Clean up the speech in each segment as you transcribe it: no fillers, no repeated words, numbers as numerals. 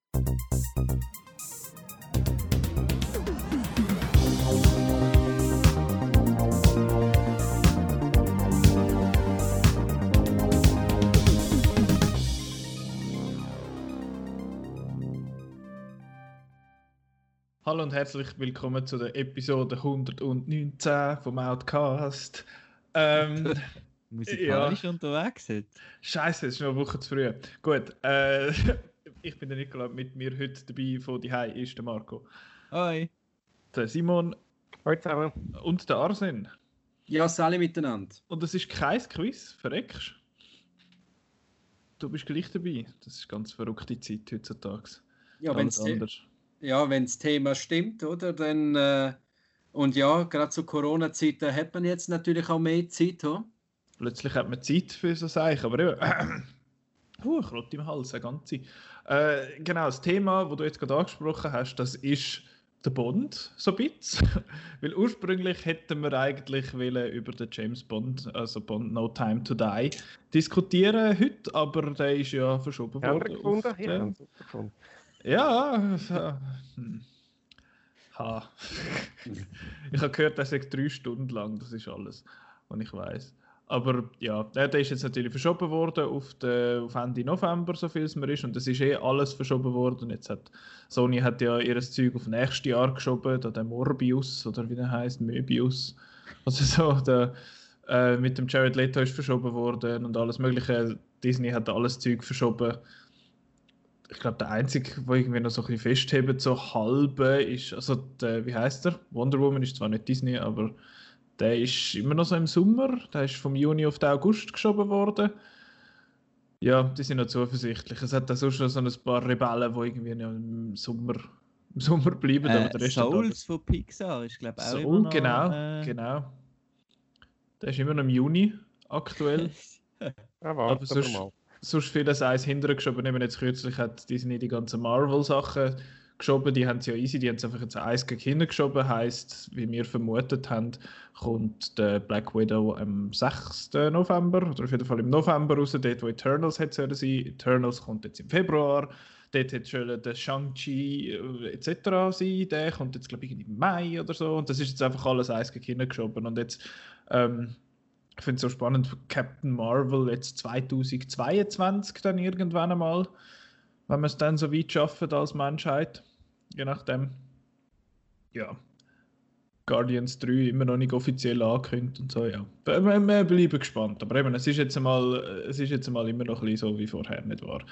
Hallo und herzlich willkommen zu der Episode 119 vom Outcast. Musikalisch unterwegs jetzt. Scheiße, es ist noch eine Woche zu früh. Gut, ich bin der Nikola, mit mir heute dabei von die Hai ist der Marco. Hoi. Der Simon. Hallo zusammen. Und der Arsen. Ja, alle miteinander. Und es ist kein Quiz, verreckst. Du bist gleich dabei. Das ist ganz verrückte Zeit heutzutage. Ja, wenn das Thema stimmt, oder? Dann, und ja, gerade zu Corona-Zeiten hat man jetzt natürlich auch mehr Zeit. Oder? Plötzlich hat man Zeit für so Sachen, aber eben... ich rotte im Hals, eine ganze. Genau, das Thema, das du jetzt gerade angesprochen hast, das ist der Bond, so ein bisschen. Weil ursprünglich hätten wir eigentlich über den James Bond, also Bond No Time to Die, diskutieren heute, aber der ist ja verschoben worden. Gefunden? Ich habe super gefunden. Ja, ich habe gehört, er sagt 3 Stunden lang, das ist alles, was ich weiß. Aber ja, der ist jetzt natürlich verschoben worden auf Ende November, so viel es mir ist, und es ist alles verschoben worden. Jetzt Sony hat ja ihr Zeug auf nächstes Jahr geschoben, da der Morbius, oder wie der heißt, Möbius, also so, mit dem Jared Leto ist verschoben worden und alles mögliche. Disney hat alles Zeug verschoben. Ich glaube, der einzige, der irgendwie noch so ein bisschen festhebt, so halbe, ist, also wie heißt der? Wonder Woman ist zwar nicht Disney, aber der ist immer noch so im Sommer. Der ist vom Juni auf den August geschoben worden. Ja, die sind noch zuversichtlich. Es hat da sonst noch so ein paar Rebellen, die irgendwie noch im Sommer bleiben. Aber der Rest Souls von Pixar ist, glaube ich, auch Soul, immer noch... genau. Der ist immer noch im Juni aktuell. Aber sonst vieles eins hintergeschoben. Eben jetzt kürzlich hat Disney die ganzen Marvel-Sachen geschoben. Die haben sie ja easy, die haben es einfach jetzt eins gegen hinten geschoben. Heisst, wie wir vermutet haben, kommt der Black Widow am 6. November, oder auf jeden Fall im November raus, dort wo Eternals hätte sein sollen. Eternals kommt jetzt im Februar. Dort hätte schon der Shang-Chi etc. sein. Der kommt jetzt, glaube ich, im Mai oder so. Und das ist jetzt einfach alles eins gegen hinten geschoben. Und jetzt ich finde es so spannend, Captain Marvel jetzt 2022 dann irgendwann einmal, wenn wir es dann so weit schaffen als Menschheit, je nachdem. Ja, Guardians 3 immer noch nicht offiziell angekündigt und so, ja. Wir bleiben gespannt, aber eben, es ist jetzt einmal immer noch ein bisschen so wie vorher nicht wahr.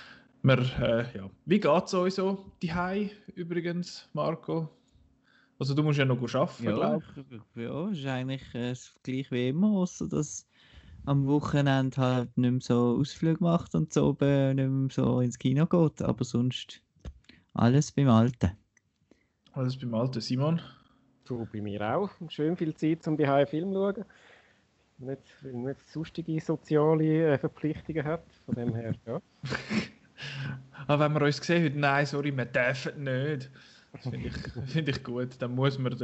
Ja. Wie geht es euch so die Hai übrigens, Marco? Also du musst ja noch arbeiten, glaube ich. Ja, ist eigentlich gleich wie immer, außer dass am Wochenende halt nicht mehr so Ausflüge macht und so oben nicht mehr so ins Kino geht. Aber sonst alles beim Alten. Alles beim Alten. Simon? Du, bei mir auch. Schön viel Zeit, um daheim Film zu schauen. Weil man nicht sonstige soziale Verpflichtungen hat. Von dem her, ja. Aber wenn wir uns sehen heute, nein, sorry, wir dürfen nicht. Das finde ich gut. Dann muss man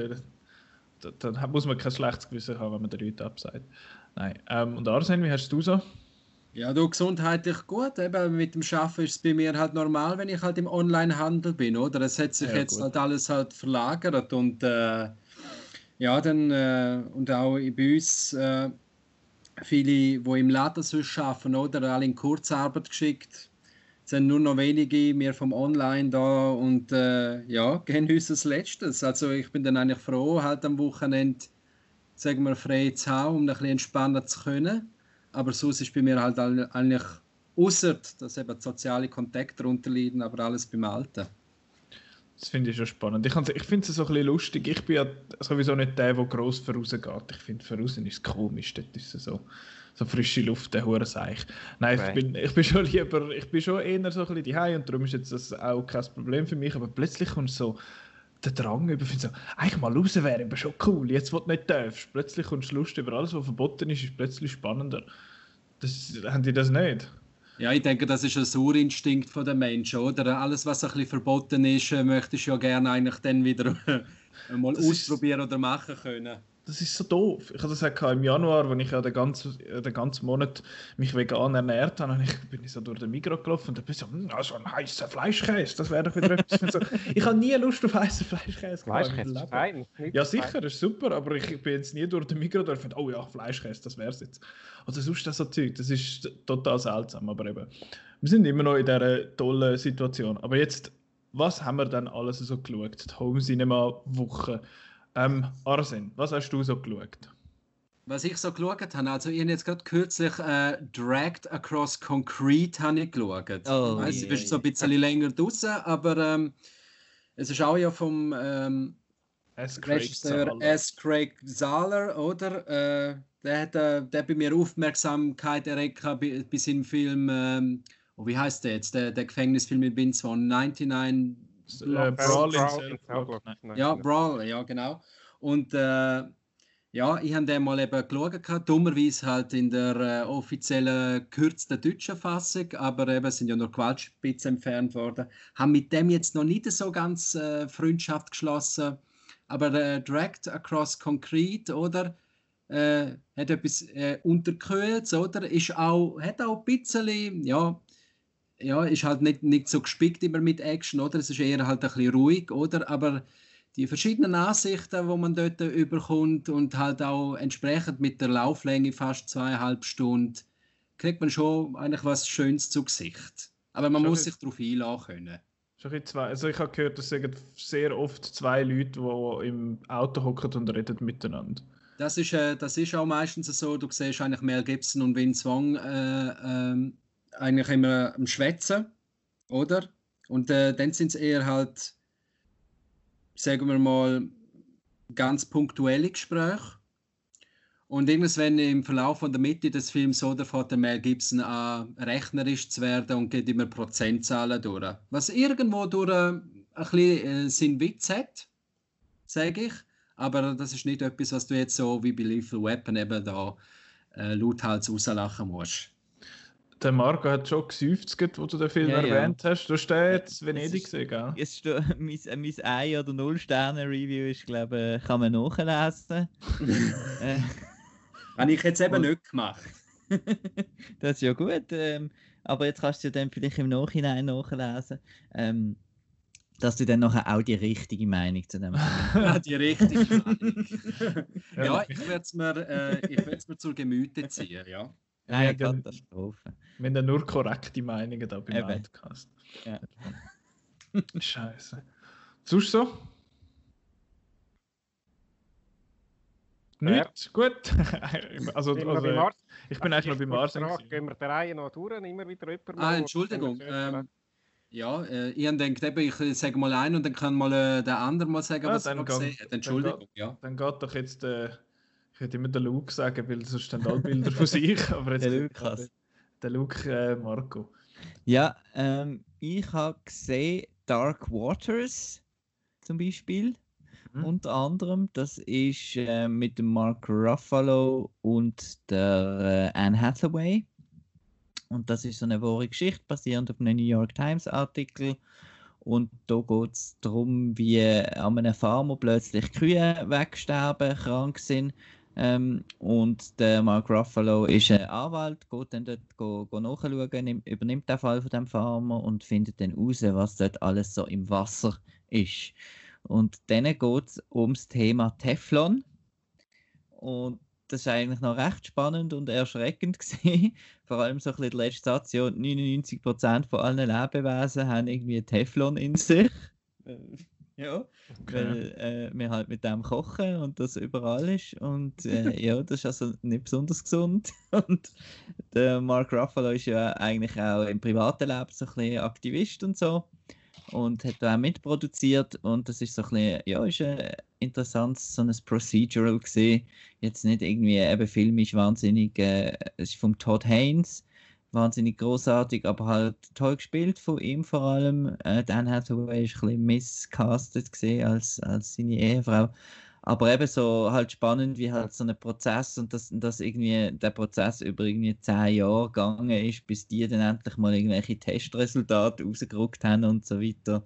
kein schlechtes Gewissen haben, wenn man den Leuten absagt. Nein. Und Arsen, wie hast du so? Ja, du, gesundheitlich gut. Eben mit dem Arbeiten ist es bei mir halt normal, wenn ich halt im Onlinehandel bin, oder? Es hat sich jetzt gut. Halt alles halt verlagert und ja, dann und auch bei uns viele, die im Laden sonst arbeiten, oder? Alle in Kurzarbeit geschickt. Es sind nur noch wenige, wir vom Online da und ja, gehen uns das Letztes. Also ich bin dann eigentlich froh, halt am Wochenende, sagen wir, frei zu haben, um ein bisschen entspannen zu können. Aber sonst ist bei mir halt eigentlich, ausser dass eben soziale Kontakte darunter leiden, aber alles beim Alten. Das finde ich schon spannend. Ich finde es so ein bisschen lustig. Ich bin ja sowieso nicht der gross vorausgeht. Ich finde, voraus ist es komisch. Dort ist es so frische Luft, der Hurenseich. Nein, ich bin schon eher so ein bisschen daheim und darum ist jetzt das auch kein Problem für mich. Aber plötzlich kommt so der Drang über, so, eigentlich mal raus wäre aber schon cool, jetzt wo du nicht darfst. Plötzlich kommst du Lust über alles, was verboten ist plötzlich spannender. Haben die das nicht? Ja, ich denke, das ist ein Urinstinkt der Menschen, oder? Alles, was ein bisschen verboten ist, möchtest du ja gerne eigentlich dann wieder mal ausprobieren oder machen können. Das ist so doof. Ich hatte das im Januar, als ich ja den ganzen Monat mich vegan ernährt habe, bin ich so durch den Migros gelaufen und da bin ich so, so ein heißer Fleischkäse, das wäre doch wieder etwas. So, ich habe nie Lust auf heißen Fleischkäse. Fleischkäse ist fein. Ja, sicher, das ist super, aber ich bin jetzt nie durch den Migros und dachte, oh ja, Fleischkäse, das wäre es jetzt. Also sonst so Zeug, das ist total seltsam, aber eben, wir sind immer noch in dieser tollen Situation. Aber jetzt, was haben wir dann alles so geschaut? Die Home Cinema Woche. Arsene, was hast du so geschaut? Was ich so geschaut habe, also ich habe jetzt gerade kürzlich Dragged Across Concrete habe ich geschaut. Oh, ich weiss, es ist so ein bisschen länger draußen, aber es ist auch ja vom Regisseur S. Craig Zahler, oder? Der hat bei mir Aufmerksamkeit erregt bei seinem Film, wie heißt der jetzt? Der Gefängnisfilm mit Vince Vaughn, 99... Brawl in Cell. Ja, Brawl, ja genau. Und ja, ich habe den mal eben geschaut, dummerweise halt in der offiziellen gekürzten deutschen Fassung, aber eben sind ja noch Gewaltspitzen entfernt worden. Haben mit dem jetzt noch nicht so ganz Freundschaft geschlossen, aber Dragged Across Concrete, oder? Hat etwas Unterkühltes, oder? Hat auch ein bisschen, ja, ist halt nicht so gespickt immer mit Action, oder? Es ist eher halt ein bisschen ruhig, oder? Aber die verschiedenen Ansichten, die man dort überkommt und halt auch entsprechend mit der Lauflänge fast 2,5 Stunden, kriegt man schon eigentlich was Schönes zu Gesicht. Aber man muss sich darauf einlassen können. Also ich habe gehört, dass sehr oft zwei Leute, die im Auto hocken und reden miteinander. Das ist auch meistens so, du siehst eigentlich Mel Gibson und Vince Vaughn eigentlich immer am Schwätzen, oder? Und dann sind es eher halt, sagen wir mal, ganz punktuelle Gespräche. Und irgendwann im Verlauf von der Mitte des Films oder fährt der Mel Gibson an, rechnerisch zu werden und geht immer Prozentzahlen durch. Was irgendwo durch ein bisschen seinen Witz hat, sage ich. Aber das ist nicht etwas, was du jetzt so wie bei Lethal Weapon eben da lauthals rauslachen musst. Der Marco hat schon gesäuft, wo du den Film erwähnt hast. Du hast den jetzt Venedig gesehen, gell? Jetzt mein 1- oder 0-Sterne-Review ist, glaube ich, kann man nachlesen. Habe ich jetzt eben nicht gemacht. Das ist ja gut, aber jetzt kannst du dann vielleicht im Nachhinein nachlesen, dass du dann nachher auch die richtige Meinung zu dem hast. Ja, die richtige Meinung. Ja, ich werde es mir zur Gemüte ziehen, ja. Nein, Katastrophe. Wir haben ja nur korrekte Meinungen da beim Podcast. Ja. Scheiße. Sonst so? Nicht? Gut. also, ich bin eigentlich noch beim Arsene. Gehen wir der Reihe noch durch, immer wieder jemand. Entschuldigung. Ich habe gedacht, ich sage mal einen und dann kann mal der andere mal sagen, was er gesehen hat. Entschuldigung. Dann geht doch jetzt ich hätte immer den Luke sagen, weil sonst stehen alle Bilder von sich. Aber jetzt der Lukas. Der Luke Marco. Ja, ich habe gesehen Dark Waters zum Beispiel. Unter anderem. Das ist mit dem Mark Ruffalo und der Anne Hathaway. Und das ist so eine wahre Geschichte, basierend auf einem New York Times Artikel. Und da geht es darum, wie an einem Farmer plötzlich Kühe wegsterben, krank sind. Und der Mark Ruffalo ist ein Anwalt, geht dann dort nachschauen, übernimmt den Fall von dem Farmer und findet dann raus, was dort alles so im Wasser ist. Und dann geht es ums Thema Teflon. Und das ist eigentlich noch recht spannend und erschreckend gewesen. Vor allem so ein bisschen der letzte Satz, ja, 99% von allen Lebewesen haben irgendwie Teflon in sich. Ja, okay. Weil wir halt mit dem kochen und das überall ist. Und ja, das ist also nicht besonders gesund. Und der Mark Ruffalo ist ja eigentlich auch im privaten Leben so ein bisschen Aktivist und so. Und hat da auch mitproduziert und das ist so ein bisschen, ja, ist ein interessantes, so ein Procedural gesehen. Jetzt nicht irgendwie, eben filmisch wahnsinnig, es ist vom Todd Haynes, wahnsinnig großartig, aber halt toll gespielt von ihm vor allem. Dan Hathaway ist ein bisschen miscastet gesehen als seine Ehefrau. Aber eben so halt spannend, wie halt so ein Prozess und dass irgendwie der Prozess über irgendwie 10 Jahre gegangen ist, bis die dann endlich mal irgendwelche Testresultate rausgerückt haben und so weiter.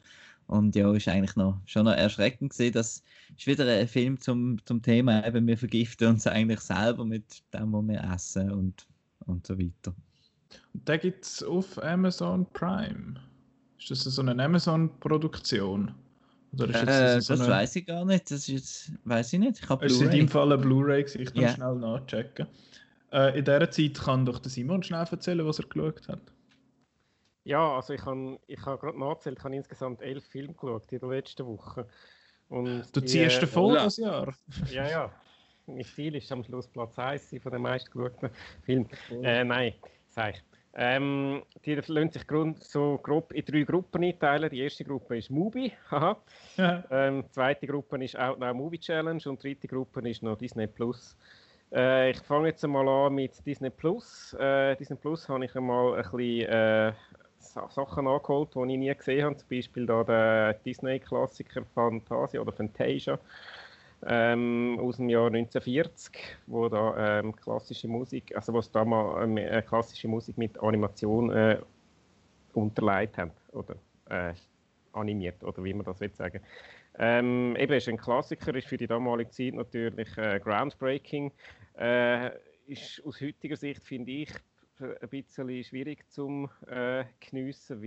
Und ja, ist eigentlich schon noch erschreckend gesehen, dass ist wieder ein Film zum Thema, eben wir vergiften uns eigentlich selber mit dem, was wir essen und so weiter. Und den gibt es auf Amazon Prime. Ist das so eine Amazon-Produktion? Oder ist jetzt Das weiß ich gar nicht. Das ist jetzt, weiß ich nicht. Ich habe Blu-ray. Ist in deinem Fall eine Blu-ray gewesen? Ich kann schnell nachchecken. In dieser Zeit kann doch der Simon schnell erzählen, was er geschaut hat. Ja, also ich habe gerade nachgezählt, ich habe insgesamt 11 Filme geschaut in der letzten Woche. Und du ziehst dir voll das Jahr? Ja. Mein Ziel ist am Schluss Platz 1 von den meistgeschauten Filmen. Nein, sag ich. Die lassen sich so grob in 3 Gruppen einteilen. Die erste Gruppe ist Mubi, haha. Die zweite Gruppe ist Outnow Movie Challenge und die dritte Gruppe ist noch Disney Plus. Ich fange jetzt mal an mit Disney Plus. Disney Plus habe ich einmal ein bisschen Sachen angeholt, die ich nie gesehen habe. Zum Beispiel da der Disney-Klassiker Fantasia oder Fantasia aus dem Jahr 1940, wo da klassische Musik, also was da mal klassische Musik mit Animation unterlegt haben oder animiert oder wie man das will sagen. Eben ist ein Klassiker, ist für die damalige Zeit natürlich groundbreaking. Ist aus heutiger Sicht, finde ich, ein bisschen schwierig zum geniessen,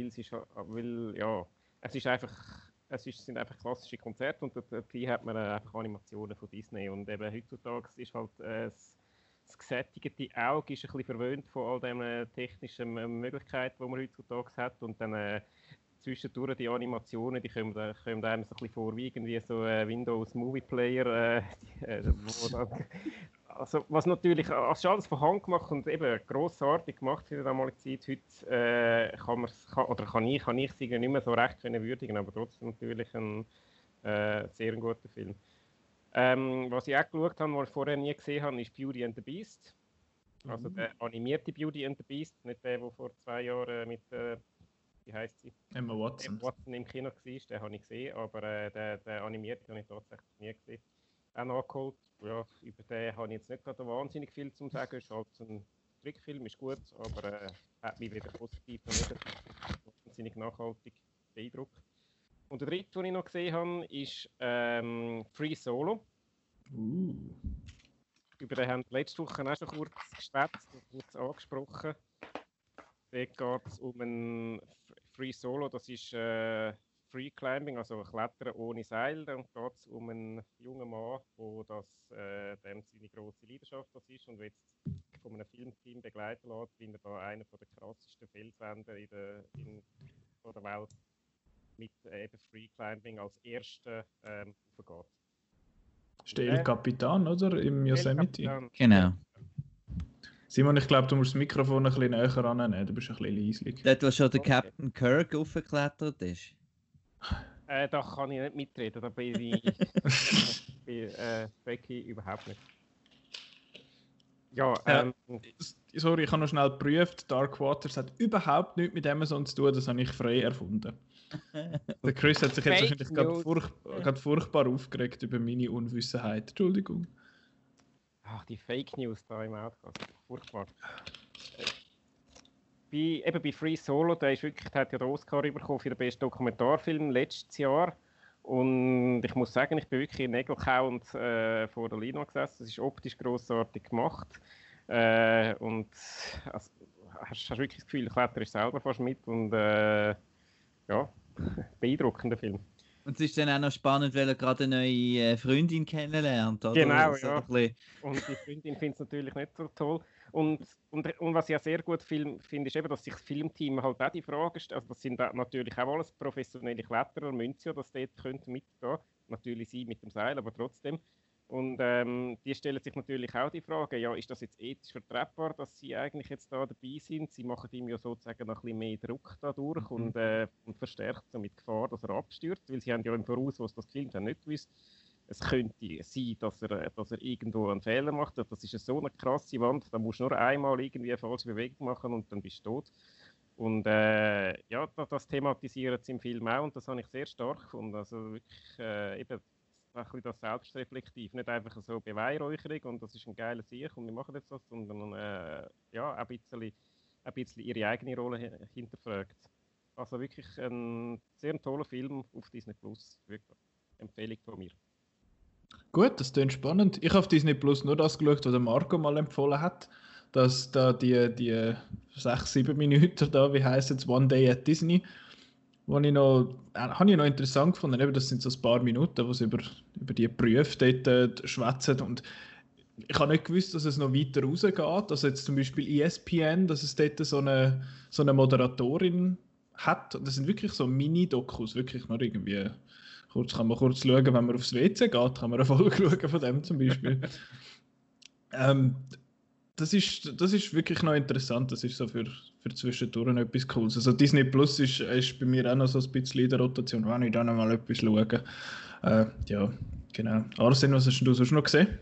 es sind einfach klassische Konzerte und dabei hat man einfach Animationen von Disney und eben heutzutage ist halt das gesättigte Auge ist ein bisschen verwöhnt von all den technischen Möglichkeiten, die man heutzutage hat und dann zwischendurch die Animationen, die kommen einem so ein bisschen vor wie irgendwie so Windows Movie Player, wo dann also, was natürlich als alles von Hand gemacht und eben grossartig gemacht für die damalige Zeit. Heute kann ich es nicht mehr so recht würdigen, aber trotzdem natürlich ein sehr guter Film. Was ich auch geschaut habe, was ich vorher nie gesehen habe, ist Beauty and the Beast. Also der animierte Beauty and the Beast, nicht der vor 2 Jahren mit, wie heisst sie? Emma Watson. Emma Watson im Kino war, den habe ich gesehen, aber der animierte habe ich tatsächlich nie gesehen. Auch nachgeholt. Ja, über den habe ich jetzt nicht gerade wahnsinnig viel zu sagen. Es ist halt ein Trickfilm, ist gut, aber hat mich weder positiv noch negativ wahnsinnig nachhaltig beeindruckt. Und der dritte, den ich noch gesehen habe, ist Free Solo. Über den haben wir letzte Woche auch schon kurz geschwätzt und kurz angesprochen. Dort geht es um ein Free Solo, das ist Free Climbing, also Klettern ohne Seil. Dann geht es um einen jungen Mann, wo dem seine grosse Leidenschaft das ist und jetzt von einem Filmteam begleiten lässt, wie er da einer der krassesten Felswände der Welt mit eben Free Climbing als erster hochgeht. Stell Kapitan, oder? Im Yosemite. Genau. Simon, ich glaube, du musst das Mikrofon ein bisschen näher annehmen, du bist ein bisschen leislich. Dort, wo schon der Captain Kirk aufgeklettert ist. Da kann ich nicht mitreden, da bin ich Becky überhaupt nicht. Ja, sorry, ich habe noch schnell geprüft, Dark Waters hat überhaupt nichts mit Amazon zu tun, das habe ich frei erfunden. Der Chris hat sich jetzt wahrscheinlich gerade furchtbar aufgeregt über meine Unwissenheit. Entschuldigung. Ach, die Fake News da im Outcast. Furchtbar. Bei Free Solo, der hat ja den Oscar bekommen für den besten Dokumentarfilm letztes Jahr. Und ich muss sagen, ich bin wirklich in Nägelkauend vor der Leinwand gesessen. Es ist optisch grossartig gemacht. Und also, hast wirklich das Gefühl, du kletterst selber fast mit. Und ja, beeindruckender Film. Und es ist dann auch noch spannend, weil er gerade eine neue Freundin kennenlernt, oder? Genau, so ja. Und die Freundin findet es natürlich nicht so toll. Und was ich auch sehr gut finde, ist eben, dass sich das Filmteam halt auch die Frage stellt, also das sind natürlich auch alles professionelle Kletterer, Münzio, dass dort könnten mitgehen. Natürlich sie mit dem Seil, aber trotzdem. Und die stellen sich natürlich auch die Frage, ja, ist das jetzt ethisch vertretbar, dass sie eigentlich jetzt da dabei sind? Sie machen ihm ja sozusagen noch ein bisschen mehr Druck dadurch und verstärkt somit die Gefahr, dass er abstürzt, weil sie haben ja im Voraus, was das gefilmt haben, nicht gewusst. Es könnte sein, dass er irgendwo einen Fehler macht. Das ist so eine krasse Wand, da musst du nur einmal irgendwie eine falsche Bewegung machen und dann bist du tot. Und ja, das thematisieren sie im Film auch und das habe ich sehr stark gefunden. Also wirklich eben ein bisschen das Selbstreflektiv, nicht einfach so Beweihräucherung und das ist ein geiler Sieg und wir machen jetzt das, sondern ja, ein bisschen ihre eigene Rolle hinterfragt. Also wirklich ein sehr toller Film auf Disney Plus. Wirklich Empfehlung von mir. Gut, das klingt spannend. Ich habe auf Disney Plus nur das geschaut, was der Marco mal empfohlen hat. Dass da die 6-7 Minuten da, wie heisst es, One Day at Disney, habe ich noch interessant gefunden. Eben, das sind so ein paar Minuten, wo sie über die Berufe dort schwätzen. Und ich habe nicht gewusst, dass es noch weiter rausgeht. Also jetzt zum Beispiel ESPN, dass es dort so eine Moderatorin hat. Und das sind wirklich so Mini-Dokus, wirklich nur irgendwie. Kann man kurz schauen, wenn man aufs WC geht, kann man eine Folge schauen von dem zum Beispiel. Das ist wirklich noch interessant. Das ist so für zwischendurch etwas Cooles. Also Disney Plus ist bei mir auch noch so ein bisschen in der Rotation, wenn ich da noch mal etwas schaue. Ja, genau. Arsene, was hast du sonst noch gesehen?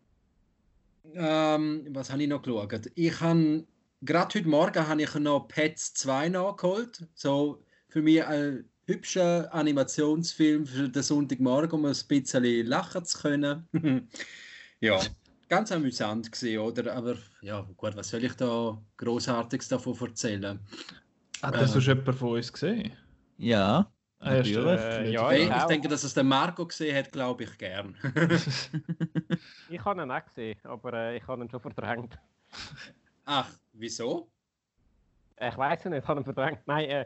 Was habe ich noch geschaut? Gerade heute Morgen habe ich noch Pets 2 nachgeholt. So für mich ein hübscher Animationsfilm für den Sonntagmorgen, um ein bisschen lachen zu können. Ja, ganz amüsant gesehen, oder? Aber ja, gut, was soll ich da Großartiges davon erzählen? Hat das sonst jemand von uns gesehen? Ja, natürlich. Ja, ich denke, dass es der Marco gesehen hat, glaube ich gern. Ich habe ihn auch gesehen, aber ich habe ihn schon verdrängt. Ach, wieso? Ich weiß nicht, ich habe ihn verdrängt. Nein,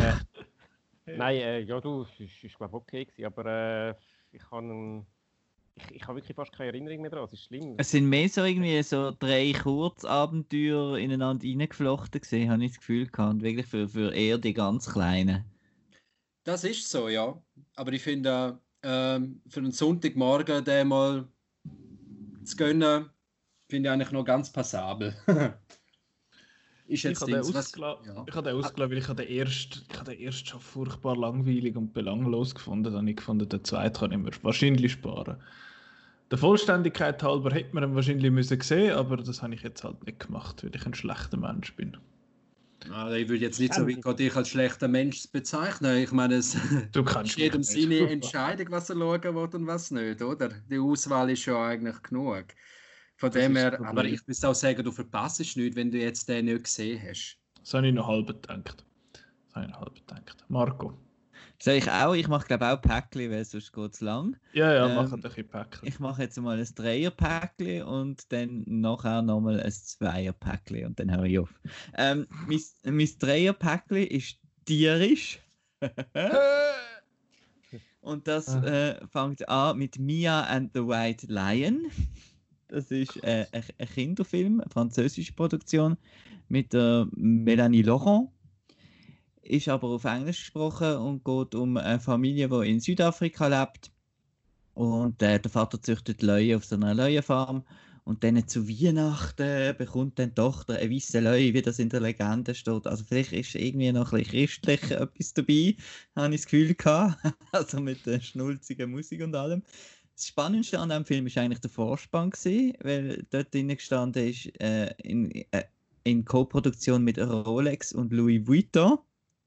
ja, du, es ist glaube ich okay gewesen, aber ich habe wirklich fast keine Erinnerung mehr daran. Es ist schlimm. Es sind mehr so irgendwie so 3 Kurzabenteuer ineinander reingeflochten gesehen, habe ich das Gefühl gehabt. Und wirklich für eher die ganz Kleinen. Das ist so, ja. Aber ich finde, für einen Sonntagmorgen den mal zu gönnen, finde ich eigentlich noch ganz passabel. Ich habe den ausgelassen, weil ich den ersten schon furchtbar langweilig und belanglos gefunden habe. Ich fand, den zweiten kann ich mir wahrscheinlich sparen. Der Vollständigkeit halber hätte man ihn wahrscheinlich müssen sehen, aber das habe ich jetzt halt nicht gemacht, weil ich ein schlechter Mensch bin. Also ich würde jetzt nicht so weit gehen, dich als schlechter Mensch bezeichnen. Ich meine, es ist jedem seine Entscheidung, was er schauen will und was nicht, oder? Die Auswahl ist ja eigentlich genug. Von dem her, aber ich muss auch sagen, du verpasst nichts, wenn du jetzt den nicht gesehen hast. Das habe ich noch halb gedacht. Marco? Soll ich auch? Ich mache glaube auch Päckchen, weil sonst geht es lang. Ja, mach ein bisschen Päckchen. Ich mache jetzt mal ein 3er-Päckchen und dann nachher nochmal ein 2er-Päckchen und dann höre ich auf. Mein 3er-Päckchen ist tierisch. Und das fängt an mit Mia and the White Lion. Das ist ein Kinderfilm, eine französische Produktion mit der Mélanie Laurent. Ist aber auf Englisch gesprochen und geht um eine Familie, die in Südafrika lebt. Und der Vater züchtet Löwe auf so einer Löwenfarm. Und dann zu Weihnachten bekommt dann die Tochter ein weißes Löwe, wie das in der Legende steht. Also vielleicht ist irgendwie noch ein bisschen christlich etwas dabei, habe ich das Gefühl gehabt. Also mit der schnulzigen Musik und allem. Das Spannendste an diesem Film war eigentlich der Vorspann, weil dort drin gestanden ist, in Co-Produktion mit Rolex und Louis Vuitton.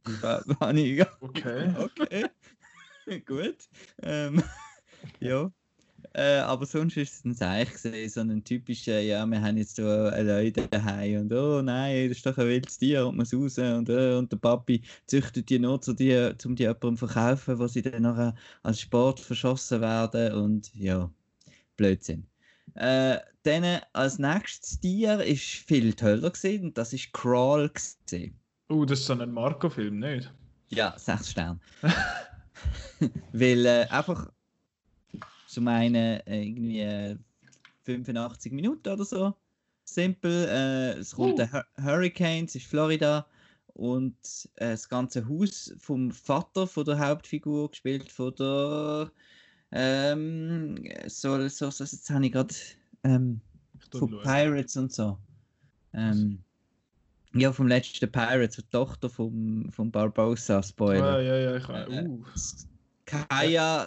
Okay. Gut. Ja. Aber sonst ist es ein Seich gesehen, so ein typischer, ja, wir haben jetzt so Leute daheim und oh nein, das ist doch ein wildes Tier und muss raus und der Papi züchtet die nur, um die jemandem zu verkaufen, wo sie dann nachher als Sport verschossen werden und ja, Blödsinn. Dann als nächstes Tier ist viel toller gesehen und das ist Crawl gesehen. Das ist so ein Marco-Film, nicht? Ja, 6 Sterne. Weil einfach zum einen irgendwie 85 Minuten oder so. Simpel. Es kommt ein Hurricane, es ist Florida. Und das ganze Haus vom Vater von der Hauptfigur, gespielt von der. Jetzt habe ich gerade. Von Pirates und so. Ja, vom letzten Pirates, die Tochter vom Barbossa, Spoiler. Ja, ich weiß. Kaya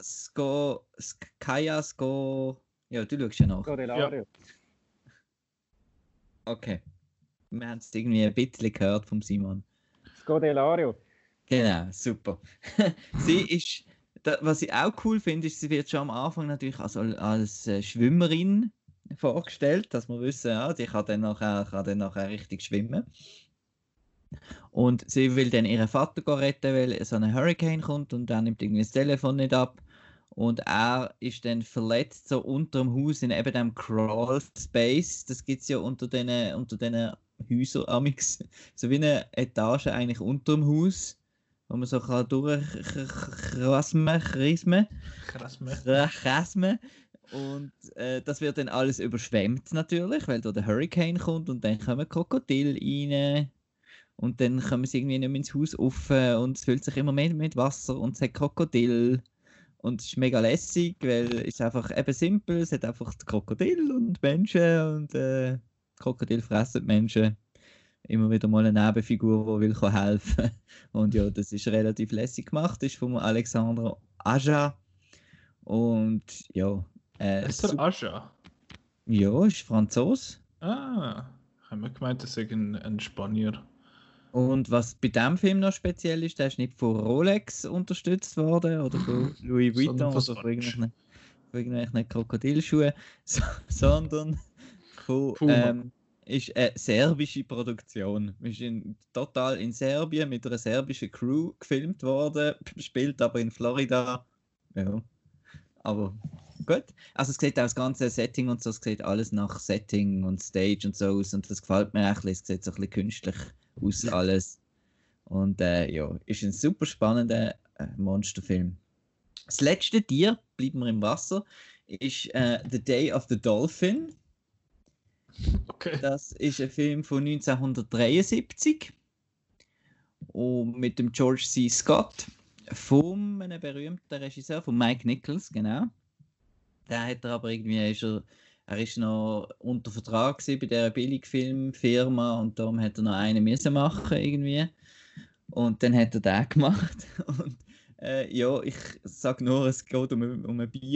Sko. Ja, du schaust ja nach. Scodelario. Okay. Wir haben es irgendwie ein bisschen gehört vom Simon. Scodelario. Genau, super. Sie ist, was ich auch cool finde, ist, sie wird schon am Anfang natürlich als Schwimmerin vorgestellt, dass wir wissen, ja, die kann dann nachher richtig schwimmen. Und sie will dann ihren Vater retten, weil so ein Hurricane kommt und er nimmt irgendwie das Telefon nicht ab. Und er ist dann verletzt so unter dem Haus in eben dem Crawl Space. Das gibt es ja unter diesen Häusern amix. So wie eine Etage eigentlich unter dem Haus, wo man so kann durchkrasmen. Und das wird dann alles überschwemmt natürlich, weil da der Hurricane kommt und dann kommen Krokodile rein. Und dann kommen sie irgendwie nicht mehr ins Haus rauf und es füllt sich immer mehr mit Wasser und es hat Krokodil. Und es ist mega lässig, weil es ist einfach eben simpel. Es hat einfach Krokodil und Menschen und Krokodil fressen die Menschen. Immer wieder mal eine Nebenfigur, die will helfen. Und ja, das ist relativ lässig gemacht. Das ist von Alexandre Aja. Und ja. Ist der Aja? Ja, ist Franzose. Ah, haben wir gemeint, das ist ein Spanier. Und was bei diesem Film noch speziell ist, der ist nicht von Rolex unterstützt worden oder von Louis Vuitton oder von irgendwelchen Krokodilschuhen, sondern von, ist eine serbische Produktion. Ist total in Serbien mit einer serbischen Crew gefilmt worden, spielt aber in Florida. Ja, aber gut. Also es sieht auch das ganze Setting und so, es sieht alles nach Setting und Stage und so aus und das gefällt mir auch. Es sieht so ein bisschen künstlich aus alles. Und ja, ist ein super spannender Monsterfilm. Das letzte Tier, bleiben wir im Wasser, ist The Day of the Dolphin. Okay. Das ist ein Film von 1973 und mit dem George C. Scott von einem berühmten Regisseur, von Mike Nichols, genau. Der hat aber irgendwie, er ist noch unter Vertrag bei dieser Billigfilmfirma und darum hat er noch einen müssen machen irgendwie. Und dann hat er den gemacht. Und ja, ich sage nur, es geht um einen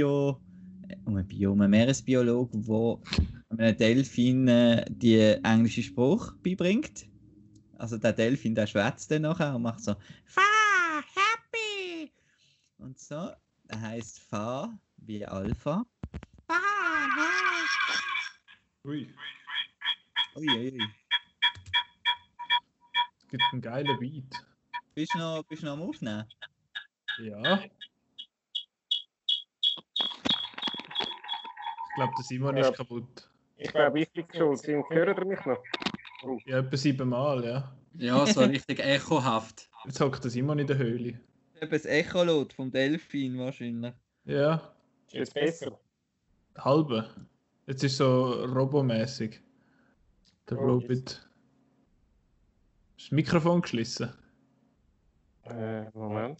Meeresbiologen, der einem Delfin die englische Sprache beibringt. Also der Delfin, der schwätzt dann nachher und macht so Fa, happy! Und so. Er heisst Fa wie Alpha. Fa, Ui. Ui. Es gibt einen geilen Beat. Bist du noch am Aufnehmen? Ja. Ich glaube, der Simon ist kaputt. Ich glaube, ich bin schuld. Hören ihr mich noch? Ja, etwa 7 Mal, ja. Ja, so richtig echohaft. Jetzt hockt der Simon in der Höhle. Eben das Echolot vom Delfin wahrscheinlich. Ja. Ist jetzt besser? Halbe. Jetzt ist so robomäßig. Der Robot. Ist das Mikrofon geschlossen? Moment.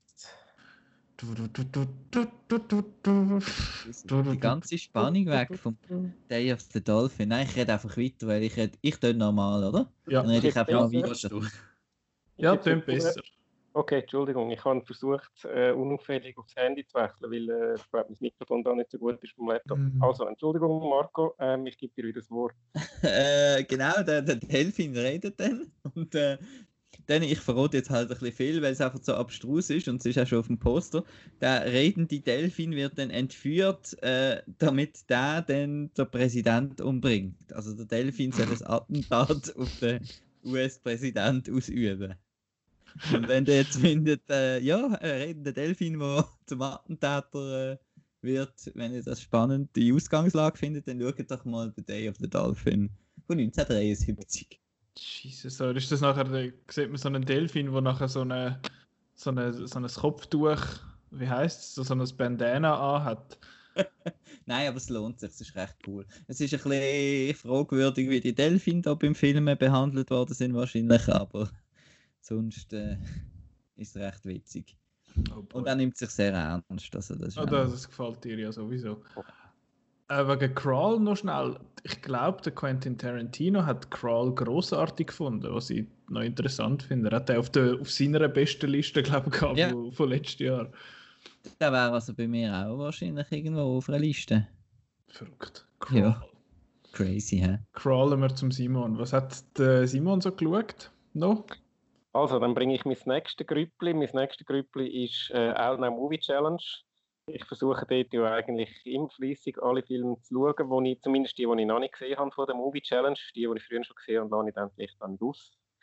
Die ganze Spannung weg vom Day of the Dolphin. Nein, ich rede einfach weiter, weil ich tue normal, oder? Ja. Dann rede ich einfach mal weiter. Ja, tönt besser. Okay, Entschuldigung, ich habe versucht, unauffällig aufs Handy zu wechseln, weil mein Mikrofon da nicht so gut ist beim Laptop. Also, Entschuldigung, Marco, ich gebe dir wieder das Wort. Genau, der Delfin redet dann. Und dann, ich verrate jetzt halt ein bisschen viel, weil es einfach so abstrus ist und es ist auch schon auf dem Poster. Der redende Delfin wird dann entführt, damit der dann der Präsident umbringt. Also der Delfin soll das Attentat auf den US-Präsident ausüben. Und wenn der jetzt findet, ein redender Delfin, der zum Attentäter wird, wenn ihr das spannend die Ausgangslage findet, dann schaut doch mal The Day of the Dolphin von 1973. Jesus, so ist das nachher, da sieht man so einen Delfin, der nachher so ein Kopftuch, wie heisst es, so ein Bandana anhat. Nein, aber es lohnt sich, es ist recht cool. Es ist ein bisschen fragwürdig, wie die Delfine da beim Filmen behandelt worden sind wahrscheinlich, aber sonst ist es recht witzig. Und er nimmt sich sehr ernst. Also das gefällt dir ja sowieso. Wegen Crawl noch schnell. Ich glaube, der Quentin Tarantino hat Crawl grossartig gefunden, was ich noch interessant finde. Er hat den auf seiner besten Liste, glaube ich, gehabt, von letztes Jahr. Der wäre also bei mir auch wahrscheinlich irgendwo auf einer Liste. Verrückt. Crawl. Ja. Crazy, hä? Crawlen wir zum Simon. Was hat der Simon so geschaut? Noch? Also, dann bringe ich mein nächstes Grüppli. Mein nächstes Grüppli ist auch eine Movie Challenge. Ich versuche dort ja eigentlich immer fleissig alle Filme zu schauen, zumindest die ich noch nicht gesehen habe von der Movie Challenge. Die ich früher schon gesehen habe, lasse ich dann vielleicht dann aus.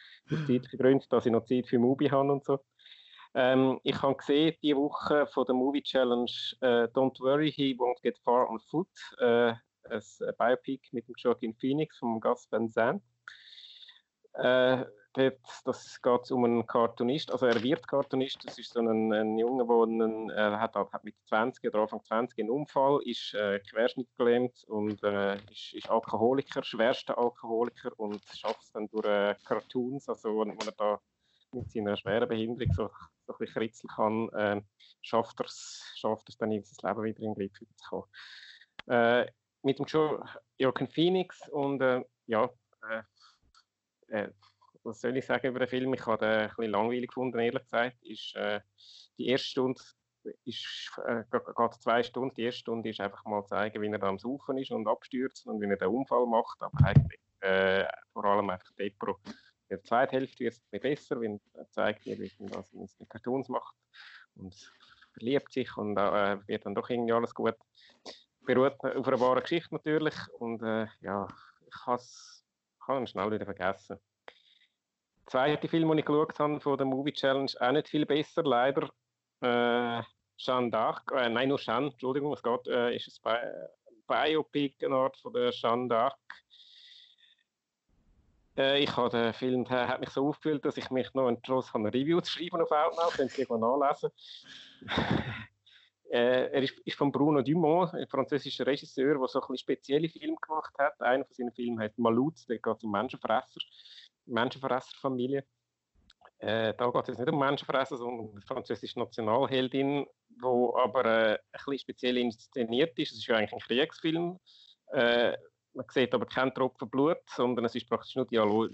aus zeitlichen Gründen, dass ich noch Zeit für Movie habe und so. Ich habe gesehen, diese Woche von der Movie Challenge Don't Worry, He Won't Get Far on Foot, ein Biopic mit dem Joaquin Phoenix vom Gus Van Sant. Das geht um einen Cartoonist, also er wird Cartoonist, das ist so ein Junge, der hat mit 20 oder Anfang 20 einen Unfall, ist querschnittgelähmt und ist Alkoholiker, schwerster Alkoholiker und schafft es dann durch Cartoons, also wo er da mit seiner schweren Behinderung so ein bisschen kritzeln kann, schafft er es dann in sein Leben wieder in den Griff zu kommen. Mit dem Joaquin Phoenix und was soll ich sagen über den Film? Ich habe den ein bisschen langweilig gefunden, ehrlich gesagt. Die erste Stunde geht 2 Stunden. Die erste Stunde ist einfach mal zeigen, wie er da am Saufen ist und abstürzt und wie er den Unfall macht. Aber eigentlich vor allem einfach Depro. In der zweiten Hälfte wird es ein bisschen besser, wenn er zeigt, wie er das in Cartoons macht und verliebt sich und wird dann doch irgendwie alles gut. Beruht auf einer wahren Geschichte natürlich und ich habe ihn schnell wieder vergessen. Der zweite Film, den ich geschaut habe von der Movie Challenge, auch nicht viel besser, leider. Jeanne d'Arc, nein, nur Jeanne, Entschuldigung, es geht, ist ein Biopic, eine Art von der Jeanne d'Arc. Ich habe den Film, der hat mich so aufgefüllt, dass ich mich noch entschlossen habe, eine Review zu schreiben auf Outnow, könnt ihr mal nachlesen. Er ist von Bruno Dumont, ein französischer Regisseur, der so ein bisschen spezielle Filme gemacht hat. Einer von seinen Filmen heißt Malouts, der geht um Menschenfresserfamilie. Da geht es nicht um Menschenfresser, sondern um eine französische Nationalheldin, die aber ein bisschen speziell inszeniert ist. Es ist ja eigentlich ein Kriegsfilm. Man sieht aber keinen Tropfen Blut, sondern es ist praktisch nur Dialog.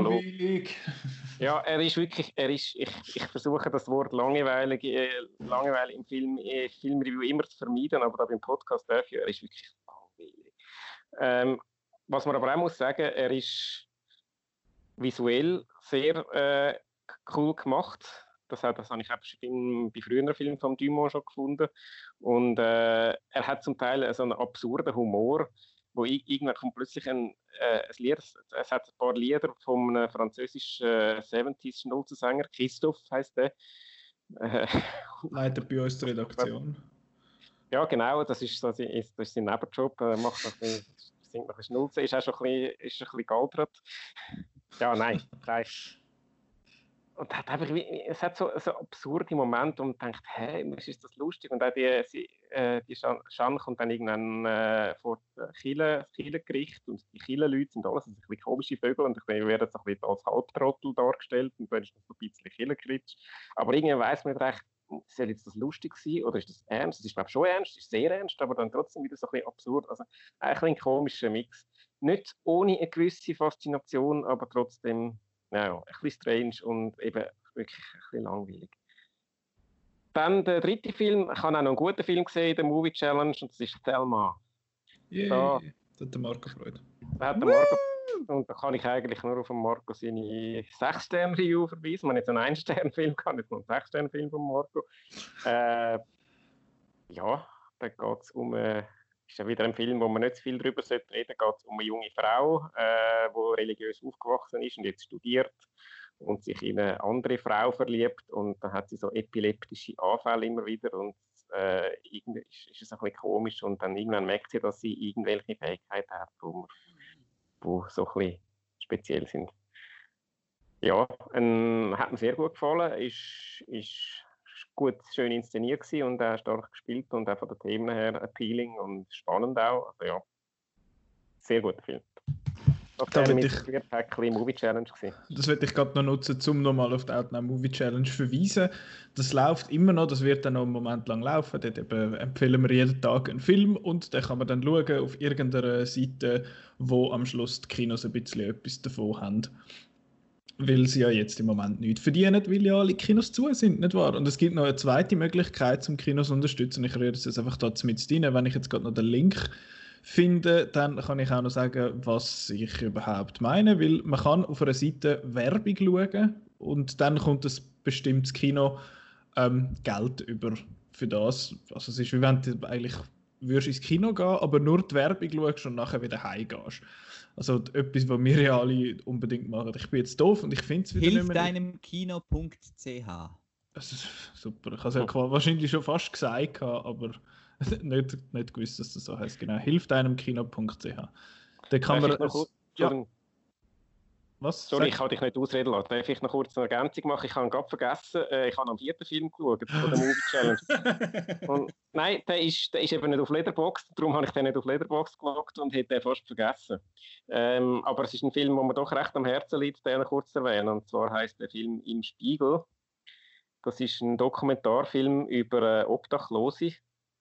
Ja, er ist wirklich, ich versuche das Wort Langeweile im Filmreview immer zu vermeiden, aber da beim Podcast dafür, er ist wirklich langweilig. Was man aber auch muss sagen, er ist visuell sehr cool gemacht. Das habe ich auch bei früheren Filmen von Dumont schon gefunden. Und er hat zum Teil so einen absurden Humor, wo irgendwann kommt plötzlich ein Lied, es hat ein paar Lieder vom französischen 70s Schnulzensänger, Christoph heisst der. Leider bei uns die Redaktion. Ja, genau, das ist sein Nebenjob. Er macht noch ein bisschen, singt noch ein bisschen Schnulzen, ist auch schon ein bisschen gealtert. Ja, nein, reicht. Und es hat so absurde Momente und man denkt, hey, ist das lustig? Und auch die Jeanne kommt dann irgendwann vor das Kirchengericht und die Kirchenleute sind alles ein bisschen komische Vögel und werden so ein bisschen als Halbtrottel dargestellt und dann ist das so ein bisschen Kirchenkritisch. Aber irgendwie weiss man nicht recht, soll jetzt das lustig sein oder ist das ernst? Es ist glaube ich schon ernst, es ist sehr ernst, aber dann trotzdem wieder so ein bisschen absurd. Also ein komischer Mix. Nicht ohne eine gewisse Faszination, aber trotzdem ein bisschen strange und eben wirklich ein bisschen langweilig. Dann der dritte Film, ich habe auch noch einen guten Film gesehen, der Movie Challenge, und das ist Thelma. Da hat der Marco Freude. Und da kann ich eigentlich nur auf Marco seine 6-Sterne-Review verweisen. Man hat jetzt einen 1-Sterne-Film, kann nicht nur einen 6-Sterne-Film von Marco. Da geht es um... ist ja wieder ein Film, wo man nicht so viel darüber reden sollte. Da geht es um eine junge Frau, die religiös aufgewachsen ist und jetzt studiert und sich in eine andere Frau verliebt. Und dann hat sie so epileptische Anfälle immer wieder und irgendwie ist es ein bisschen komisch. Und dann irgendwann merkt sie, dass sie irgendwelche Fähigkeiten hat, die so ein bisschen speziell sind. Ja, hat mir sehr gut gefallen. Ist gut, schön inszeniert gewesen und stark gespielt und auch von den Themen her appealing und spannend auch. Also ja, sehr guter Film. Das war mit Movie Challenge gewesen. Das werde ich gerade noch nutzen, um nochmal auf die Outnow Movie Challenge zu verweisen. Das läuft immer noch, das wird dann noch einen Moment lang laufen. Dort empfehlen wir jeden Tag einen Film und den kann man dann schauen auf irgendeiner Seite, wo am Schluss die Kinos ein bisschen etwas davon haben. Weil sie ja jetzt im Moment nichts verdienen, weil ja alle Kinos zu sind, nicht wahr? Und es gibt noch eine zweite Möglichkeit, zum Kinos zu unterstützen. Ich rühre es jetzt einfach da mit rein. Wenn ich jetzt gerade noch den Link finde, dann kann ich auch noch sagen, was ich überhaupt meine. Weil man kann auf einer Seite Werbung schauen und dann kommt ein bestimmtes Kino Geld über für das. Also es ist, wie wenn du eigentlich würdest ins Kino gehen, aber nur die Werbung schaust und nachher wieder heimgehst. Also etwas, was wir ja alle unbedingt machen. Ich bin jetzt doof und ich finde es wieder nicht mehr. Deinem Kino.ch. Das ist super. Ich habe es ja wahrscheinlich schon fast gesagt, aber nicht gewusst, dass das so heißt. Genau. Hilfdeinemkino.ch. Da kann man. Was? Sorry, ich kann dich nicht ausreden lassen. Darf ich noch kurz eine Ergänzung machen? Ich habe ihn gerade vergessen. Ich habe am 4. Film geschaut von der Movie Challenge. Und, nein, der ist eben nicht auf Letterboxd. Darum habe ich den nicht auf Letterboxd gelockt und hätte den fast vergessen. Aber es ist ein Film, der mir doch recht am Herzen liegt, den kurz zu erwähnen. Und zwar heisst der Film Im Spiegel. Das ist ein Dokumentarfilm über Obdachlose.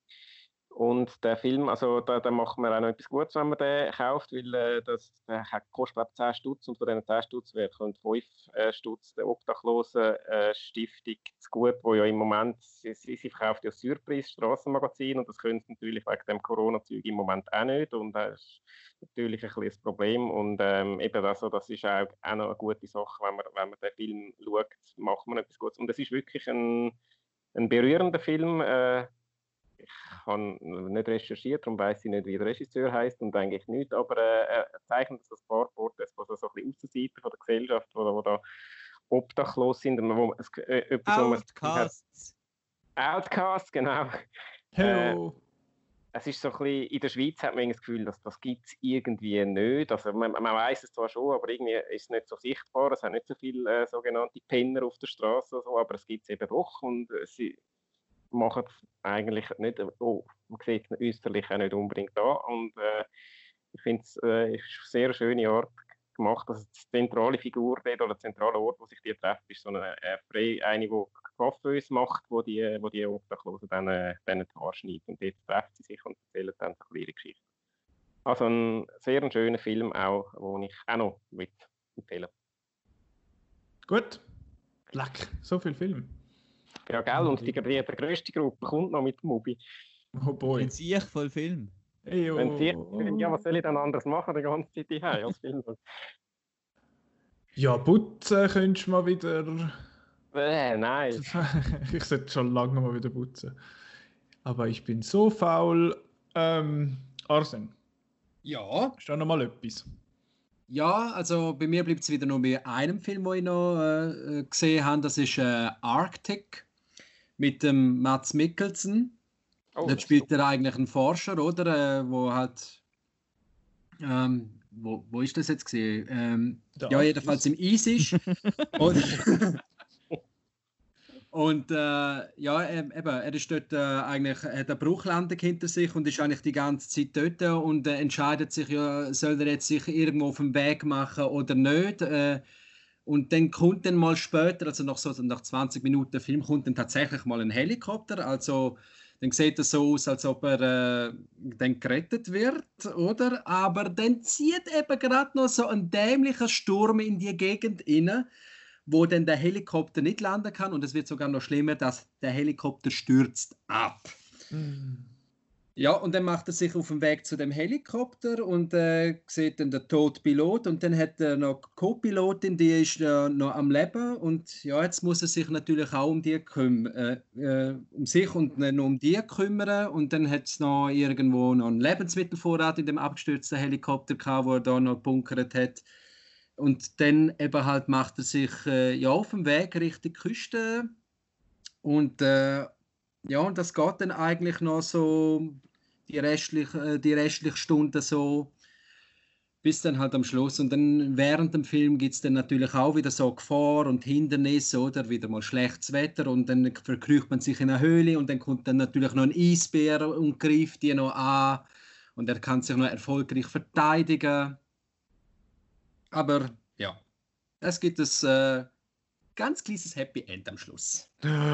Und der Film, also da macht man auch noch etwas Gutes, wenn man den kauft, weil der kostet 10 Stutz und von diesen 10 Stutz kommen 5 Stutz der Obdachlosen-Stiftung zu gut, wo ja im Moment, sie verkauft ja Surprise Strassenmagazin und das können sie natürlich wegen dem Corona-Zeug im Moment auch nicht und das ist natürlich ein bisschen das Problem und eben also, das ist auch noch eine gute Sache, wenn man den Film schaut, macht man etwas Gutes. Und es ist wirklich ein berührender Film, ich habe nicht recherchiert, darum weiss ich nicht, wie der Regisseur heisst und eigentlich nicht, aber er zeichnet das ein paar Porträts, die so ein bisschen Außenseiter von der Gesellschaft, die da obdachlos sind. Outcasts. Outcasts, genau. Hello. Es ist so ein bisschen, in der Schweiz hat man das Gefühl, dass das gibt es irgendwie nicht. Also man weiss es zwar schon, aber irgendwie ist es nicht so sichtbar. Es hat nicht so viele sogenannte Penner auf der Straße, so, aber es gibt es eben doch und sie machen es eigentlich nicht, man sieht es äußerlich auch nicht unbedingt da und ich finde es ist eine sehr schöne Art gemacht, dass die zentrale Figur dort, oder der zentrale Ort, wo sich die treffen, ist so eine die Coiffeuse macht, wo die Obdachlosen dann die Haare schneidet und dort treffen sie sich und erzählen dann so ihre Geschichte. Also ein sehr schöner Film auch, den ich auch noch empfehlen. Gut. Leck, so viel Film. Ja, gell, und die grösste Gruppe kommt noch mit dem Mobi. Oh boy. Ein Sieg voll Film. Hey, ja, was soll ich dann anders machen, die ganze Zeit hier als Film? Ja, putzen könntest du mal wieder. Nein. Ich sollte schon lange mal wieder putzen. Aber ich bin so faul. Arsen. Ja. Ist da noch mal etwas? Ja, also bei mir bleibt es wieder nur bei einem Film, den ich noch gesehen habe. Das ist Arctic mit dem Mads Mikkelsen. Dort spielt er eigentlich einen Forscher, oder? Wo halt. Wo ist das jetzt gesehen? Ja, jedenfalls im Eis ist. Und ja, er ist dort eigentlich, hat eine Bruchlandung hinter sich und ist eigentlich die ganze Zeit dort und entscheidet sich ja, soll er jetzt sich irgendwo auf den Weg machen oder nicht. Und dann kommt dann mal später, also nach 20 Minuten Film, kommt dann tatsächlich mal ein Helikopter. Also dann sieht es so aus, als ob er dann gerettet wird, oder? Aber dann zieht eben gerade noch so ein dämlicher Sturm in die Gegend rein, wo dann der Helikopter nicht landen kann. Und es wird sogar noch schlimmer, dass der Helikopter stürzt ab. Ja, und dann macht er sich auf den Weg zu dem Helikopter und sieht dann den toten Pilot. Und dann hat er noch die Co-Pilotin, die ist noch am Leben. Und ja, jetzt muss er sich natürlich auch um die um sich und nicht nur um die kümmern. Und dann hat es noch irgendwo noch einen Lebensmittelvorrat in dem abgestürzten Helikopter gehabt, wo er da noch gebunkert hat. Und dann eben halt macht er sich ja, auf dem Weg Richtung Küste. Und ja, und das geht dann eigentlich noch so die restliche Stunde so bis dann halt am Schluss. Und dann während dem Film gibt es dann natürlich auch wieder so Gefahr und Hindernisse oder wieder mal schlechtes Wetter und dann verkriecht man sich in eine Höhle und dann kommt dann natürlich noch ein Eisbär und greift die noch an und er kann sich noch erfolgreich verteidigen. Aber ja, es gibt ein ganz kleines Happy End am Schluss.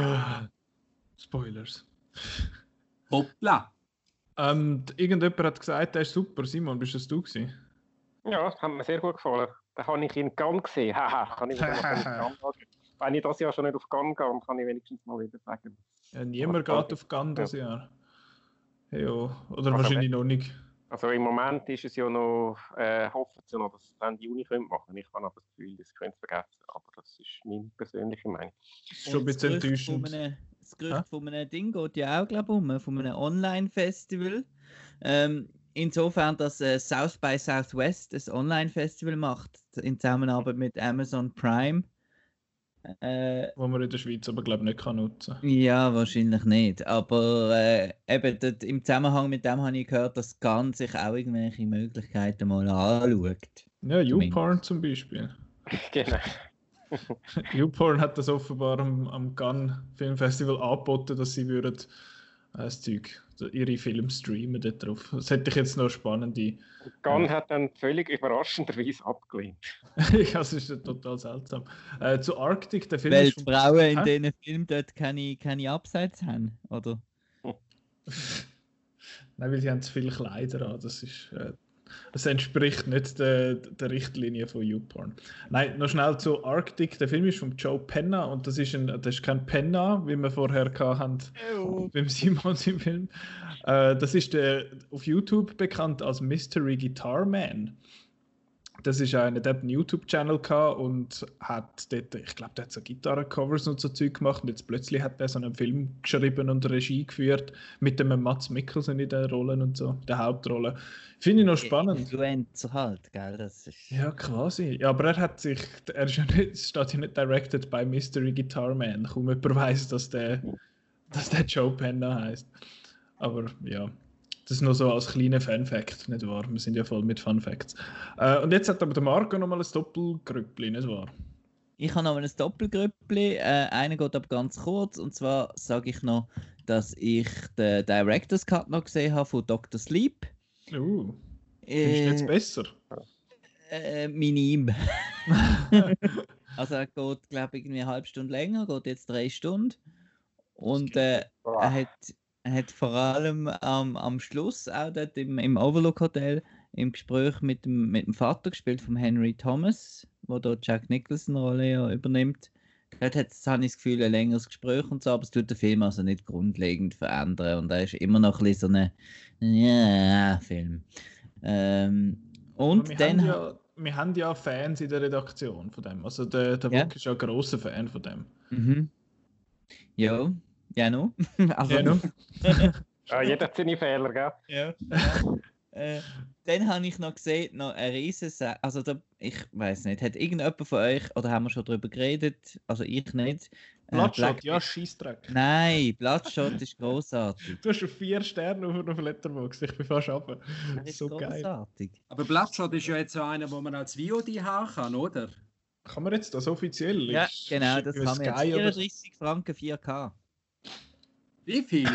Spoilers. Hoppla. Irgendjemand hat gesagt, der ist super. Simon, bist das du gewesen? Ja, das hat mir sehr gut gefallen. Da habe ich in Cannes gesehen. Haha, kann ich wieder mal in Cannes schauen. Wenn ich das Jahr schon nicht auf Cannes gehe, kann ich wenigstens mal wieder sagen. Ja, niemand geht auf Cannes das Jahr. Hey, ja. Oder also wahrscheinlich noch nicht. Also im Moment ist es ja noch, hoffen sie noch, dass sie es Ende Juni machen können. Ich habe aber das Gefühl, das können sie vergessen. Aber das ist meine persönliche Meinung. Das ist schon ein bisschen enttäuschend. Das Gerücht von einem Ding geht ja auch, glaube ich, von einem Online-Festival, Insofern, dass South by Southwest ein Online-Festival macht, in Zusammenarbeit mit Amazon Prime. Wo man in der Schweiz aber, glaube ich, nicht nutzen kann. Ja, wahrscheinlich nicht. Aber eben dort, im Zusammenhang mit dem habe ich gehört, dass Cannes sich auch irgendwelche Möglichkeiten mal anschaut. Ja, YouPorn zum Beispiel. Genau. YouPorn hat das offenbar am Cannes Filmfestival angeboten, dass sie würden das Zeug, ihre Filme streamen dort drauf. Das hätte ich jetzt noch spannende. Cannes hat dann völlig überraschenderweise abgelehnt. Ja, das ist ja total seltsam. Zu Arctic, der Film Weil ist die Frauen in diesen Filmen dort keine Abseits haben, oder? Nein, weil sie haben zu viele Kleider an. Das entspricht nicht der Richtlinie von YouPorn. Nein, noch schnell zu Arctic. Der Film ist von Joe Penna und das ist kein Penna, wie wir vorher hatten beim Simons im Film. Das ist auf YouTube bekannt als Mystery Guitar Man. Das ist einer, der hat einen YouTube-Channel gehabt und hat dort, ich glaube, der hat so Gitarrencovers und so Zeug gemacht und jetzt plötzlich hat er so einen Film geschrieben und Regie geführt mit dem Mats Mikkelsen in den Rollen und so, der Hauptrolle. Finde ich noch spannend. Influencer halt, gell? Das ist... Ja, quasi. Ja, aber er ist ja nicht, steht ja nicht directed bei Mystery Guitar Man. Kaum jemand weiss, dass der Joe Penna heisst. Aber ja. Das ist nur so als kleiner Fun-Fact, nicht wahr? Wir sind ja voll mit Fun-Facts. Und jetzt hat aber der Marco nochmal ein Doppelgrüppli, nicht wahr? Ich habe noch ein Doppelgrüppli. Einer geht aber ganz kurz. Und zwar sage ich noch, dass ich den Director's Cut noch gesehen habe von Dr. Sleep. Findest du jetzt besser? Minim. Also er geht, glaube ich, irgendwie eine halbe Stunde länger, geht jetzt 3 Stunden. Und er hat vor allem am Schluss auch dort im Overlook Hotel im Gespräch mit dem Vater gespielt von Henry Thomas, wo dort Jack Nicholson Rolle ja übernimmt. Dort habe ich das Gefühl, ein längeres Gespräch und so, aber es tut den Film also nicht grundlegend verändern und er ist immer noch ein bisschen so ein Film. Und wir haben ja Fans in der Redaktion von dem. Also der Wok ist ja ein grosser Fan von dem. Mhm. Ja. Ja, no. Also, ja, no. Jeder hat seine Fehler, gell? Ja. Dann habe ich noch gesehen, noch eine riesen ich weiß nicht, hat irgendjemand von euch, oder haben wir schon darüber geredet, also ich nicht. Bloodshot, ja, Scheissdreck. Nein, Bloodshot ist großartig. Du hast schon 4 Sterne auf Letterboxd, ich bin fast runter. Das ist so großartig. Geil. Aber Bloodshot ist ja jetzt so einer, wo man als VOD haben kann, oder? Kann man jetzt das offiziell? Ja, genau, das kann man jetzt. 34 Franken 4K. Wie viel?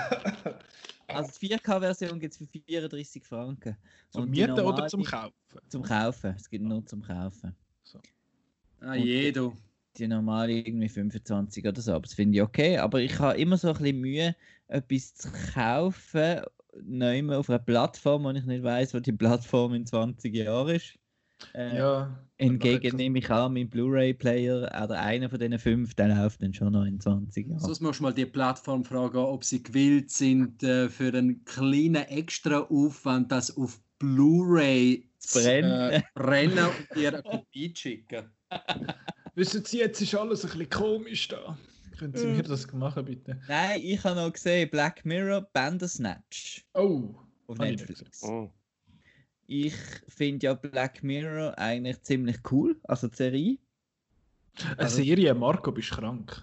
Also die 4K-Version gibt es für 34 Franken. Zum Mieten oder zum Kaufen? Zum Kaufen. Es gibt nur zum Kaufen. So. Jedo. Die normale irgendwie 25 oder so. Aber das finde ich okay. Aber ich habe immer so ein bisschen Mühe, etwas zu kaufen, nicht mehr auf einer Plattform, wo ich nicht weiss, wo die Plattform in 20 Jahren ist. Ja. Hingegen nehme ich an, mein Blu-ray-Player oder einer von diesen 5, der läuft dann schon noch in 20 Jahren. Sonst musst du mal die Plattform fragen, ob sie gewillt sind, für einen kleinen extra Aufwand das auf Blu-ray zu brennen und dir eine Kopie zu schicken. Wissen Sie, jetzt ist alles ein bisschen komisch da. Können Sie mir das machen, bitte? Nein, ich habe noch gesehen Black Mirror Bandersnatch. Oh, auf Netflix. Ich finde ja Black Mirror eigentlich ziemlich cool, also die Serie. Eine Serie, Marco, bist krank.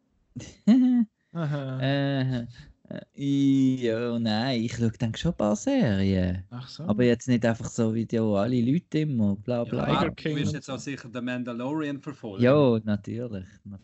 Ja, nein, ich schaue dann schon ein paar Serien. Ach so. Aber jetzt nicht einfach so wie die alle Leute immer, bla bla. Ja, Du wirst jetzt auch sicher den Mandalorian verfolgen. Ja, natürlich.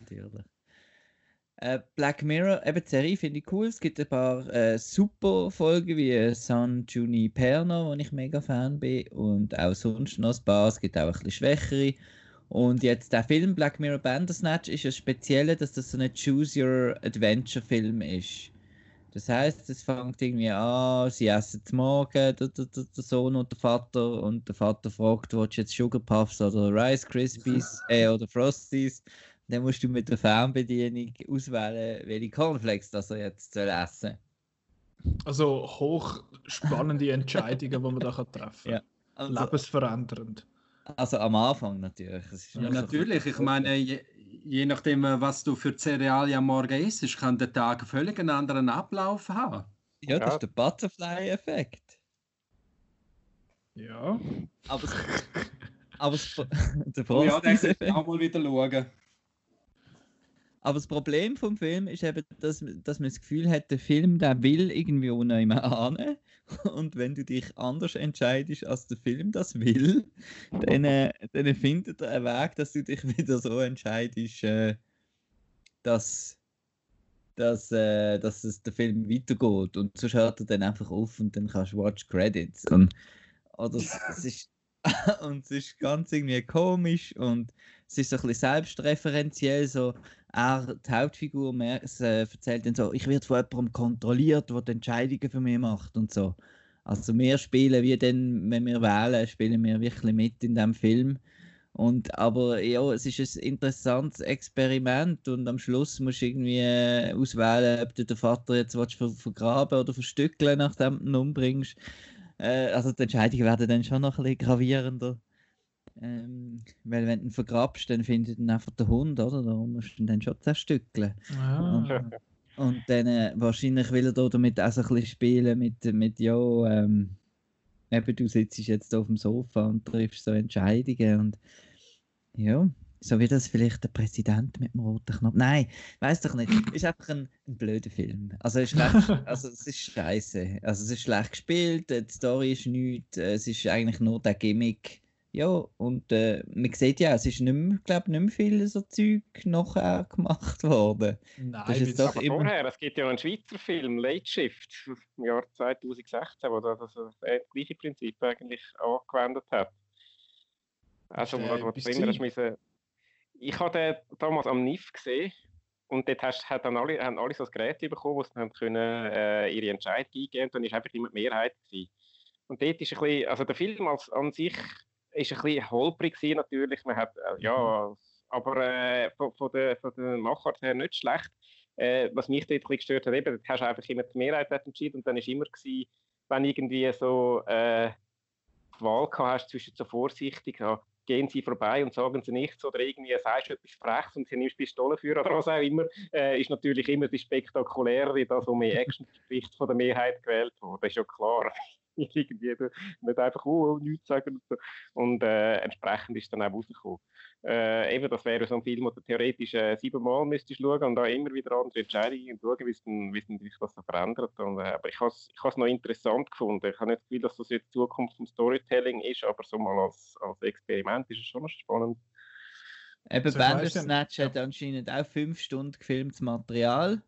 Black Mirror, eben die Serie finde ich cool. Es gibt ein paar super Folgen wie San Junipero, wo ich mega Fan bin. Und auch sonst noch ein paar. Es gibt auch ein bisschen schwächere. Und jetzt der Film Black Mirror Bandersnatch ist ja speziell, dass das so ein Choose-Your-Adventure-Film ist. Das heisst, es fängt irgendwie an, sie essen zum Morgen, der Sohn und der Vater fragt, willst du jetzt Sugar Puffs oder Rice Krispies oder Frosties? Dann musst du mit der Fernbedienung auswählen, welche Cornflakes das er jetzt essen soll. Also hochspannende Entscheidungen, die man da treffen kann. Ja. Also, lebensverändernd. Also am Anfang natürlich. Ja, natürlich. Ich meine, je nachdem, was du für Cerealien am Morgen isst, kann der Tag völlig einen anderen Ablauf haben. Ja, das ist der Butterfly-Effekt. Ja. Aber der Oh ja, den Frosties-Effekt. könnte ich auch mal wieder schauen. Aber das Problem vom Film ist eben, dass man das Gefühl hat, der Film, der will irgendwie auch noch immer ahnen. Und wenn du dich anders entscheidest, als der Film das will, dann findet er einen Weg, dass du dich wieder so entscheidest, dass es der Film weitergeht. Und sonst hört er dann einfach auf und dann kannst du Watch Credits. Oder es ist und es ist ganz irgendwie komisch und es ist so ein bisschen selbstreferenziell, so die Hauptfigur erzählt dann so, ich werde von jemandem kontrolliert, der die Entscheidungen für mich macht und so. Also wir spielen wie dann, wenn wir wählen, spielen wir wirklich mit in dem Film. Aber ja, es ist ein interessantes Experiment und am Schluss musst du irgendwie auswählen, ob du den Vater jetzt vergraben oder verstückeln, nachdem du ihn umbringst. Also die Entscheidungen werden dann schon noch ein bisschen gravierender. Weil wenn du ihn vergrabst, dann findet ihn einfach der Hund, oder? Darum musst du ihn dann schon zerstückeln. Ah. Und dann wahrscheinlich will er da damit auch so ein bisschen spielen mit ja, eben du sitzt jetzt auf dem Sofa und triffst so Entscheidungen und ja, so wie das vielleicht der Präsident mit dem roten Knopf. Nein, weiß doch nicht. Ist einfach ein blöder Film. Also es ist scheiße. Also es ist schlecht gespielt, die Story ist nichts, es ist eigentlich nur der Gimmick. Ja, und man sieht ja, es ist nicht mehr viel so Zeug nachher gemacht worden. Nein, Das ist jetzt doch Aber immer... vorher, es gibt ja einen Schweizer Film, Late Shift, im Jahr 2016, wo das gleiche Prinzip eigentlich angewendet hat. Also, ich habe den damals am NIF gesehen und dort haben alle so ein Gerät bekommen, wo sie dann können, ihre Entscheidung eingeben und dann war einfach immer die Mehrheit gewesen. Und dort ist ein bisschen, also der Film an sich ist ein bisschen holprig gewesen, natürlich. Man hat, aber von der Machart her nicht schlecht. Was mich dort ein bisschen gestört hat, eben, dort hast du einfach immer die Mehrheit entschieden und dann ist immer gewesen, wenn irgendwie so die Wahl gehabt hast zwischen so vorsichtig, ja, gehen Sie vorbei und sagen Sie nichts oder irgendwie sagst du etwas Freches und Sie nimmst Pistolenführer oder was auch immer, ist natürlich immer die spektakulärere, das, wo mehr Action spricht, von der Mehrheit gewählt wurde. Das ist ja klar. Irgendwie nicht einfach nichts sagen und so. Und entsprechend ist dann auch rausgekommen. Eben, das wäre so ein Film, wo du theoretisch 7-mal müsstest schauen und da immer wieder andere Entscheidungen schauen, wie sich das so verändert. Und, aber ich habe es noch interessant gefunden. Ich habe nicht das Gefühl, dass das jetzt die Zukunft vom Storytelling ist, aber so mal als Experiment ist es schon noch spannend. Eben, Bandersnatch hat anscheinend auch 5 Stunden gefilmtes Material.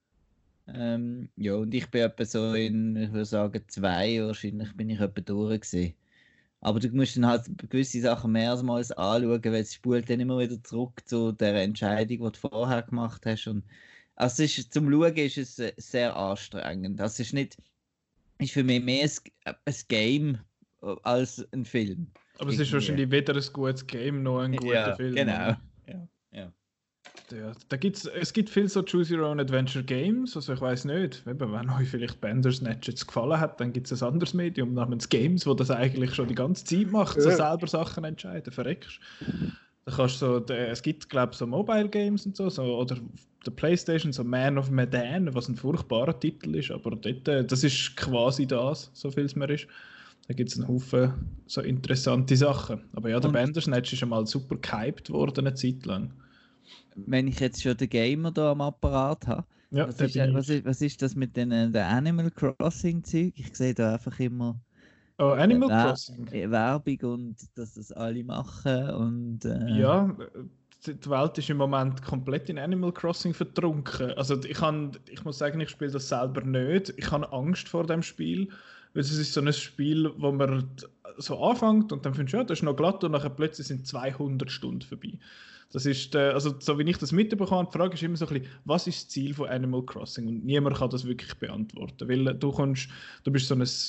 Ja, und ich bin etwa so in, ich würde sagen, 2 wahrscheinlich bin ich etwa durch gewesen. Aber du musst dann halt gewisse Sachen mehrmals anschauen, weil es spult dann immer wieder zurück zu der Entscheidung, die du vorher gemacht hast. Und also zum Schauen ist es sehr anstrengend. Das ist für mich mehr ein Game als ein Film. Aber es ist wahrscheinlich weder ein gutes Game noch ein guter Film. Genau. Ja, es gibt viele so Choose Your Own Adventure Games, also ich weiß nicht, wenn euch vielleicht Bandersnatch jetzt gefallen hat, dann gibt es ein anderes Medium namens Games, wo das eigentlich schon die ganze Zeit macht, so selber Sachen entscheiden, verreckst. Da kannst es gibt glaube ich so Mobile Games und so, oder auf der Playstation so Man of Medan, was ein furchtbarer Titel ist, aber dort, das ist quasi das, so viel es mir ist. Da gibt es einen Haufen so interessante Sachen. Aber ja, der Bandersnatch ist einmal super gehypt worden eine Zeit lang. Wenn ich jetzt schon den Gamer da am Apparat habe, ja, was ist das mit den Animal Crossing Zeug? Ich sehe da einfach immer Animal Crossing. Werbung und dass das alle machen und ja, die Welt ist im Moment komplett in Animal Crossing vertrunken. Also ich muss sagen, ich spiele das selber nicht. Ich habe Angst vor dem Spiel, weil es ist so ein Spiel, wo man so anfängt und dann findest du, ja, das ist noch glatt und nachher plötzlich sind 200 Stunden vorbei. Das ist, also so wie ich das mitbekomme, die Frage ist immer so ein bisschen, was ist das Ziel von Animal Crossing? Und niemand kann das wirklich beantworten, weil du bist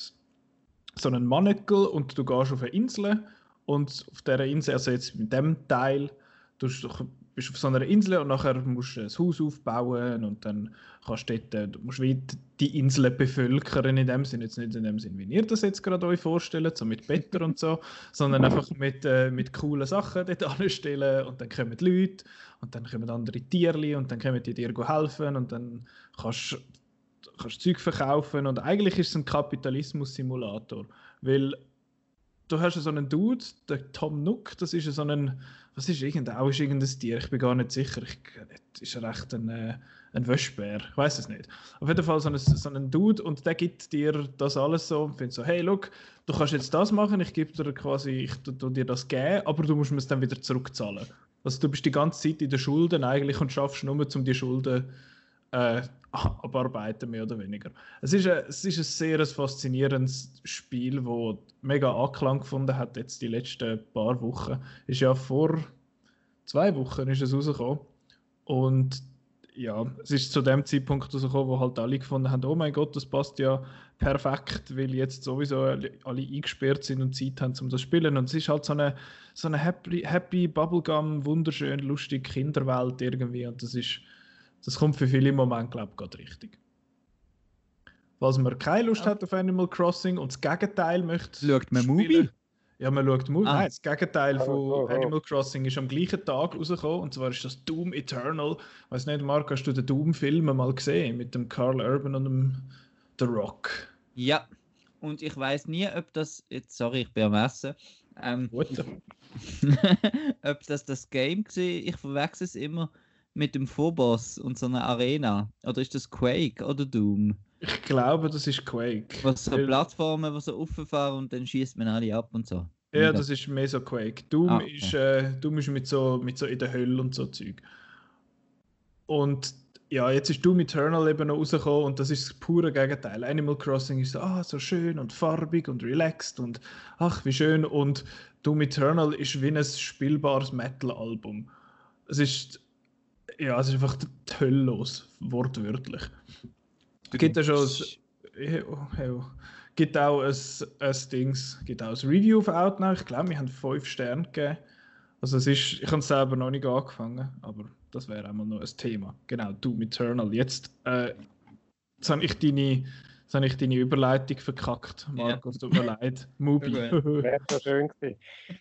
so ein Manneckel und du gehst auf eine Insel und auf dieser Insel, also jetzt mit dem Teil, du bist auf so einer Insel und nachher musst du ein Haus aufbauen und dann kannst du die Insel bevölkern in dem Sinn, jetzt nicht in dem Sinn, wie ihr das jetzt gerade euch vorstellt, so mit Betten und so, sondern einfach mit coolen Sachen dort anstellen und dann kommen die Leute und dann kommen andere Tierchen und dann kommen die dir helfen und dann kannst kannst Zeug verkaufen und eigentlich ist es ein Kapitalismus-Simulator, weil du hast so einen Dude, der Tom Nook, das ist so ein, was ist auch ist irgendein Tier, ich bin gar nicht sicher, ist er echt ein Waschbär, ich weiß es nicht. Auf jeden Fall so ein Dude und der gibt dir das alles so und findet so, hey, look, du kannst jetzt das machen, ich gebe dir quasi, ich tu dir das geben, aber du musst mir es dann wieder zurückzahlen. Also du bist die ganze Zeit in den Schulden eigentlich und schaffst nur, um die Schulden abarbeiten, mehr oder weniger. Es ist ein sehr faszinierendes Spiel, das mega Anklang gefunden hat, jetzt die letzten paar Wochen. Ist ja vor 2 Wochen ist es rausgekommen. Und ja, es ist zu dem Zeitpunkt rausgekommen, wo halt alle gefunden haben, oh mein Gott, das passt ja perfekt, weil jetzt sowieso alle eingesperrt sind und Zeit haben, um das zu spielen. Und es ist halt so eine happy Bubblegum, wunderschön, lustige Kinderwelt irgendwie. Und das kommt für viele im Moment, glaube ich, gerade richtig. Falls man keine Lust hat auf Animal Crossing und das Gegenteil möchte Schaut man spielen, Mubi? Ja, man schaut Mubi. Nein, das Gegenteil von oh. Animal Crossing ist am gleichen Tag rausgekommen. Und zwar ist das Doom Eternal. Ich weiß nicht, Marc, hast du den Doom-Film mal gesehen? Mit dem Carl Urban und dem The Rock? Ja. Und ich weiß nie, ob das. Jetzt, sorry, ich bin am Essen. Gut. Ob das Game war. Ich verwechsel es immer mit dem Phobos und so einer Arena. Oder ist das Quake oder Doom? Ich glaube, das ist Quake. Was so Plattformen, die so rauffahren und dann schießt man alle ab und so. Ja, das ist mehr so Quake. Doom okay. Doom ist mit so in der Hölle und so Zeug. Und ja, jetzt ist Doom Eternal eben noch rausgekommen und das ist das pure Gegenteil. Animal Crossing ist so schön und farbig und relaxed und ach, wie schön. Und Doom Eternal ist wie ein spielbares Metal-Album. Es ist einfach die Hölle los, wortwörtlich. Gibt auch ein Review auf Outnow. Ich glaube, wir haben 5 Sterne gegeben. Also ich habe es selber noch nicht angefangen, aber das wäre einmal noch ein Thema. Genau, Doom Eternal. Jetzt habe ich deine Überleitung verkackt, Marco, es tut mir leid. Mubi. Wäre so schön gewesen.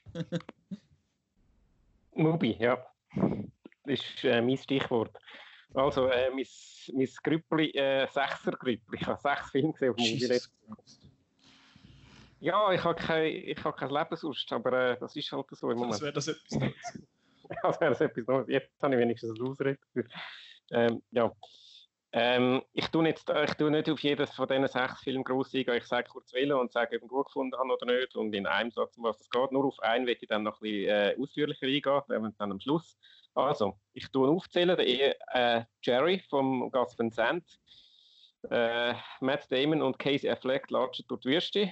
Mubi, ja. Das ist mein Stichwort. Also, mein Grüppli, 6er-Grüppli. Ich habe 6 Filme gesehen auf Mubi. Ja, ich habe kein Lebenslust, aber das ist halt so im Moment. Das wäre das etwas Neues. Das wäre das etwas Neues. Jetzt habe ich wenigstens ein Ausrede. Ich tue nicht auf jedes von diesen 6 Filmen gross eingehen. Ich sage kurz wählen und sage, ob ich ihn gut gefunden habe oder nicht. Und in einem Satz, um was es geht. Nur auf einen werde ich dann noch ein bisschen ausführlicher eingehen, dann am Schluss. Also, ich tue aufzählen. Jerry vom Gus Van Sant, Matt Damon und Casey Affleck latschen durch die Wüste.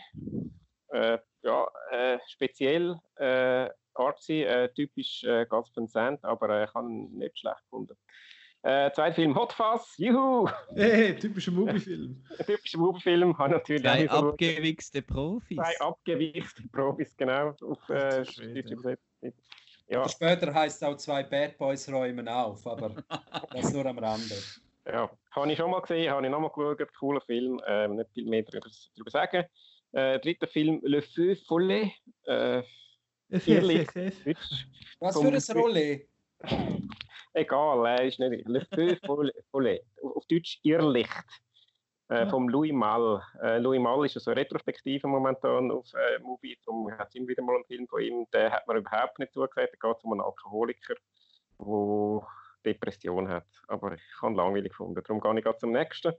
Speziell artsy, typisch Gus Van Sant, aber ich habe ihn nicht schlecht gefunden. Zweiter Film Hot Fuzz, juhu! Hey, typischer Movie-Film. Typischer Movie-Film, habe natürlich 2 abgewichste Profis. 2 abgewichste Profis, genau. Auf Deutsch übersetzt. Ja. Später heisst es auch 2 Bad Boys räumen auf, aber das nur am Rande. Ja, habe ich schon mal gesehen, habe ich nochmal geschaut, cooler Film, nicht viel mehr darüber sagen. Dritter Film, Le Feu Follet. Was für ein Rolle? Egal, ist nicht. Le Feu Follet. Auf Deutsch Irrlicht. Vom Louis Malle. Louis Malle ist so eine Retrospektive momentan auf Mubi, darum hat es immer wieder mal einen Film von ihm, den hat man überhaupt nicht zugesagt. Da geht es um einen Alkoholiker, der Depression hat. Aber ich habe ihn langweilig gefunden, darum gehe ich zum nächsten.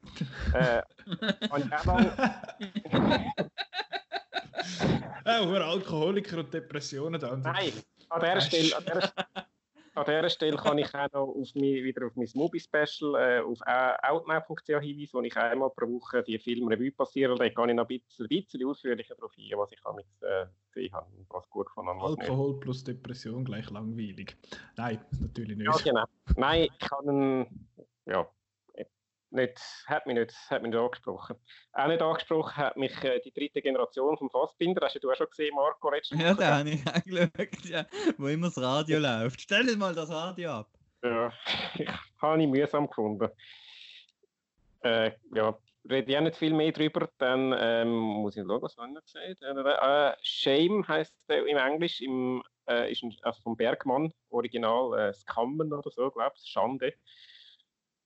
Alkoholiker und Depressionen dann. Nein, an dieser Stelle kann ich auch noch wieder auf mein Mubi-Special auf outnow.ch hinweisen, wo ich einmal pro Woche die Filmrevue passiere. Da gehe ich noch ein bisschen ausführlicher darauf ein, was ich gesehen habe und was gut gefunden habe. Alkohol plus Depression gleich langweilig. Nein, natürlich nicht. Ja, genau. Nein, ich kann hat mich nicht angesprochen. Auch nicht angesprochen hat mich die 3. Generation vom Fassbinder. Hast du auch schon gesehen, Marco? Ja, da habe ich auch geschaut, ja, wo immer das Radio läuft. Stell dir mal das Radio ab. Ja, habe ich mühsam gefunden. Rede ich auch nicht viel mehr drüber. Dann muss ich schauen, was habe ich noch gesagt. Shame heisst der im Englisch, ist also vom Bergmann, Original Skammen oder so, glaube ich, Schande.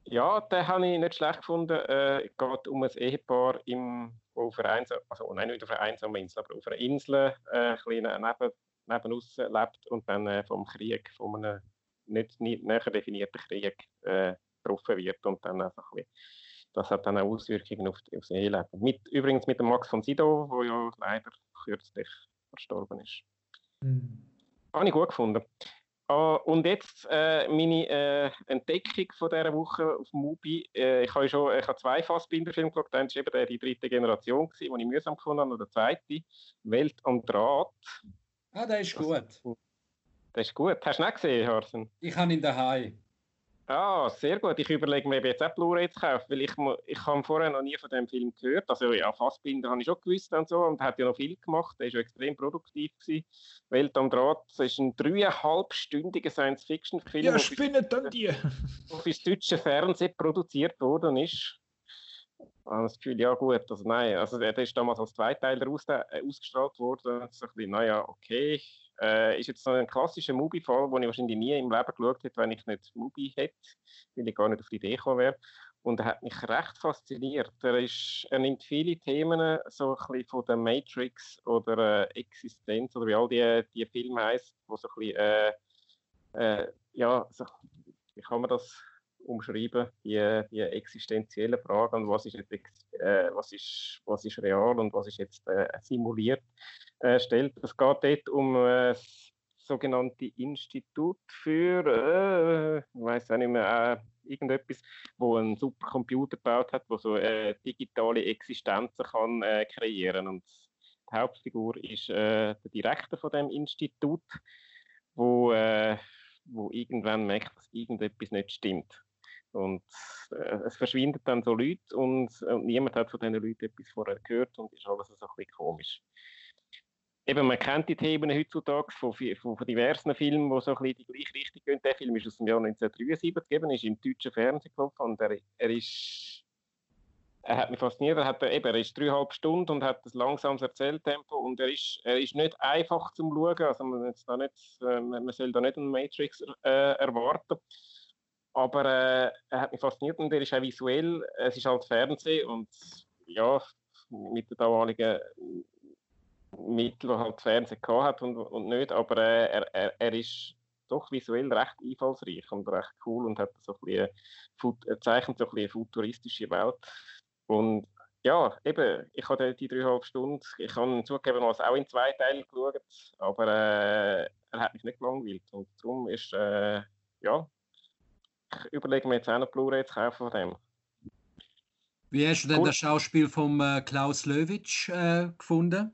Ja, den habe ich nicht schlecht gefunden. Es geht um ein Ehepaar auf einer Insel, also nein, nicht auf einer einsamen Insel, aber auf einer Insel, ein bisschen nebenaus lebt und dann vom Krieg, von einem nicht näher definierten Krieg getroffen wird und dann einfach ein bisschen, das hat dann auch Auswirkungen aufs Eheleben. Übrigens mit dem Max von Sydow, der ja leider kürzlich verstorben ist. Habe ich gut gefunden. Und jetzt meine Entdeckung von dieser Woche auf Mubi. Ich habe 2 Fassbinder-Filme geschaut. Einer war eben die 3. Generation, den ich mühsam gefunden habe, und der zweite, Welt am Draht. Ah, der ist gut. Der ist gut. Hast du ihn nicht gesehen, Harsen? Ich habe ihn daheim. Ah, sehr gut. Ich überlege mir jetzt auch Blu-ray zu kaufen, weil ich habe vorher noch nie von dem Film gehört. Also ja, Fassbinder habe ich schon gewusst und so und hat ja noch viel gemacht. Der war ja extrem produktiv gewesen. Welt am Draht, das ist ein 3,5-stündiger Science-Fiction-Film, ja, spinnen dann die! Der fürs deutsche Fernsehen produziert worden ist. Das Gefühl, ja gut, also nein, also der ist damals als Zweiteiler ausgestrahlt worden. So ein bisschen, naja, okay. Ist jetzt so ein klassischer Mubi-Fall, den ich wahrscheinlich nie im Leben geschaut hätte, wenn ich nicht Mubi hätte, weil ich gar nicht auf die Idee gekommen wäre. Und er hat mich recht fasziniert. Er nimmt viele Themen, so ein bisschen von der Matrix oder Existenz oder wie all die Filme heißen, wo so ein bisschen, ja, so, wie kann man das umschreiben, die existenziellen Fragen und was ist real und was ist jetzt simuliert, stellt. Es geht dort um das sogenannte Institut für, ich weiß auch nicht mehr, irgendetwas, wo einen Supercomputer gebaut hat, wo so digitale Existenzen kann kreieren. Und die Hauptfigur ist der Direktor von dem Institut, wo irgendwann merkt, dass irgendetwas nicht stimmt. Und es verschwinden dann so Leute und niemand hat von diesen Leuten etwas vorher gehört und ist alles so ein bisschen komisch. Eben, man kennt die Themen heutzutage von diversen Filmen, die so ein bisschen die gleiche Richtung gehen. Der Film ist aus dem Jahr 1973, eben, ist im deutschen Fernsehen gelaufen und er hat mich fasziniert. Er ist 3,5 Stunden und hat ein langsames Erzähltempo und er ist nicht einfach zum Schauen. Also man soll da nicht einen Matrix erwarten. Aber er hat mich fasziniert und er ist auch visuell. Es ist halt Fernsehen und ja, mit den damaligen Mitteln, die halt Fernsehen hat und nicht. Aber er ist doch visuell recht einfallsreich und recht cool und hat so ein bisschen, zeichnet so ein bisschen eine futuristische Welt. Und ja, eben, ich habe die 3,5 Stunden, ich habe zugegeben auch in 2 Teilen geschaut, aber er hat mich nicht gelangweilt. Und darum ist, ja, ich überlege mir jetzt auch noch Blu-ray zu kaufen von dem. Wie hast du denn das Schauspiel von Klaus Löwitsch gefunden?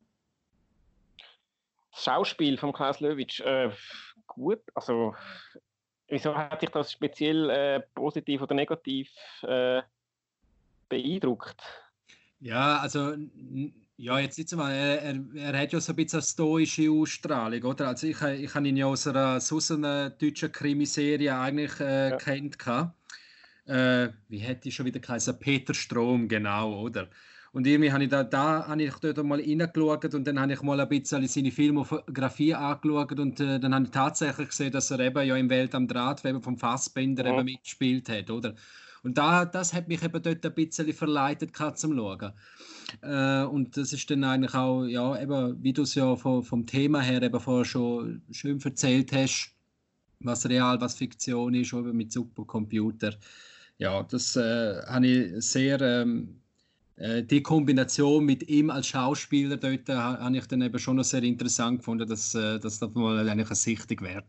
Das Schauspiel von Klaus Löwitsch, gut. Also, wieso hat dich das speziell positiv oder negativ beeindruckt? Ja, also ja, jetzt nicht so mal. Er hat ja so ein bisschen eine stoische Ausstrahlung, oder? Also ich habe ihn ja aus einer deutschen Krimiserie eigentlich kennt. Wie hätte ich schon wieder geheißen? Peter Strom, genau, oder? Und irgendwie habe ich da habe ich dort mal reingeschaut und dann habe ich mal ein bisschen seine Filmografie angeschaut und dann habe ich tatsächlich gesehen, dass er eben ja im Welt am Draht eben vom Fassbinder eben mitgespielt hat, oder? Und das hat mich eben dort ein bisschen verleitet zum Schauen. Und das ist dann eigentlich auch, ja, eben, wie du es ja vom Thema her eben vorher schon schön erzählt hast, was real, was Fiktion ist, eben mit Supercomputer. Ja, das habe ich sehr, die Kombination mit ihm als Schauspieler dort habe ich dann eben schon noch sehr interessant gefunden, dass das mal eigentlich eine Sichtung wert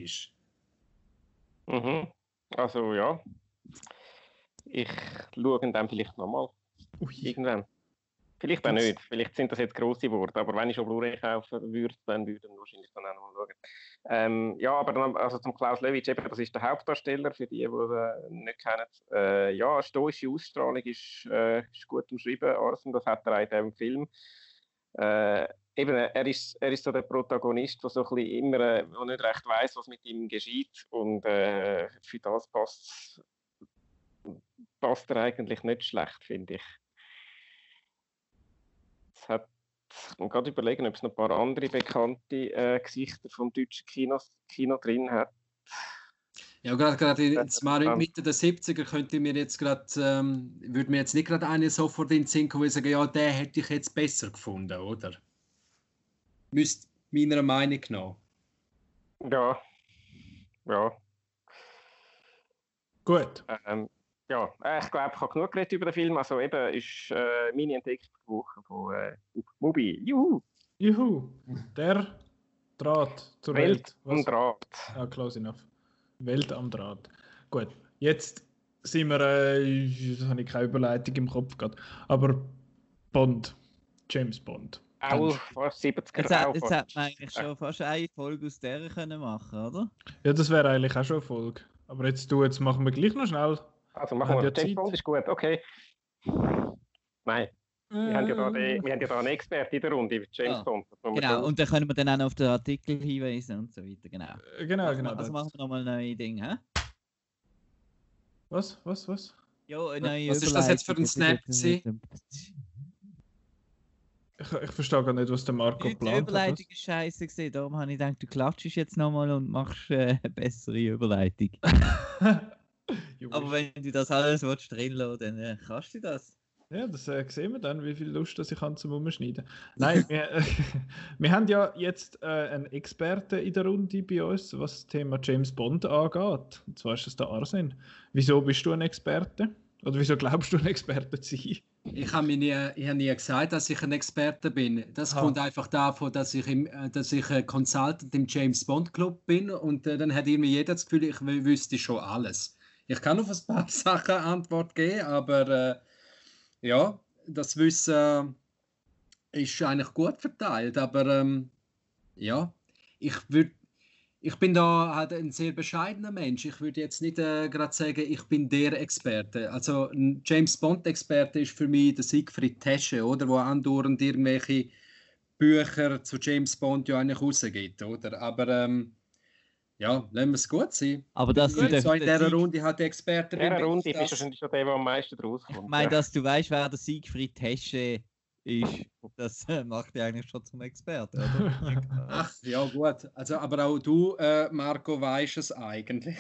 war. Mhm. Also ja, ich schaue ihn dann vielleicht nochmal. Irgendwann. Vielleicht auch nicht, vielleicht sind das jetzt grosse Worte, aber wenn ich schon Blu-ray kaufen würde, dann würde ich wahrscheinlich dann auch noch schauen. Ja, aber dann, also zum Klaus Löwitsch, eben, das ist der Hauptdarsteller, für die nicht kennen. Ja, stoische Ausstrahlung ist gut umschrieben, Arsen, das hat er auch in diesem Film. Eben, er ist so der Protagonist, der so ein bisschen immer der nicht recht weiss, was mit ihm geschieht und für das passt er eigentlich nicht schlecht, finde ich. Ich muss gerade überlegen, ob es noch ein paar andere bekannte Gesichter vom deutschen Kino drin hat. Ja, gerade jetzt mal Mitte der 70er könnte mir jetzt gerade, würde mir jetzt nicht gerade eine sofort in den Sinn kommen, wo ich sage, ja, den hätte ich jetzt besser gefunden, oder? Müsste meiner Meinung nach. Ja. Ja. Gut. Ja, ich glaube, ich habe genug geredet über den Film. Also eben ist meine Entdeckungswoche von Mubi. Juhu! Juhu! Der Draht zur Welt. Am Draht. Ah, close enough. Welt am Draht. Gut, jetzt sind wir, da habe ich keine Überleitung im Kopf gehabt, aber Bond, James Bond. Auch fast 70er. Jetzt hätte man eigentlich schon fast eine Folge aus der können machen, oder? Ja, das wäre eigentlich auch schon eine Folge. Aber jetzt machen wir gleich noch schnell. Also machen wir, James Bond ist gut, okay. Nein. Wir haben ja da einen Experten in der Runde, James Bond. Genau, und dann können wir dann auch noch auf den Artikel hinweisen und so weiter, genau. Genau. Also machen wir nochmal neue Dinge, hä? Was? Ja, eine neue Was ist das jetzt für ein Snap gewesen? Ich verstehe gar nicht, was der Marco Die plant hat. Überleitung ist scheiße gewesen, darum habe ich gedacht, du klatschst jetzt nochmal und machst eine bessere Überleitung. Aber wenn du das alles drin lassen, dann kannst du das. Ja, das sehen wir dann, wie viel Lust dass ich habe zum Umschneiden. Nein, wir haben ja jetzt einen Experten in der Runde bei uns, was das Thema James Bond angeht. Und zwar ist das der Arsen. Wieso bist du ein Experte? Oder wieso glaubst du, ein Experte zu sein? Ich habe nie gesagt, dass ich ein Experte bin. Das kommt einfach davon, dass ich ein Consultant im James Bond Club bin und dann hat irgendwie jeder das Gefühl, ich wüsste schon alles. Ich kann auf ein paar Sachen Antwort geben, aber ja, das Wissen ist eigentlich gut verteilt. Aber ja, ich bin da halt ein sehr bescheidener Mensch. Ich würde jetzt nicht gerade sagen, ich bin der Experte. Also ein James Bond-Experte ist für mich der Siegfried Tesche, oder? Wo andauernd irgendwelche Bücher zu James Bond ja eigentlich rausgibt, oder? Aber ja, lassen wir es gut sein. Aber dass du so in dieser Runde halt der Experte bin. In dieser Runde bist du wahrscheinlich schon der, der am meisten rauskommt. Ich meine, dass du weißt, wer der Siegfried Tesche ist, das macht dich eigentlich schon zum Experten, oder? Ach, ja gut. Also, aber auch du, Marco, weißt es eigentlich.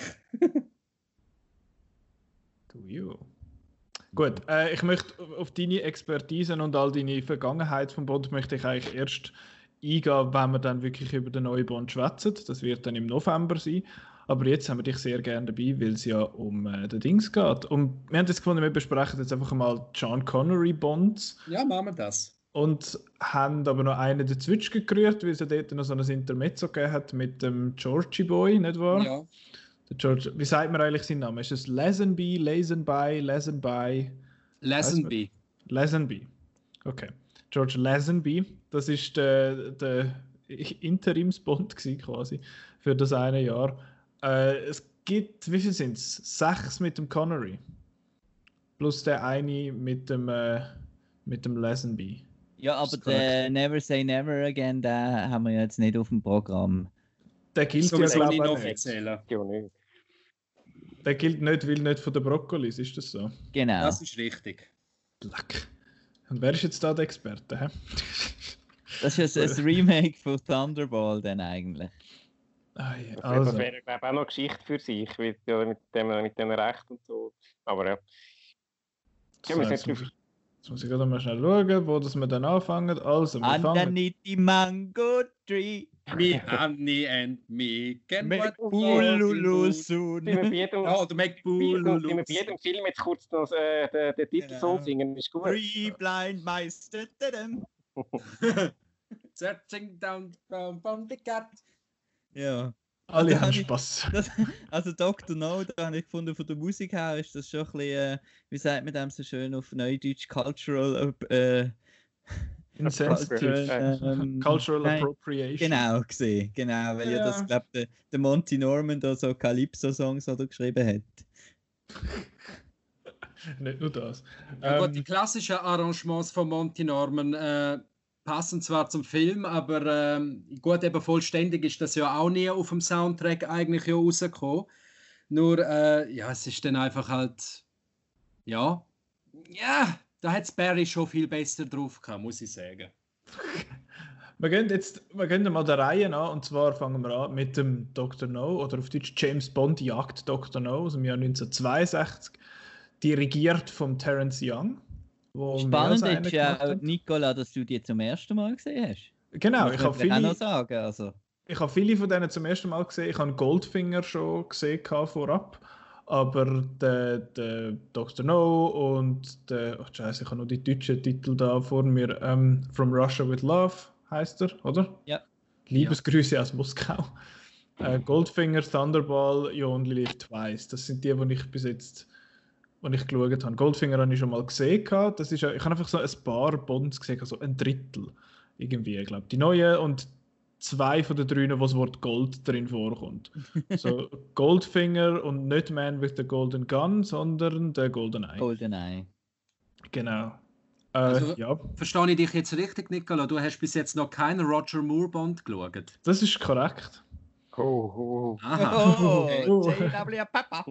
Do you? Gut, ich möchte auf deine Expertisen und all deine Vergangenheit vom Bond möchte ich eigentlich erst eingehen, wenn wir dann wirklich über den neuen Bond schwätzen. Das wird dann im November sein. Aber jetzt haben wir dich sehr gerne dabei, weil es ja um den Dings geht. Und wir haben jetzt gefunden, wir besprechen jetzt einfach mal Sean Connery Bonds. Ja, machen wir das. Und haben aber noch einen dazwischen gerührt, weil es ja dort noch so ein Intermezzo gegeben hat mit dem Georgie Boy, nicht wahr? Ja. Der George, wie sagt man eigentlich seinen Namen? Ist es Lazenby, Lazenby? Lazenby. Okay. George Lazenby, das ist der Interimsbond quasi für das eine Jahr. Es gibt, wie viel sind es? 6 mit dem Connery. Plus der eine mit dem Lazenby. Ja, aber der Never Say Never Again, den haben wir ja jetzt nicht auf dem Programm. Der gilt ja, glaube ich, nicht. Der gilt nicht, weil nicht von den Brokkolis, ist das so? Genau. Das ist richtig. Leck. Und wer ist jetzt da der Experte? Hä? Das ist ein Remake von Thunderball dann eigentlich. Ah, ja. Das wäre, glaube ich, auch noch Geschichte für sich, mit dem Recht und so. Aber ja. Jetzt muss ich gerade mal schnell schauen, wo das wir dann anfangen. Also, wir Underneath the mango tree. Me, honey and me can make Bululu soon. Oh, make Bululu. Wenn wir bei jedem Film jetzt kurz noch den Titelsong singen, ist gut. Three blind mice. Searching down from the cat. Ja. Alle haben Spaß. Also Dr. No, da habe ich gefunden, von der Musik her ist das schon ein bisschen, wie sagt man dem so schön auf Neudeutsch, cultural insensitive, cultural appropriation. Genau, gesehen, genau, weil ja das, glaube der Monty Norman da so Calypso-Songs geschrieben hat. Nicht nur das. Aber die klassischen Arrangements von Monty Norman passen zwar zum Film, aber gut, eben vollständig ist das ja auch nie auf dem Soundtrack eigentlich rausgekommen. Nur, ja, es ist dann einfach halt, ja, da hat Barry schon viel besser drauf gehabt, muss ich sagen. Wir gehen mal der Reihe an, und zwar fangen wir an mit dem Dr. No, oder auf Deutsch James Bond jagt Dr. No aus dem Jahr 1962, dirigiert von Terence Young. Spannend ist ja, Nicola, dass du die zum ersten Mal gesehen hast. Genau, ich habe viele von denen zum ersten Mal gesehen. Ich habe Goldfinger schon gesehen vorab. Aber der Dr. No und der, Scheiße, ich habe noch die deutschen Titel da vor mir. From Russia with Love heißt er, oder? Ja. Liebesgrüße aus Moskau. Goldfinger, Thunderball, You Only Live Twice. Das sind die ich bis jetzt geschaut habe. Goldfinger habe ich schon mal gesehen. Das ist, ich habe einfach so ein paar Bonds gesehen, also ein Drittel irgendwie, ich glaube. Die neuen und 2 von den 3, wo das Wort Gold drin vorkommt. So Goldfinger und nicht Man with the Golden Gun, sondern der GoldenEye. GoldenEye. Genau. Ja. Verstehe ich dich jetzt richtig, Nicola? Du hast bis jetzt noch keinen Roger Moore Bond geschaut? Das ist korrekt. Aha. JW Papa.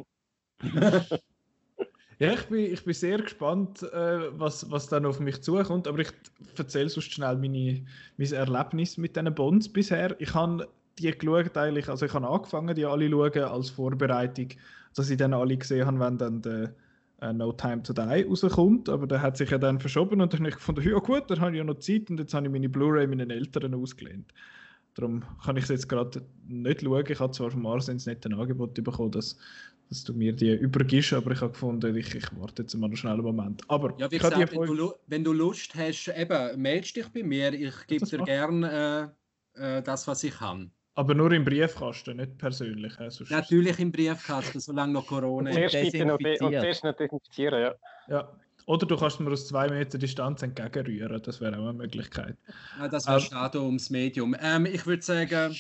Ja, ich bin sehr gespannt, was dann auf mich zukommt, aber ich erzähle sonst schnell mein Erlebnis mit diesen Bonds bisher. Ich habe die geschaut eigentlich, also ich habe angefangen, die alle zu schauen als Vorbereitung, dass ich dann alle gesehen habe, wenn dann der No Time to Die rauskommt, aber der hat sich ja dann verschoben und dann habe ich gefunden, ja gut, dann habe ich ja noch Zeit und jetzt habe ich meine Blu-ray meinen Eltern ausgelehnt. Darum kann ich es jetzt gerade nicht schauen. Ich habe zwar vom Arsens nicht ein Angebot bekommen, dass du mir die übergibst, aber ich habe gefunden, ich warte jetzt mal einen schnellen Moment. Aber ja, wie gesagt, wenn du Lust hast, eben, melde dich bei mir. Ich gebe dir gerne das, was ich kann. Aber nur im Briefkasten, nicht persönlich. Natürlich im Briefkasten, solange noch Corona ist. Und zuerst noch desinfizieren, ja. Oder du kannst mir aus 2 Meter Distanz entgegenrühren, das wäre auch eine Möglichkeit. Ja, das wäre schade ums Medium. Ich würde sagen,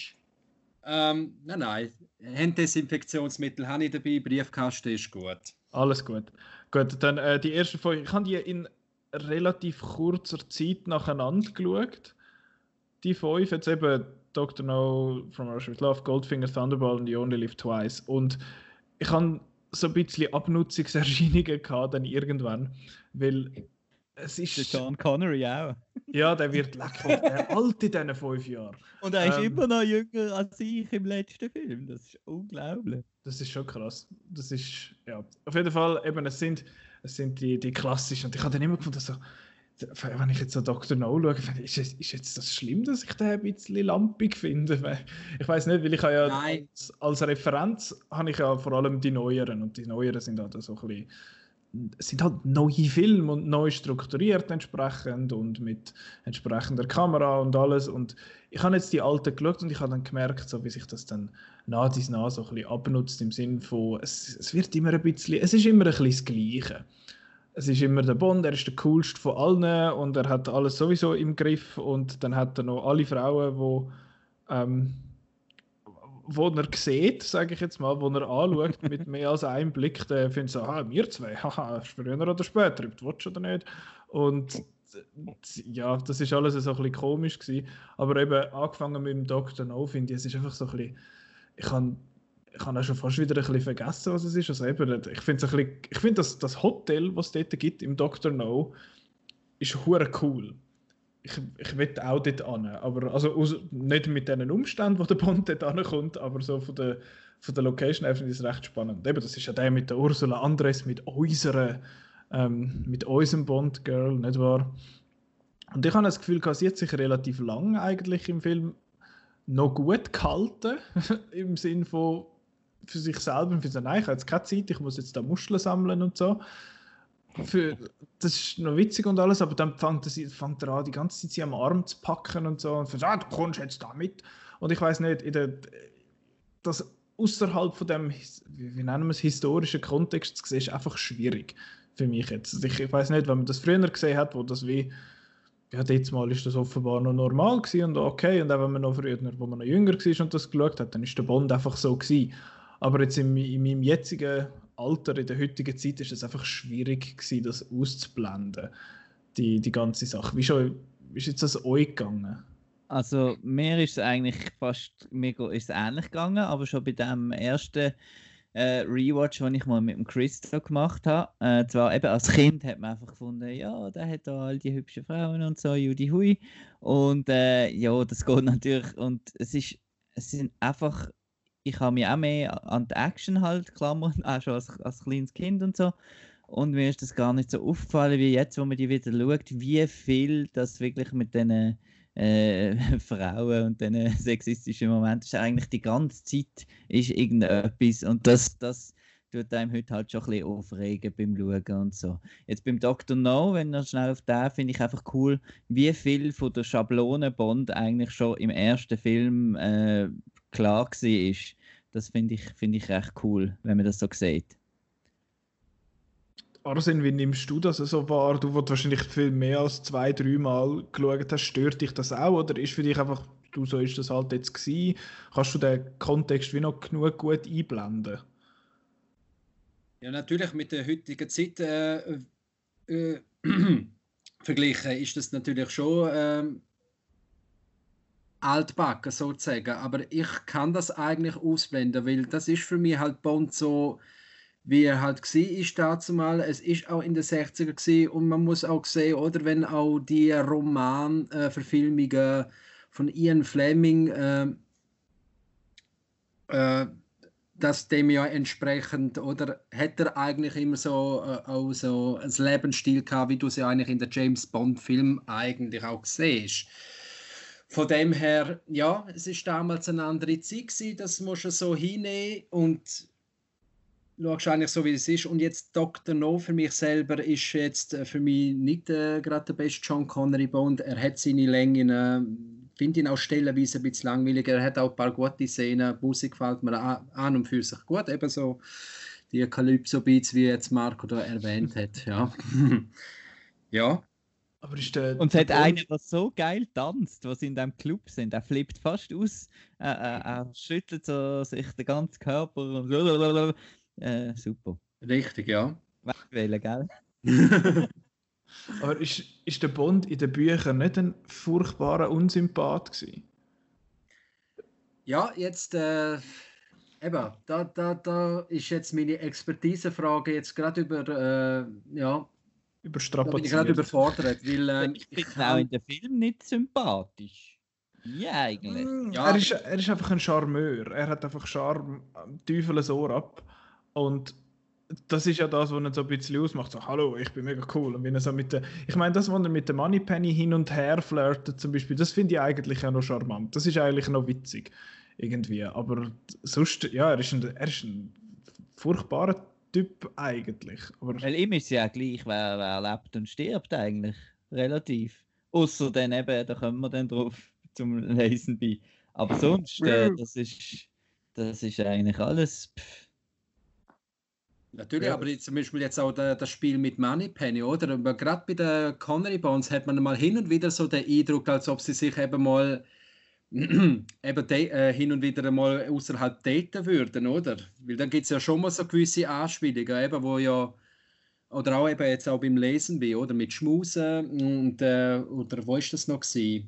nein. Handdesinfektionsmittel habe ich dabei, Briefkasten ist gut. Alles gut. Gut, dann die erste Folge. Ich habe die in relativ kurzer Zeit nacheinander geschaut. Die 5, jetzt eben Dr. No, From Russia with Love, Goldfinger, Thunderball und You Only Live Twice. Und ich habe so ein bisschen Abnutzungserscheinungen gehabt dann irgendwann, weil es ist... Der Sean Connery auch. Ja, der wird lecker alt in diesen 5 Jahren. Und er ist immer noch jünger als ich im letzten Film. Das ist unglaublich. Das ist schon krass. Das ist, ja, auf jeden Fall, eben, es sind die klassischen. Und ich habe dann immer gefunden, so, wenn ich jetzt so Dr. No schaue, ist jetzt das schlimm, dass ich den ein bisschen lampig finde? Ich weiß nicht, weil ich habe ja als Referenz habe ich ja vor allem die neueren. Und die neueren sind halt so ein bisschen, sind halt neue Filme und neu strukturiert entsprechend und mit entsprechender Kamera und alles. Und ich habe jetzt die alten geschaut und ich habe dann gemerkt, so wie sich das dann nach so ein bisschen abnutzt, im Sinne von, es wird immer ein bisschen, es ist immer ein bisschen das Gleiche. Es ist immer der Bond, er ist der coolste von allen und er hat alles sowieso im Griff und dann hat er noch alle Frauen, wo er sieht, sage ich jetzt mal, wo er anschaut mit mehr als einem Blick, der findet so, wir zwei, haha, früher oder später, ob du willst oder nicht. Und ja, das ist alles so ein bisschen komisch gewesen. Aber eben angefangen mit dem Dr. No, finde ich, es ist einfach so ein bisschen, ich habe auch schon fast wieder ein bisschen vergessen, was es ist. Also eben, ich finde das Hotel, was es dort gibt, im Dr. No, ist hure cool. Ich will auch dort hin. Aber also nicht mit den Umständen, wo der Bond dort hinkommt, aber so von der Location her finde ich es recht spannend. Eben, das ist ja der mit der Ursula Andress, mit unserem Bond-Girl, nicht wahr? Und ich habe das Gefühl, sie hat sich relativ lang eigentlich im Film noch gut gehalten, im Sinn von für sich selber und für sich, nein, ich habe jetzt keine Zeit, ich muss jetzt da Muscheln sammeln und so. Das ist noch witzig und alles, aber dann fängt er an, die ganze Zeit sie am Arm zu packen und so und sagt, du kommst jetzt da mit. Und ich weiß nicht, das außerhalb von dem, wie nennen wir es, historischen Kontext zu sehen, ist einfach schwierig für mich jetzt. Also ich weiß nicht, wenn man das früher gesehen hat, wo das wie, ja, jetzt mal ist das offenbar noch normal gewesen und okay, und auch wenn man noch früher, wo man noch jünger war und das geschaut hat, dann ist der Bond einfach so gewesen. Aber jetzt in meinem jetzigen Alter, in der heutigen Zeit, ist es einfach schwierig gewesen, das auszublenden, die ganze Sache. Wie ist jetzt das euch gegangen? Also mir ist es eigentlich fast, mir ist es ähnlich gegangen, aber schon bei dem ersten Rewatch, den ich mal mit dem Christo gemacht habe. Zwar eben als Kind hat man einfach gefunden, ja, der hat da all die hübschen Frauen und so, Judy Hui. Und ja, das geht natürlich. Und es sind einfach, ich habe mich auch mehr an die Action halt klammern, auch schon als kleines Kind und so. Und mir ist das gar nicht so aufgefallen, wie jetzt, wo man die wieder schaut, wie viel das wirklich mit diesen Frauen und diesen sexistischen Momenten ist eigentlich die ganze Zeit ist irgendetwas. Und das tut einem heute halt schon ein bisschen aufregen beim Schauen und so. Jetzt beim Dr. No, wenn er schnell auf den, finde ich einfach cool, wie viel von der Schablone Bond eigentlich schon im ersten Film klar war. Das finde ich recht cool, wenn man das so sieht. Arsen, wie nimmst du das so wahr? Du, wo wahrscheinlich viel mehr als 2-3 Mal geschaut hast, stört dich das auch? Oder ist für dich einfach, du, so ist das halt jetzt gewesen? Kannst du den Kontext wie noch genug gut einblenden? Ja, natürlich mit der heutigen Zeit verglichen ist das natürlich schon altbacken sozusagen. Aber ich kann das eigentlich ausblenden, weil das ist für mich halt Bond so, wie er halt war dazumal. Es ist auch in den 60er gewesen, und man muss auch sehen, oder wenn auch die Roman-Verfilmungen von Ian Fleming das dem ja entsprechend, oder hat er eigentlich immer so auch so ein Lebensstil gehabt, wie du sie eigentlich in der James Bond Film eigentlich auch siehst. Von dem her, ja, es ist damals eine andere Zeit gewesen, das musst du so hinnehmen und schaust eigentlich so, wie es ist. Und jetzt Dr. No für mich selber ist jetzt für mich nicht gerade der beste Sean Connery Bond. Er hat seine Längen, finde ihn auch stellenweise ein bisschen langweilig. Er hat auch ein paar gute Szenen. Musik gefällt mir an und für sich gut. Eben so die Calypso-Beats, wie jetzt Marco da erwähnt hat. Ja. Ja. Aber und es hat einen, der so geil tanzt, was in diesem Club sind. Er flippt fast aus. Er schüttelt so sich den ganzen Körper und super. Richtig, ja. Wegwählen, gell? Aber ist der Bond in den Büchern nicht ein furchtbarer Unsympath gewesen? Ja, jetzt eben, da ist jetzt meine Expertisefrage jetzt gerade über da bin ich gerade überfordert, weil ich bin auch in den Film nicht sympathisch. Ja, eigentlich. Ja. Er ist einfach ein Charmeur. Er hat einfach Charme am Teufelsohr ab. Und das ist ja das, was er so ein bisschen ausmacht. So, hallo, ich bin mega cool. Und wenn er so ich meine, das, was er mit der Moneypenny hin und her flirtet zum Beispiel, das finde ich eigentlich auch noch charmant. Das ist eigentlich noch witzig. Irgendwie. Aber sonst, ja, er ist ein furchtbarer Typ eigentlich. Aber weil ihm ist ja gleich, wer lebt und stirbt eigentlich. Relativ. Außer dann eben, da kommen wir dann drauf zum Lesen bei. Aber sonst, das ist eigentlich alles. Natürlich, aber zum Beispiel jetzt auch das Spiel mit Moneypenny, oder? Aber gerade bei den Connery Bonds hat man mal hin und wieder so den Eindruck, als ob sie sich eben mal hin und wieder mal außerhalb daten würden, oder? Weil dann gibt es ja schon mal so gewisse Anspielungen, eben, wo ja, oder auch eben jetzt auch beim Lesen bin, oder? Mit Schmusen und, oder wo ist das noch gewesen?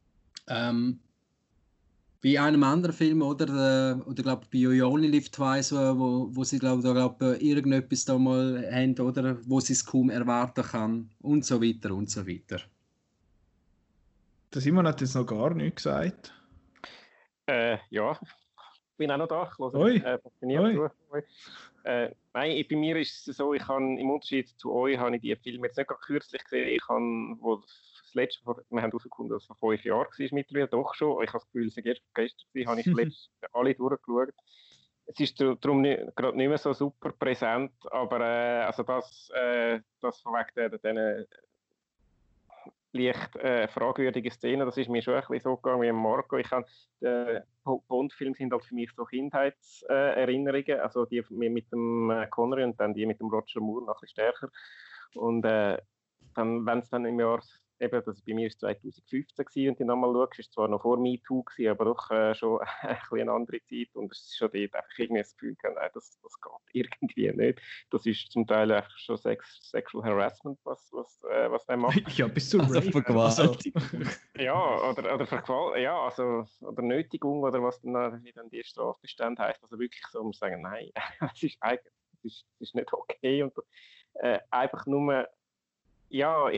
Bei einem anderen Film, oder glaube bei You Only Live Twice, wo sie glaub, irgendetwas da mal haben, oder wo sie es kaum erwarten kann und so weiter und so weiter. Der Simon hat jetzt noch gar nichts gesagt. Ja, ich bin auch noch da. Ich Oi. Nein, bei mir ist es so, ich habe im Unterschied zu euch habe ich die Filme jetzt nicht gerade kürzlich gesehen. Ich habe, das letzte, wir haben herausgefunden, dass es vor 5 Jahren war, mittlerweile doch schon. Ich habe das Gefühl, es war gestern, habe ich das letzte alle durchgeschaut. Es ist darum gerade nicht mehr so super präsent, aber also das von wegen diesen leicht fragwürdige Szenen, das ist mir schon ein bisschen so gegangen wie Marco. Die Bond-Filme sind halt für mich so Kindheitserinnerungen, also die mit dem Connery und dann die mit dem Roger Moore noch ein bisschen stärker. Und dann, wenn es dann im Jahr, eben, das bei mir ist 2015 gewesen, und ich nochmal schaue, ist zwar noch vor MeToo gewesen, aber doch schon ein bisschen eine andere Zeit, und es ist schon dort einfach irgendwie das Gefühl, nein, das geht irgendwie nicht. Das ist zum Teil einfach schon Sexual Harassment, was der macht. Ja, bis zu also Rape. Vergewaltigung. Ja, oder Verqual, ja, also, oder Nötigung, oder was dann, wie dann die Strafbestände heisst. Also wirklich so, um zu sagen, nein, es ist eigentlich, es ist nicht okay. Und, einfach nur, ja,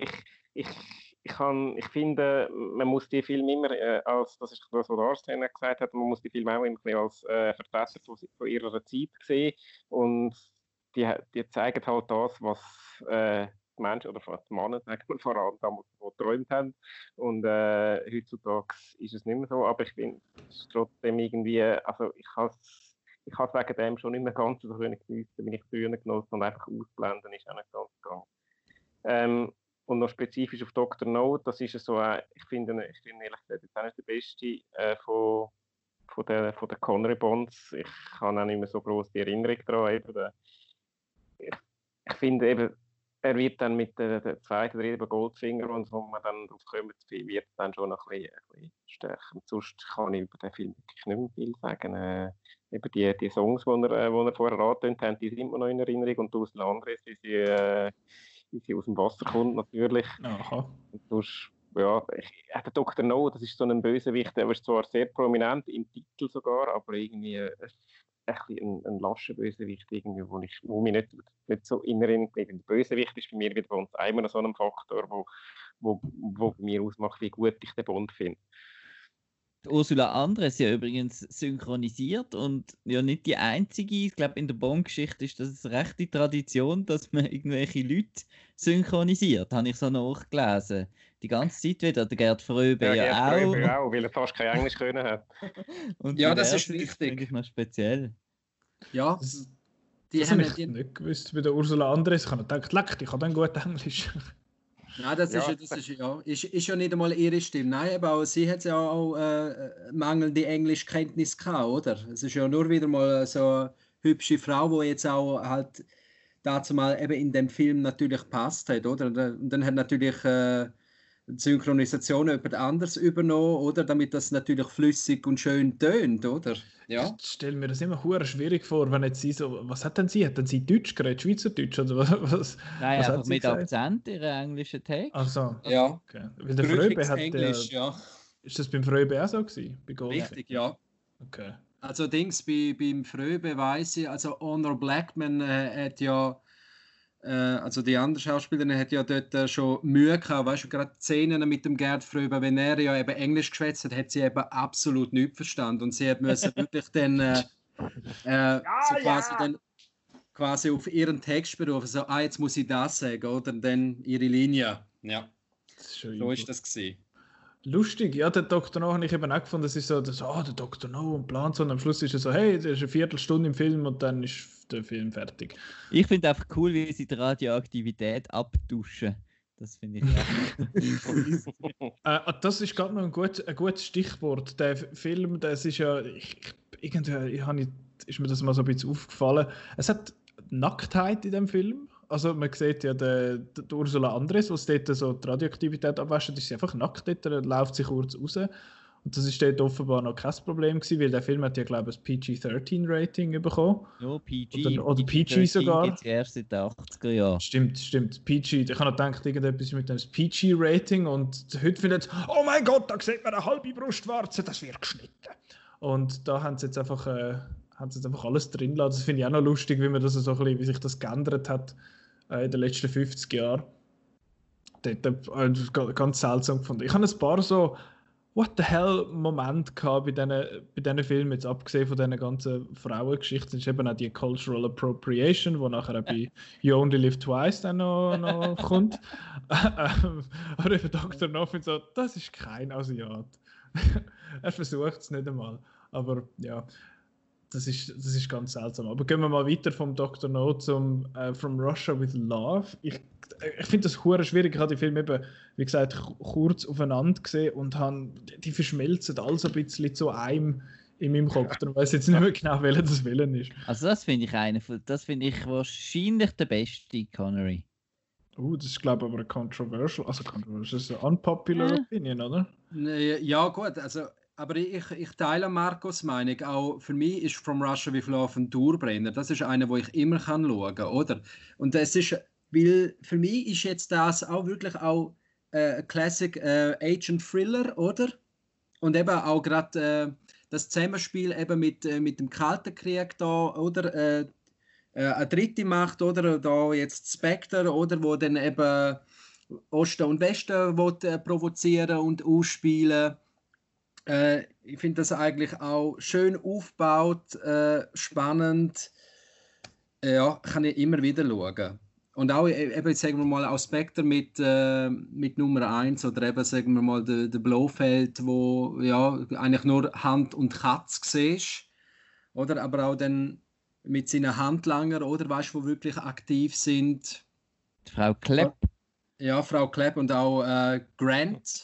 ich finde, man muss die Filme immer, als, das ist das, was Arsene gesagt hat, man muss die Filme auch immer ein bisschen als Vertreter von ihrer Zeit sehen. Und die zeigen halt das, was die Menschen, oder die Männer, sagen wir vor allem, damals geträumt haben. Und heutzutage ist es nicht mehr so, aber ich finde, es ist trotzdem irgendwie, also ich habe es wegen dem schon nicht mehr ganz so geniessen, wie ich früher genossen und einfach ausblenden ist auch nicht ganz gegangen. Und noch spezifisch auf Dr. No, das ist so, ich finde ehrlich gesagt jetzt auch nicht der beste von den Connery Bonds. Ich habe auch nicht mehr so groß die Erinnerung daran. Ich finde eben, er wird dann mit der zweiten, dritten Goldfinger und wo man dann drauf kommt, wird dann schon noch ein bisschen stärker. Und sonst kann ich über den Film wirklich nicht mehr viel sagen. Eben die Songs, die er vorher angetönt hat, die sind mir noch in Erinnerung. Und Ursula Andress, wie sie aus dem Wasser kommt, natürlich. Aha. Und sonst, ja, der Dr. No, das ist so ein Bösewicht, der ist zwar sehr prominent im Titel sogar, aber irgendwie ein lascher Bösewicht, irgendwie, wo mich nicht so in Erinnerung bleibt. Der Bösewicht ist bei mir wieder bei uns immer so ein Faktor, wo bei mir ausmacht, wie gut ich den Bond finde. Ursula Andress ja übrigens synchronisiert und ja nicht die einzige. Ich glaube, in der Bond-Geschichte ist das eine rechte Tradition, dass man irgendwelche Leute synchronisiert. Habe ich so nachgelesen. Die ganze Zeit wieder. Der Gerd Fröbe ja auch. Fröbe auch, weil er fast kein Englisch können hat. Und ja, das ist richtig. Finde ich noch speziell. Ja, das habe ich nicht gewusst bei der Ursula Andress. Ich habe gedacht, leck, ich kann dann gut Englisch. Nein, das ist ja nicht einmal ihre Stimme. Nein, aber auch sie hat ja auch mangelnde Englischkenntnis gehabt, oder? Es ist ja nur wieder mal so eine hübsche Frau, die jetzt auch halt dazu mal eben in dem Film natürlich passt hat, oder? Und dann hat natürlich die Synchronisation jemand anders übernommen, oder? Damit das natürlich flüssig und schön tönt, oder? Ja. Ich stelle mir das immer hure schwierig vor, wenn jetzt sie so, was hat denn sie? Hat denn sie Deutsch geredet, Schweizerdeutsch oder was? Nein, was einfach mit Akzent, ihren englischen Text. Ach so. Ja. Okay. Weil der Fröbe hat Englisch, ja. Ist das beim Fröbe auch so gewesen? Richtig, ja. Okay. Also beim Fröbe weiss ich, also Honor Blackman hat ja also die andere Schauspielerin hat ja dort schon Mühe gehabt, weißt du, gerade Szenen mit dem Gerd Fröbe, wenn er ja eben Englisch geschwätzt hat, hat sie eben absolut nichts verstanden und sie hat müssen wirklich dann quasi auf ihren Text berufen, so, jetzt muss ich das sagen, oder dann ihre Linie. Ja, so ist das gewesen. Lustig, ja, der Dr. No habe ich eben auch gefunden, das ist so, der Dr. No und Plan, und am Schluss ist er so, hey, der ist eine Viertelstunde im Film und dann ist der Film fertig. Ich finde einfach cool, wie sie die Radioaktivität abtuschen. Das finde ich echt. Das ist gerade noch ein gutes Stichwort. Der Film, das ist ja, irgendwie ist mir das mal so ein bisschen aufgefallen. Es hat Nacktheit in dem Film. Also man sieht ja die Ursula Andress, was dort so die Radioaktivität abwäscht, ist sie einfach nackt dort, dann läuft sie kurz raus. Und das ist dort offenbar noch kein Problem gewesen, weil der Film hat ja, glaube ich, ein PG-13-Rating bekommen. Ja, PG. Oder PG sogar. Jetzt erst seit den 80er Jahren. Stimmt. PG. Ich habe noch gedacht, irgendetwas mit dem PG-Rating und heute findet es, oh mein Gott, da sieht man eine halbe Brustwarze, das wird geschnitten. Und da haben sie jetzt einfach alles drin gelassen. Das finde ich auch noch lustig, wie man das so ein bisschen, wie sich das geändert hat in den letzten 50 Jahren. Dort, ganz seltsam gefunden. Ich habe ein paar so What the hell Momente gehabt bei diesen Filmen, jetzt abgesehen von diesen ganzen Frauengeschichten. Es ist eben auch die Cultural Appropriation, die nachher auch bei You Only Live Twice dann noch kommt. Aber eben Dr. No findet so, das ist kein Asiat. Er versucht es nicht einmal. Aber ja, das ist ganz seltsam. Aber gehen wir mal weiter vom Dr. No zum From Russia with Love. Ich finde das hure schwierig. Ich habe die Filme eben, wie gesagt, kurz aufeinander gesehen und die verschmelzen alles ein bisschen zu einem in meinem Kopf. Darum weiß ich jetzt nicht mehr genau, welcher das Willen ist. Also das finde ich wahrscheinlich der beste Connery. Das ist, glaube ich, aber controversial. Also controversial ist eine unpopular Opinion, oder? Ja, gut, also aber ich teile Marcos Meinung. Auch für mich ist From Russia with Love ein Dauerbrenner. Das ist einer, wo ich immer schauen kann, oder? Und es ist, weil für mich ist jetzt das auch wirklich auch Classic Agent Thriller, oder? Und eben auch gerade das Zusammenspiel eben mit dem Kalten Krieg da, oder? Eine dritte Macht, oder? Da jetzt Spectre, oder? Wo dann eben Osten und Westen will, provozieren und ausspielen. Ich finde das eigentlich auch schön aufgebaut, spannend. Ja, kann ich immer wieder schauen. Und auch, eben, sagen wir mal, auch Spectre mit Nummer 1 oder eben, sagen wir mal, der Blofeld, wo ja eigentlich nur Hand und Katz siehst. Oder? Aber auch dann mit seinen Handlanger, oder? Weißt du, die wirklich aktiv sind. Die Frau Klepp. Ja, Frau Klepp und auch Grant.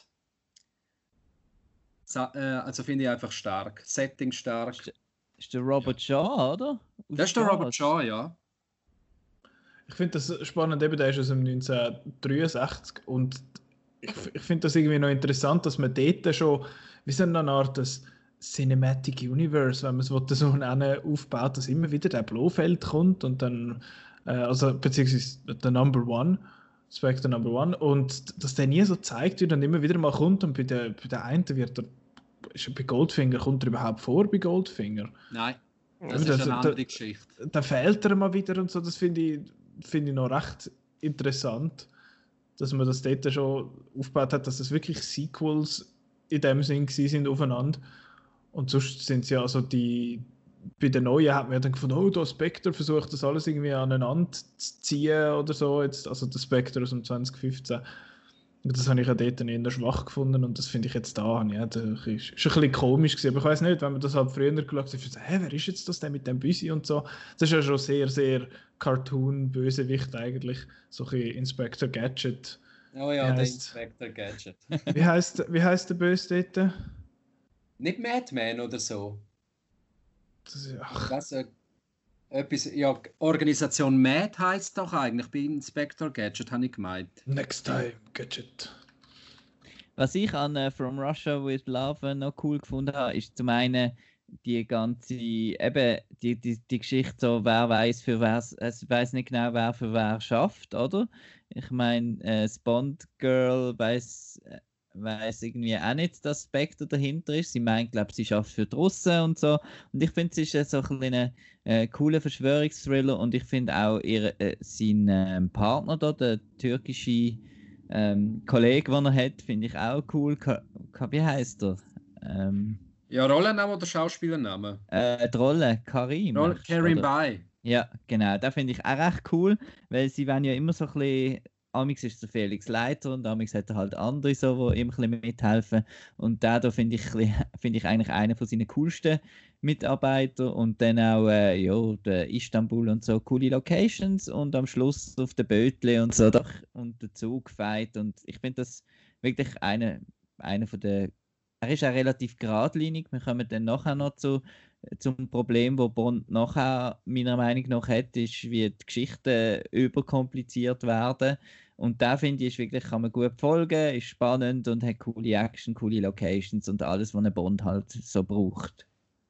Also finde ich einfach stark. Setting stark. Ist der Robert Shaw, oder? Das ist der Robert Shaw, ja. Ich finde das spannend, eben, der ist aus dem 1963 und ich finde das irgendwie noch interessant, dass man dort schon, wie so eine Art des Cinematic Universe, wenn man es so nennen, aufbaut, dass immer wieder der Blofeld kommt und dann, also beziehungsweise der Number One, Spectre Number One, und dass der nie so gezeigt wird und immer wieder mal kommt und bei der einen wird er, ist er bei Goldfinger, kommt er überhaupt vor bei Goldfinger? Nein, das ist eine andere Geschichte. Da fehlt er mal wieder und so, das finde ich noch recht interessant, dass man das dort schon aufgebaut hat, dass das wirklich Sequels in dem Sinn sind aufeinander. Und sonst sind es ja also bei den Neuen hat man ja dann gefunden, oh, da Spectre versucht das alles irgendwie aneinander zu ziehen oder so, jetzt, also der Spectre aus dem 2015. Und das habe ich ja dort eher schwach gefunden und das finde ich jetzt da, ja, das ist ein bisschen komisch gewesen, aber ich weiß nicht, wenn man das halt früher geschaut hat, ich so, wer ist jetzt das denn mit dem Büsi und so, das ist ja schon sehr, sehr Cartoon-Bösewicht eigentlich, so ein bisschen Inspector Gadget. Oh ja, der Inspector Gadget. Wie heisst der Böse dort? Nicht Madman oder so. Das, etwas, ja, Organisation MAD heisst doch eigentlich, bei Inspector Gadget habe ich gemeint. Next time, Gadget. Was ich an From Russia with Love noch cool gefunden habe, ist zum einen die ganze, eben die Geschichte so, wer weiß für wer, es weiß nicht genau, wer für wer schafft, oder? Ich meine, das Bond-Girl weiß irgendwie auch nicht, dass Spectre dahinter ist. Sie meint, glaube ich, sie schafft für die Russen und so. Und ich finde, es ist so ein cooler Verschwörungsthriller und ich finde auch sein Partner da, der türkische Kollege, den er hat, finde ich auch cool. Wie heißt er? Ja, Rollenname oder Schauspielername? Die Rolle, Karim. Karim Bay. Ja, genau. Das finde ich auch recht cool, weil sie werden ja immer so ein bisschen. Amix ist der Felix Leiter und Amix hat er halt andere, so, die ihm ein bisschen mithelfen. Und da finde ich eigentlich einen von seinen coolsten Mitarbeiter. Und dann auch der Istanbul und so, coole Locations. Und am Schluss auf der Bötle und so und der Zugfight. Und ich finde das wirklich einer von der. Er ist auch relativ geradlinig. Wir kommen dann nachher noch zum Problem, das Bond nachher meiner Meinung nach hat, ist, wie die Geschichten überkompliziert werden. Und da finde ich, wirklich, kann man gut folgen, ist spannend und hat coole Action, coole Locations und alles, was ein Bond halt so braucht.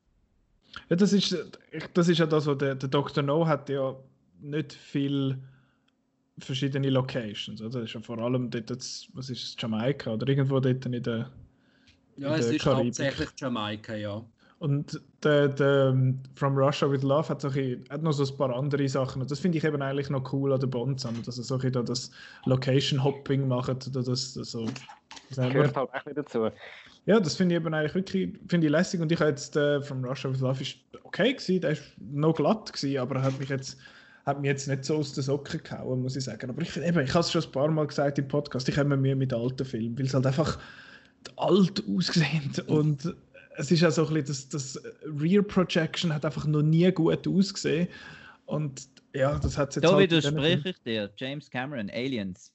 Ja, das ist ja das, was der Dr. No hat ja nicht viel verschiedene Locations. Oder? Das ist ja vor allem dort, was ist es, Jamaika oder irgendwo dort in der Ja, es ist Karibik. Hauptsächlich Jamaika, ja. Und der From Russia with Love hat noch so ein paar andere Sachen. Und das finde ich eben eigentlich noch cool an der Bond-Sammlung, dass er so da das Location-Hopping macht. Oder das so. Das gehört halt auch nicht dazu. Ja, das finde ich eben eigentlich wirklich lässig. Und ich habe jetzt From Russia with Love ist okay gewesen, der ist noch glatt gewesen, aber hat mich jetzt nicht so aus den Socken gehauen, muss ich sagen. Aber ich habe es schon ein paar Mal gesagt im Podcast, ich habe mir Mühe mit alten Filmen, weil es halt einfach alt aussehen und es ist ja so ein bisschen, das Rear Projection hat einfach noch nie gut ausgesehen. Und ja, das hat es jetzt da halt widerspreche ich dir. James Cameron, Aliens.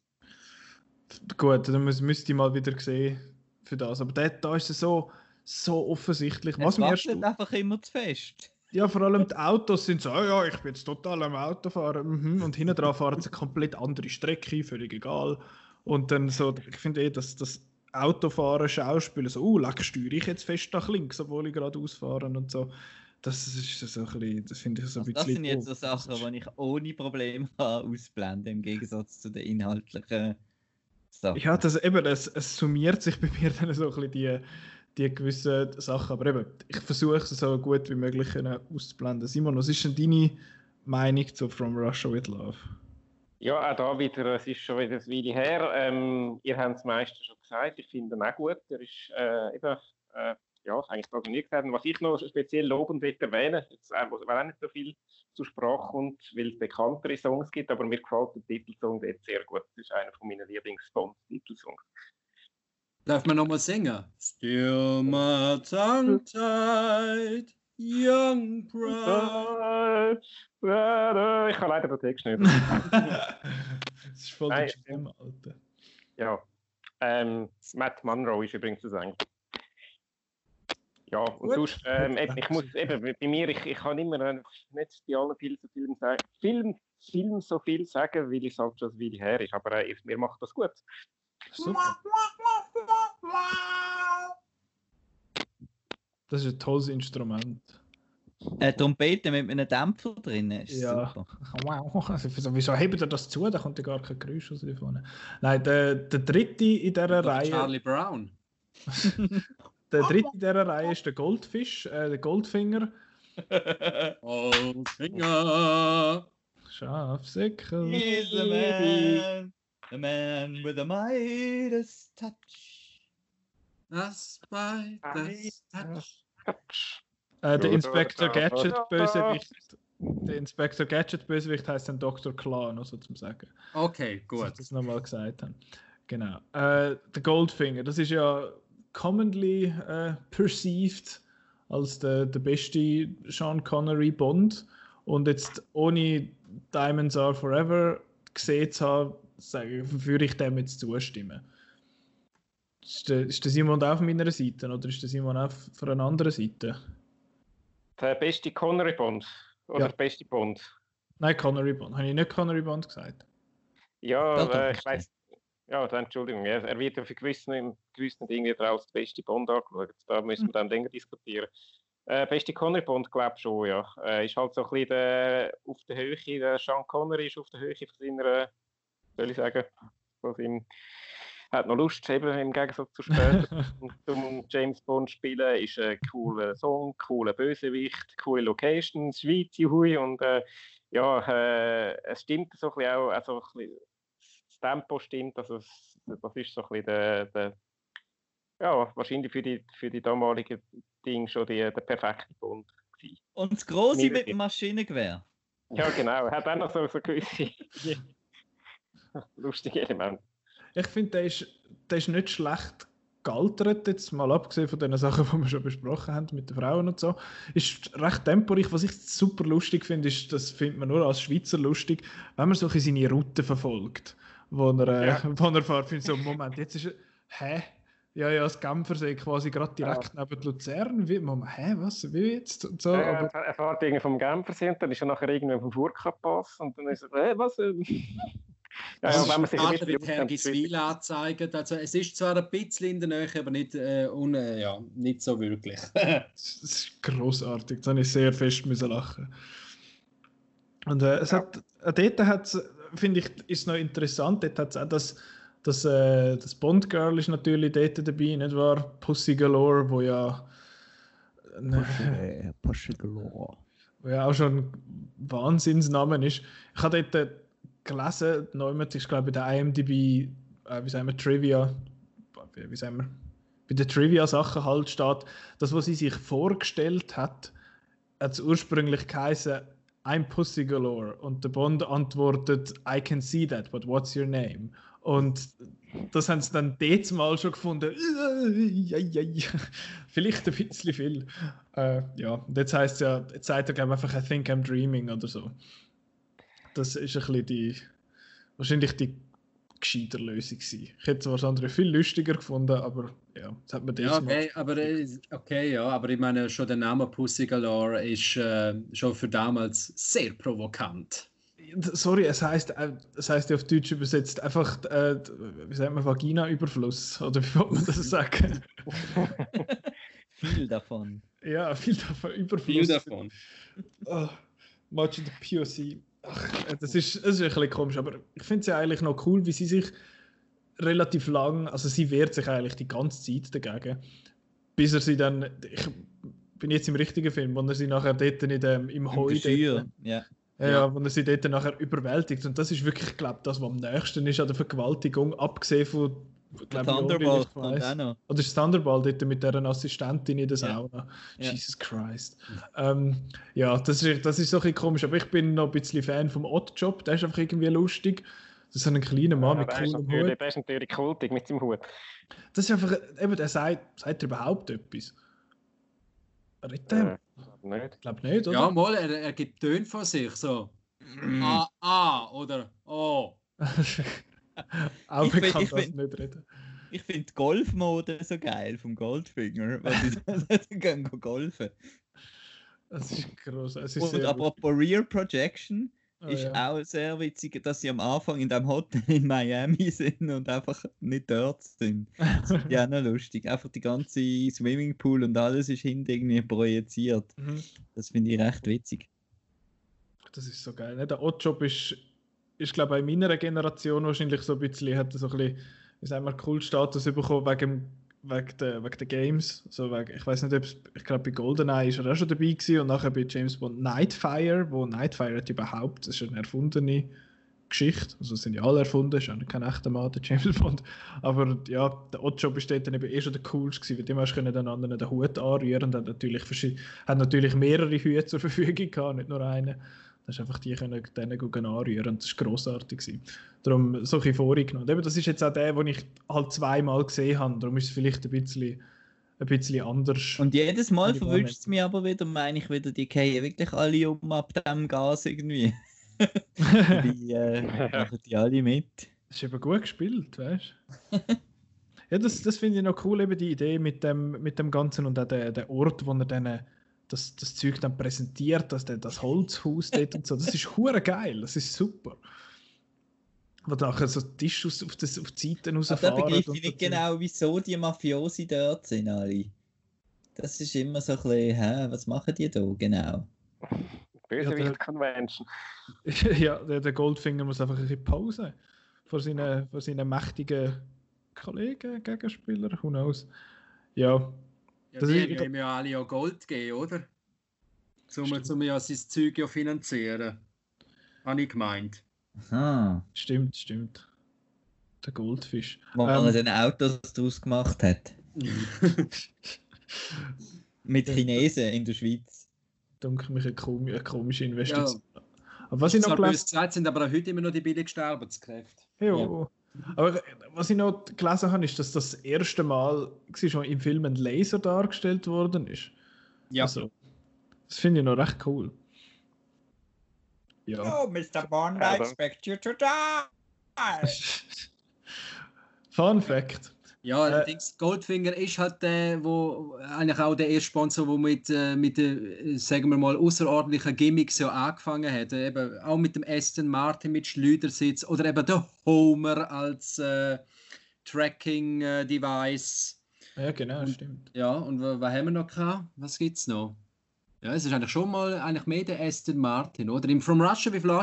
Gut, dann müsste ich mal wieder sehen für das. Aber da ist es so offensichtlich. Es wackelt einfach immer zu fest. Ja, vor allem die Autos sind so, ja, ich bin jetzt total am Autofahren. Und hinten dran fahren sie eine komplett andere Strecke, völlig egal. Und dann so, ich finde dass das Autofahren, Schauspielen, so, leck, steuere ich jetzt fest nach links, obwohl ich gerade ausfahre und so. Das ist so ein bisschen, das finde ich so ein bisschen. Das sind jetzt so Sachen, die ich ohne Probleme ausblenden kann, im Gegensatz zu den inhaltlichen So. Ja, es summiert sich bei mir dann so ein bisschen die gewissen Sachen. Aber eben, ich versuche es so gut wie möglich auszublenden. Simon, was ist denn deine Meinung zu From Russia with Love? Ja, auch da wieder, es ist schon wieder ein Weile her. Ihr habt das meiste schon gesagt. Ich finde ihn auch gut. Er ist eigentlich gar nicht gesagt. Und was ich noch speziell lobend erwähnen will, weil auch nicht so viel zur Sprache kommt, weil es bekanntere Songs gibt, aber mir gefällt der Titelsong dort sehr gut. Das ist einer meiner Lieblings-Titelsongs. Darf man nochmal singen? Still my tongue tied, young pride. Ich kann leider den Text nicht. Das ist voll der Jam, Alter. Ja. Matt Monro ist übrigens das eigentlich. Ja, und Gut. sonst, ich muss eben, bei mir, ich kann immer nicht bei allen Filmen so viel sagen, weil es halt schon ein Weile her ist, aber mir macht das gut. Super. Das ist ein tolles Instrument. Trompete mit einem Dämpfer drin ist Ja. super. Also, wieso hebt er das zu? Da kommt ja gar kein Geräusch aus davon. Nein, der dritte in dieser Reihe. Charlie Brown. Der dritte in dieser Reihe ist der Goldfisch, der Goldfinger. Goldfinger. Schafsäckel. He's the man with the Midas touch. Das bei das Touch. Der Inspector Gadget Bösewicht. Der Inspector Gadget Bösewicht heißt dann Dr. Klar, noch so zum Sagen. Okay, Dass ich gut. das nochmal gesagt habe. Genau. Der Goldfinger, das ist ja commonly perceived als der beste Sean Connery Bond. Und jetzt ohne Diamonds Are Forever gesehen zu haben, würde ich dem jetzt zustimmen. Ist der Simon auch auf meiner Seite oder ist der Simon auch von einer anderen Seite? Der beste Connery Bond. Oder Ja. der beste Bond. Nein, Connery Bond. Habe ich nicht Connery Bond gesagt? Ja, ich weiß. Ja, Entschuldigung. Er wird ja für gewissen Dingen wieder als der beste Bond angeschaut. Da müssen wir dann länger diskutieren. Beste Connery Bond, glaube ich schon, ja. Ist halt so ein bisschen auf der Höhe. Der Sean Connery ist auf der Höhe von seiner, soll ich sagen, von seinem. Hat noch Lust, eben im Gegensatz zu später zum James Bond spielen. Ist ein cooler Song, cooler Bösewicht, coole Locations, Schweiz, juhui. Und es stimmt so ein bisschen auch, also ein bisschen, das Tempo stimmt, also das ist so ein bisschen wahrscheinlich für die damalige Ding schon der perfekte Bond gewesen. Und das Grosse mit dem Maschinengewehr. Ja, genau. Hat auch noch so gewisse lustige Elemente. Ich finde, der ist nicht schlecht gealtert, jetzt mal abgesehen von den Sachen, die wir schon besprochen haben mit den Frauen und so. Ist recht temporeich. Was ich super lustig finde, ist, das findet man nur als Schweizer lustig, wenn man so seine Route verfolgt, wo er fährt, für so einen Moment. Jetzt ist er, Ja, das Genfersee quasi gerade direkt neben Luzern. Was? Wie jetzt? Und so, er fährt irgendwie vom Genfersee und dann ist er nachher irgendwie vom Furka-Pass und dann ist er, was? Das wenn man ist sich gerade wie Hergiswil anzeigen. Also, es ist zwar ein bisschen in der Nähe, aber nicht so wirklich. Das ist grossartig. Da habe ich sehr fest lachen. Und dort finde ich, ist noch interessant, dort hat es auch das Bond-Girl ist natürlich dort dabei, nicht wahr? Pussy Galore, wo ja Pussy Galore. Wo ja auch schon ein Wahnsinnsname ist. Ich habe dort gelesen, neulich, ich glaube bei der IMDb, Trivia, bei den Trivia-Sachen halt steht, das, was sie sich vorgestellt hat es ursprünglich geheißen, I'm Pussy Galore. Und der Bond antwortet, I can see that, but what's your name? Und das haben sie dann jetzt mal schon gefunden. Vielleicht ein bisschen viel. Und jetzt heisst es ja, jetzt sagt er, glaube ich, einfach I think I'm dreaming oder so. Das ist ein bisschen wahrscheinlich die gescheiter Lösung gewesen. Ich hätte es wahrscheinlich viel lustiger gefunden, aber ja, das hat man jetzt mal. Aber ich meine, schon der Name Pussy Galore ist schon für damals sehr provokant. Sorry, es heisst ja auf Deutsch übersetzt einfach, wie sagt man, Vagina-Überfluss, oder wie wollte man das sagen? Viel davon. Ja, viel davon, Überfluss. Viel davon. Much in the POC. Das ist ein bisschen komisch, aber ich finde es ja eigentlich noch cool, wie sie sich relativ lang, also sie wehrt sich eigentlich die ganze Zeit dagegen, bis er sie dann, ich bin jetzt im richtigen Film, wo er sie nachher dort im Heu wo er sie dort nachher überwältigt, und das ist wirklich, ich glaube, das, was am nächsten ist an der Vergewaltigung, abgesehen von Thunderball kommt auch noch. Oder ist Thunderball dort mit dieser Assistentin in der Sauna? Ja. Jesus Christ. Das ist so ein bisschen komisch, aber ich bin noch ein bisschen Fan vom Oddjob, der ist einfach irgendwie lustig. Das ist so ein kleiner Mann mit coolem Hut. Der ist natürlich kultig mit seinem Hut. Das ist einfach, eben, der sagt er überhaupt etwas? Redet er? Nicht. Ich glaube nicht, oder? Ja, mal, er gibt Töne von sich, so. Oder oh. Auch ich kann das nicht reden. Ich finde die Golfmode so geil vom Goldfinger, weil die gehen golfen. Das ist gross. Und apropos Rear Projection, ist auch sehr witzig, dass sie am Anfang in dem Hotel in Miami sind und einfach nicht dort sind. Das ist ja auch noch lustig. Einfach die ganze Swimmingpool und alles ist hinten irgendwie projiziert. Das finde ich recht witzig. Das ist so geil. Ne? Der Oddjob ist glaube ich, in meiner Generation wahrscheinlich so ein bisschen, hat so ein bisschen, wie sagen wir, Kultstatus bekommen wegen der Games. So ich weiß nicht, ob es, ich glaube, bei GoldenEye ist er auch schon dabei gewesen und nachher bei James Bond Nightfire, wo Nightfire hat überhaupt, das ist eine erfundene Geschichte, also sind ja alle erfunden, ist ja kein echter Mann, der James Bond, aber ja, der Oddjob ist dort dann eben schon der coolste gewesen, weil dem hast du den anderen den Hut anrühren und hat natürlich mehrere Hüte zur Verfügung gehabt, nicht nur einen. Das ist einfach die können denen anrühren und das war grossartig gewesen. Darum so ein bisschen vorgenommen. Eben, das ist jetzt auch der, den ich halt zweimal gesehen habe, darum ist es vielleicht ein bisschen anders. Und jedes Mal verwünscht es mich aber wieder, meine ich wieder, die fallen wirklich alle um ab dem Gas irgendwie. Die machen die alle mit. Das ist eben gut gespielt, weißt du? Ja, das finde ich noch cool, eben die Idee mit dem Ganzen und auch der Ort, wo er dann das Zeug dann präsentiert, das Holzhaus dort und so. Das ist hure geil, das ist super. Wo nachher so Tisch auf die Seiten rausfahren. Da begreife ich nicht genau, wieso die Mafiosi dort sind alle. Das ist immer so ein bisschen, was machen die da genau? Bösewicht-Convention. Ja, der Goldfinger muss einfach ein bisschen Pause vor seinen mächtigen Kollegen, Gegenspieler, who knows. Ja. Ja, die haben ja alle ja Gold gegeben, oder? Um ja sein Zeug ja finanzieren. Habe ich gemeint. Aha. Stimmt. Der Goldfisch. Wo man den Autos draus gemacht hat. Mit Chinesen in der Schweiz. Denke mich eine komische Investition. Ja. Aber was ich noch gesagt sind aber auch heute immer noch die billigsten Arbeitskräfte. Ja. Aber was ich noch gelesen habe, ist, dass das erste Mal schon im Film ein Laser dargestellt worden ist. Ja. Also, das finde ich noch recht cool. Ja. Oh, Mr. Bond, I expect you to die! Fun Fact. Ja, allerdings Goldfinger ist halt der, wo eigentlich auch der erste Sponsor, der mit sagen wir mal, außerordentlichen Gimmicks ja angefangen hat. Eben auch mit dem Aston Martin mit Schleudersitz oder eben der Homer als Tracking-Device. Ja, genau, stimmt. Ja, und was haben wir noch gehabt? Was gibt es noch? Ja, es ist eigentlich schon mal mehr der Aston Martin, oder? Im From Russia with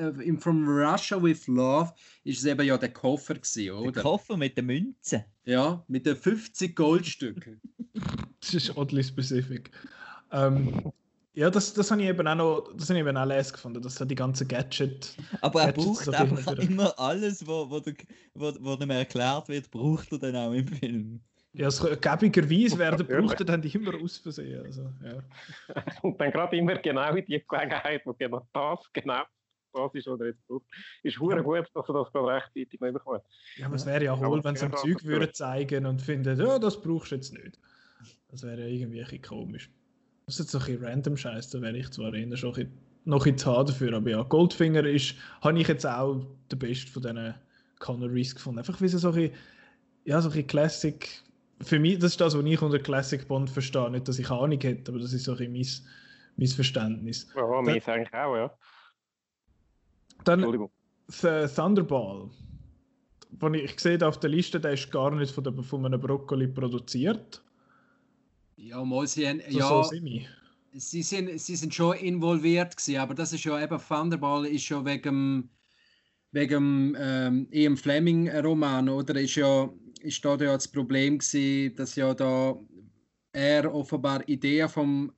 Love ist es eben ja der Koffer gewesen, oder? Der Koffer mit den Münzen. Ja, mit den 50 Goldstücken. Das ist oddly specific. Ja, das habe ich eben auch lesen gefunden, dass die ganzen Gadgets. Aber er braucht einfach immer alles, wo ihm erklärt wird, braucht er dann auch im Film. Ja, gäbigerweise braucht er dann immer aus Versehen. Also, ja. Und dann gerade immer genau in die Gelegenheit, wo genau das ist, was er jetzt braucht. Ist hure gut, dass er das gerade rechtzeitig nicht bekommt. Ja, aber es wäre ja hohl, wenn sie ihm Zeug würden zeigen und finden, ja, das brauchst du jetzt nicht. Das wäre ja irgendwie ein bisschen komisch. Das ist jetzt so ein bisschen random Scheiß, da wäre ich zwar eher schon noch ein bisschen dafür, aber ja, Goldfinger habe ich jetzt auch der beste von diesen Connerys gefunden. Einfach wie so ein bisschen Classic. Für mich, das ist das, was ich unter Classic Bond verstehe. Nicht, dass ich Ahnung hätte, aber das ist so ein bisschen mein Verständnis. Ja, meins eigentlich auch, ja. Dann Thunderball. Ich sehe auf der Liste, der ist gar nicht von einem Brokkoli produziert. Ja, mal sie haben, sie sind schon involviert gewesen, aber das ist ja eben, Thunderball ist ja wegen wegen Ian Fleming-Roman, oder? Ist da ja das Problem gewesen, dass ja da er offenbar Ideen vom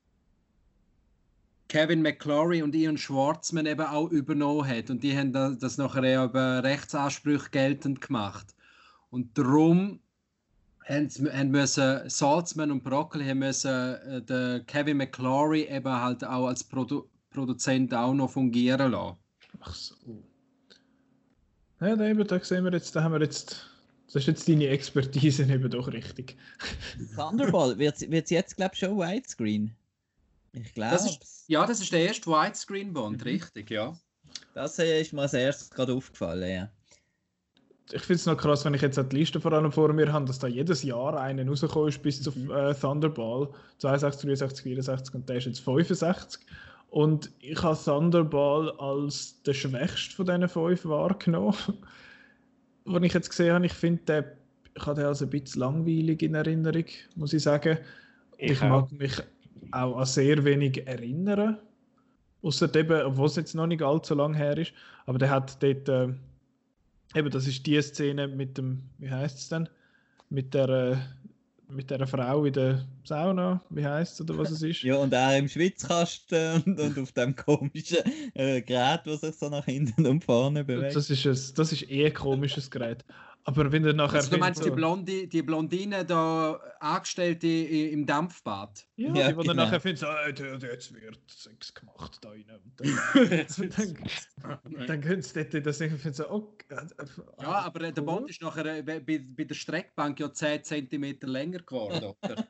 Kevin McClory und Ian Schwartzman eben auch übernommen hat. Und die haben das nachher ja über Rechtsansprüche geltend gemacht. Und darum müssen Saltzman und Broccoli den Kevin McClory eben halt auch als Produzent auch noch fungieren lassen. Ach so. Ja, da sehen wir jetzt, das ist jetzt deine Expertise eben doch richtig. Thunderball, wird jetzt glaube ich schon Widescreen? Ich glaube. Das ist der erste Widescreen-Bond, richtig, ja. Das ist mir als erstes gerade aufgefallen, ja. Ich finde es noch krass, wenn ich jetzt die Liste vor allem vor mir habe, dass da jedes Jahr einer rausgekommen ist bis zu Thunderball. 62, 63, 64 und der ist jetzt 65. Und ich habe Thunderball als den schwächsten von diesen 5 wahrgenommen. Was ich jetzt gesehen habe, ich finde, ich habe den also ein bisschen langweilig in Erinnerung, muss ich sagen. Ich mag mich auch an sehr wenig erinnern. Ausser eben, obwohl es jetzt noch nicht allzu lang her ist. Aber der hat dort, eben, das ist die Szene mit dem, wie heißt es denn? Mit der Frau in der Sauna, wie heisst es oder was es ist? Ja, und auch im Schwitzkasten und auf dem komischen Gerät, das sich so nach hinten und vorne bewegt. Das ist ein komisches Gerät. Aber wenn du nachher... Also du meinst die Blondine da Angestellte im Dampfbad? Ja, ja, die genau. dann nachher finden, jetzt wird Sex gemacht da rein. Dann können sie dort das finden so, okay. Ja, aber der Bond ist nachher bei der Streckbank ja 10 cm länger geworden, oder?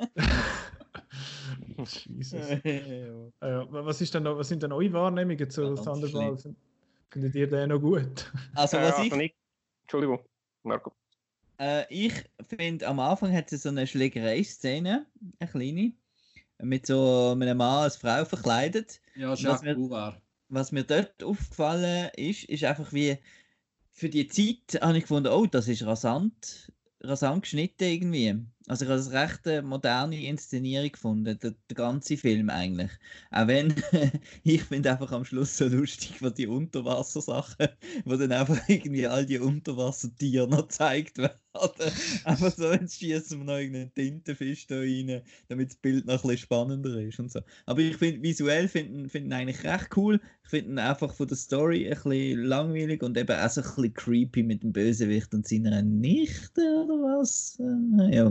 Jesus. Was sind denn eure Wahrnehmungen zu Thunderball? Findet ihr den noch gut? Also Entschuldigung, Marco. Ich finde, am Anfang hat es so eine Schlägerei-Szene, eine kleine, mit so einem Mann als Frau verkleidet. Ja, Jacques Bouvard. Was mir dort aufgefallen ist einfach wie, für die Zeit habe ich gefunden, oh, das ist rasant geschnitten irgendwie. Also ich habe das recht eine moderne Inszenierung gefunden, der ganze Film eigentlich. Auch wenn, ich finde einfach am Schluss so lustig, wo die Unterwassersachen, wo dann einfach irgendwie all die Unterwassertiere noch gezeigt werden. Einfach so, jetzt schießen wir noch irgendeinen Tintenfisch da rein, damit das Bild noch ein bisschen spannender ist und so. Aber ich finde, visuell finden eigentlich recht cool. Ich finde ihn einfach von der Story ein bisschen langweilig und eben auch so ein bisschen creepy mit dem Bösewicht und seiner Nichte oder was. Ja.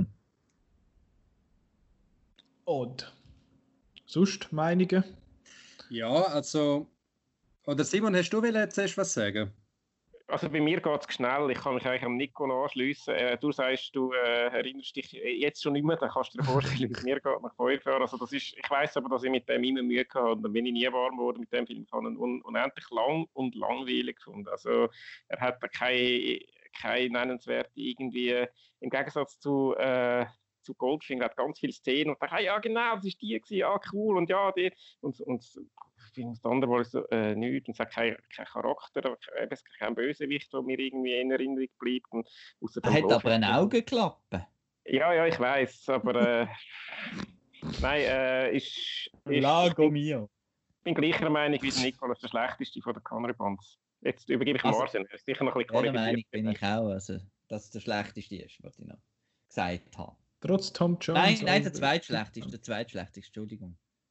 Und sonst Meinungen? Ja, also... Oder Simon, hast du zuerst was sagen? Also bei mir geht es schnell. Ich kann mich eigentlich am Nico anschliessen. Du sagst, du erinnerst dich jetzt schon nicht mehr, dann kannst du dir vorstellen, wie es mir geht nach 5 Jahren. Also ich weiss aber, dass ich mit dem immer Mühe hatte und dann bin ich nie warm geworden mit dem Film. Ich habe ihn unendlich lang und langweilig gefunden. Also er hat keine nennenswerte irgendwie, im Gegensatz zu Goldfinger, hat ganz viele Szenen und dachte, ja genau, das ist die gewesen, ja cool und ja, die und das andere war so nichts und es hat keinen Charakter, es gibt keinen Bösewicht, der mir irgendwie in Erinnerung bleibt. Er hat aber eine Augenklappe. Ja, ich weiß, aber nein, Lago mio. Ich bin gleicher Meinung wie Nicolas, der schlechteste von den Connery Bonds. Jetzt übergebe ich Marcin, er ist sicher noch ein bisschen korrigiert. Meinung bin ich auch, also, dass es der schlechteste ist, was ich noch gesagt habe. Trotz Tom Jones? Nein, der zweitschlechteste, Entschuldigung.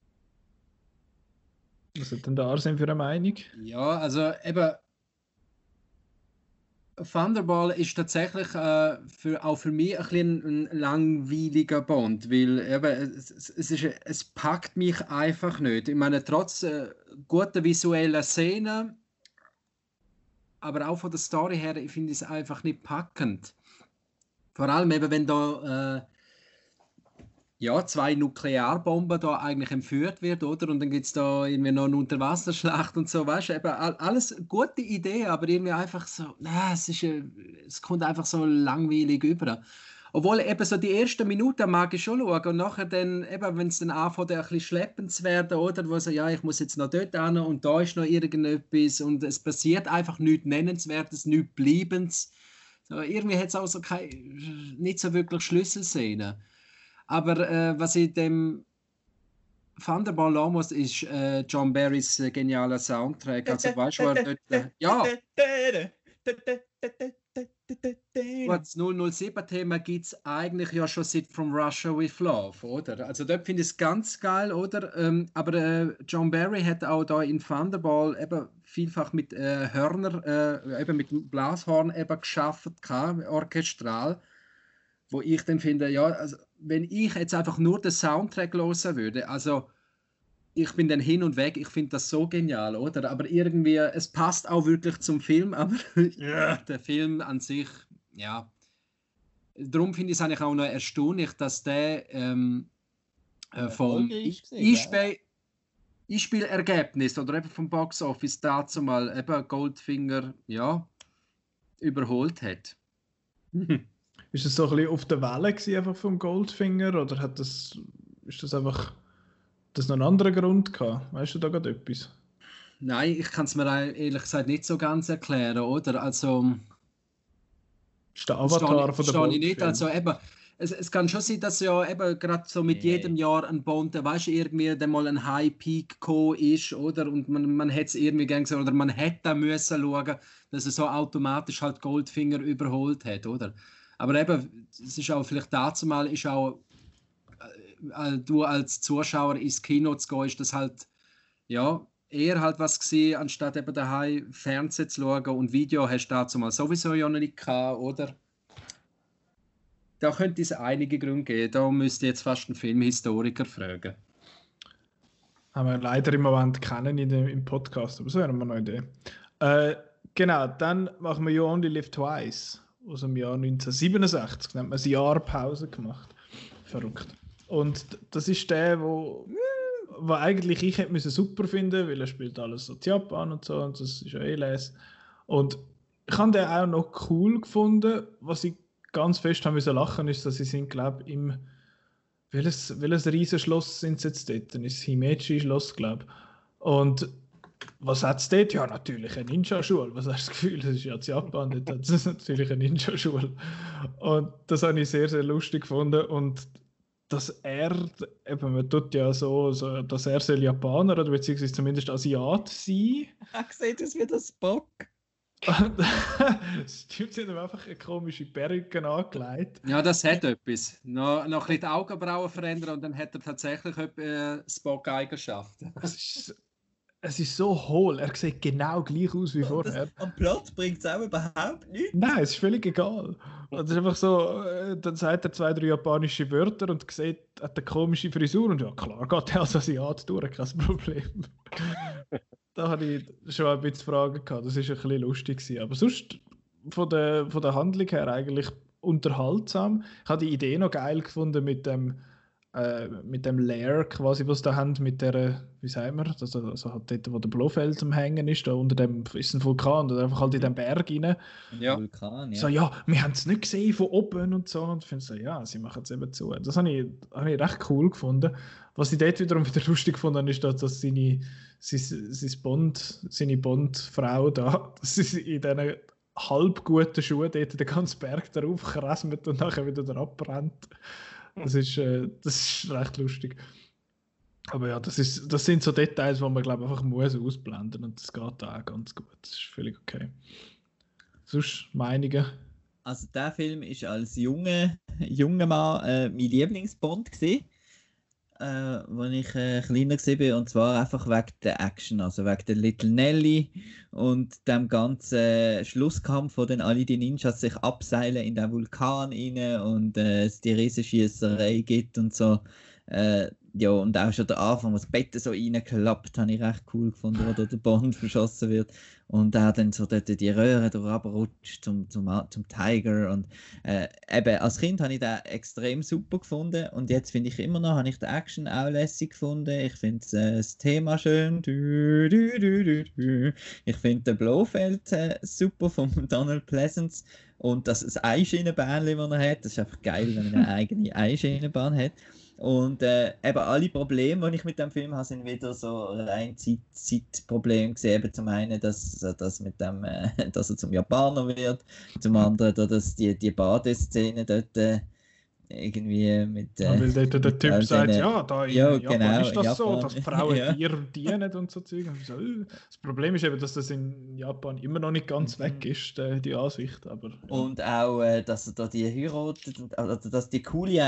Was hat denn da Arsene für eine Meinung? Ja, also eben Thunderball ist tatsächlich auch für mich ein bisschen ein langweiliger Bond, weil eben, es packt mich einfach nicht. Ich meine, trotz guter visueller Szenen, aber auch von der Story her, ich finde es einfach nicht packend. Vor allem eben, wenn da 2 Nuklearbomben da eigentlich entführt wird, oder? Und dann gibt es da irgendwie noch eine Unterwasserschlacht und so, weißt du, eben alles gute Idee, aber irgendwie einfach so, es kommt einfach so langweilig über. Obwohl eben so die ersten Minuten mag ich schon schauen und nachher dann, eben, wenn es dann anfängt, ein bisschen schleppend zu werden, oder? Wo so, ja, ich muss jetzt noch dort hin und da ist noch irgendetwas und es passiert einfach nichts Nennenswertes, nichts Bleibendes. So, irgendwie hat es auch so nicht so wirklich Schlüsselszenen. Aber was ich dem Thunderball Almost ist John Barrys genialer Soundtrack. Also weißt du, wo er dort... ja, das 007-Thema gibt es eigentlich ja schon seit From Russia with Love, oder? Also dort finde ich es ganz geil, oder? Aber John Barry hat auch da in Thunderball eben vielfach mit Hörner, eben mit dem Blashorn eben geschafft, orchestral, wo ich dann finde, ja, also wenn ich jetzt einfach nur den Soundtrack hören würde, also ich bin dann hin und weg, ich finde das so genial, oder? Aber irgendwie, es passt auch wirklich zum Film, aber ja, der Film an sich, ja. Darum finde ich es eigentlich auch noch erstaunlich, dass der vom Einspielergebnis oder eben vom Boxoffice dazu mal eben Goldfinger, ja, überholt hat. Ist es so ein bisschen auf der Welle gewesen, einfach vom Goldfinger, oder ist das einfach noch einen anderen Grund gehabt? Weißt du da gerade etwas? Nein, ich kann es mir ehrlich gesagt nicht so ganz erklären, oder? Also ist der Avatar von der Bond? Ich nicht. Also eben, es kann schon sein, dass ja eben gerade so mit jedem Jahr ein Bond, weißt du, irgendwie dann mal ein High Peak gekommen ist, oder? Und man hätte es irgendwie gern gesehen, oder man hätte müssen schauen, dass er so automatisch halt Goldfinger überholt hat, oder? Aber eben, es ist auch vielleicht dazu mal, ist auch du als Zuschauer ins Kino zu gehen, ist das halt ja eher halt was gewesen, anstatt eben daheim Fernsehen zu schauen, und Video hast du dazu mal sowieso ja noch nicht gehabt, oder? Da könnte es einige Gründe geben. Da müsste jetzt fast einen Filmhistoriker fragen. Haben wir leider im Moment keinen im Podcast, aber so wäre mal eine Idee. Genau, dann machen wir You Only Live Twice aus dem Jahr 1967. Da hat man ein Jahr Pause gemacht. Verrückt. Und das ist der, wo eigentlich ich hätte super finden, weil er spielt alles so in Japan und so, und das ist ja les. Und ich habe den auch noch cool gefunden. Was ich ganz fest haben müssen lachen, ist, dass sie sind, glaube ich, welches Riesenschloss sind sie jetzt dort? Dann ist das Himeji-Schloss, glaube ich. Und was hat es dort? Ja, natürlich eine Ninja-Schule. Was hast du das Gefühl? Das ist ja in Japan, dort hat es natürlich eine Ninja-Schule. Und das habe ich sehr, sehr lustig gefunden. Und dass eben, man tut ja so dass er soll Japaner oder beziehungsweise zumindest Asiat sein. Sieht aus wie das Spock. Stimmt, sie haben einfach eine komische Perücke angelegt. Ja, das hat etwas. Noch ein bisschen die Augenbrauen verändern und dann hat er tatsächlich Spock-Eigenschaften. Es ist so hohl, er sieht genau gleich aus wie vorher. Am Plot bringt es auch überhaupt nichts. Nein, es ist völlig egal. Es ist einfach so, dann sagt er 2, 3 japanische Wörter und sieht, hat eine komische Frisur und ja klar, geht er als Asiat durch, kein Problem. Da hatte ich schon ein bisschen Fragen gehabt, das war ein bisschen lustig gewesen. Aber sonst von der Handlung her eigentlich unterhaltsam. Ich habe die Idee noch geil gefunden mit dem Lair quasi, was da haben, mit der, wie sagen wir, also halt dort, wo der Blofeld am Hängen ist, da unter dem ist ein Vulkan, oder einfach halt in den Berg rein. Ja. Vulkan, ja. So, ja, wir haben es nicht gesehen von oben und so, und ich finde so, ja, sie machen es eben zu. Das habe ich recht cool gefunden. Was ich dort wiederum wieder lustig gefunden ist, dass seine Bond-Frau da, dass sie in diesen halb guten Schuhen dort den ganzen Berg darauf krasmet und nachher wieder da abbrennt. Das ist recht lustig. Aber ja, das sind so Details, die man, glaube ich, einfach muss ausblenden, und das geht da auch ganz gut. Das ist völlig okay. Sonst Meinungen? Also der Film war als junger Mann mein Lieblingsbond gewesen, als ich kleiner war, und zwar einfach wegen der Action, also wegen der Little Nelly und dem ganzen Schlusskampf, wo dann alle die Ninjas sich abseilen in den Vulkan rein und es die Riesenschießerei gibt und so. Ja, und auch schon der Anfang, wo das Bett so reinklappt, habe ich recht cool gefunden, wo der Bond verschossen wird und er dann so dort die Röhre durchrutscht zum Tiger, und eben als Kind habe ich den extrem super gefunden, und jetzt finde ich immer noch, habe ich die Action auch lässig gefunden. Ich finde das Thema schön. Ich finde den Blofeld super von Donald Pleasence, und das Einschienenbahn, das er hat, das ist einfach geil, wenn man eine eigene Einschienenbahn hat. Und eben alle Probleme, die ich mit dem Film habe, sind wieder so rein Zeitprobleme gesehen. Eben zum einen, dass mit dem, dass er zum Japaner wird, zum anderen, dass die Badeszene dort irgendwie mit... weil dort der Typ sagt, ja, da in Japan genau, ist das so, Japan. dass Frauen Ja. Tieren dienen und so Zeug. Und so, Das Problem ist eben, dass das in Japan immer noch nicht ganz weg ist, die Ansicht. Aber, ja. Und auch, dass er da die heiratet, also dass die Coole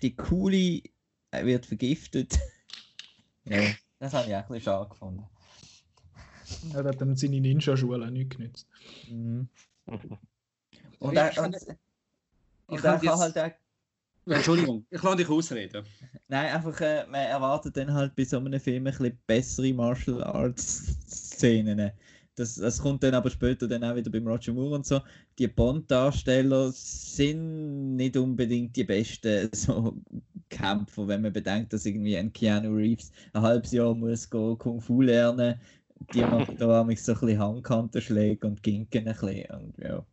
wird vergiftet. Ja, das habe ich auch ein bisschen schade gefunden. Er hat dann seine Ninja-Schule nicht genützt. Mhm. Und Ich er kann kann jetzt- halt auch... Entschuldigung, ich lasse dich ausreden. Nein, einfach, man erwartet dann halt bei so einem Film ein bisschen bessere Martial Arts Szenen. Das kommt dann aber später dann auch wieder beim Roger Moore und so. Die Bond-Darsteller sind nicht unbedingt die besten so Kämpfer, wenn man bedenkt, dass irgendwie ein Keanu Reeves ein halbes Jahr muss gehen, Kung Fu lernen. Die machen da auch so ein bisschen Handkantenschläge und Ginken ein bisschen. Und, ja.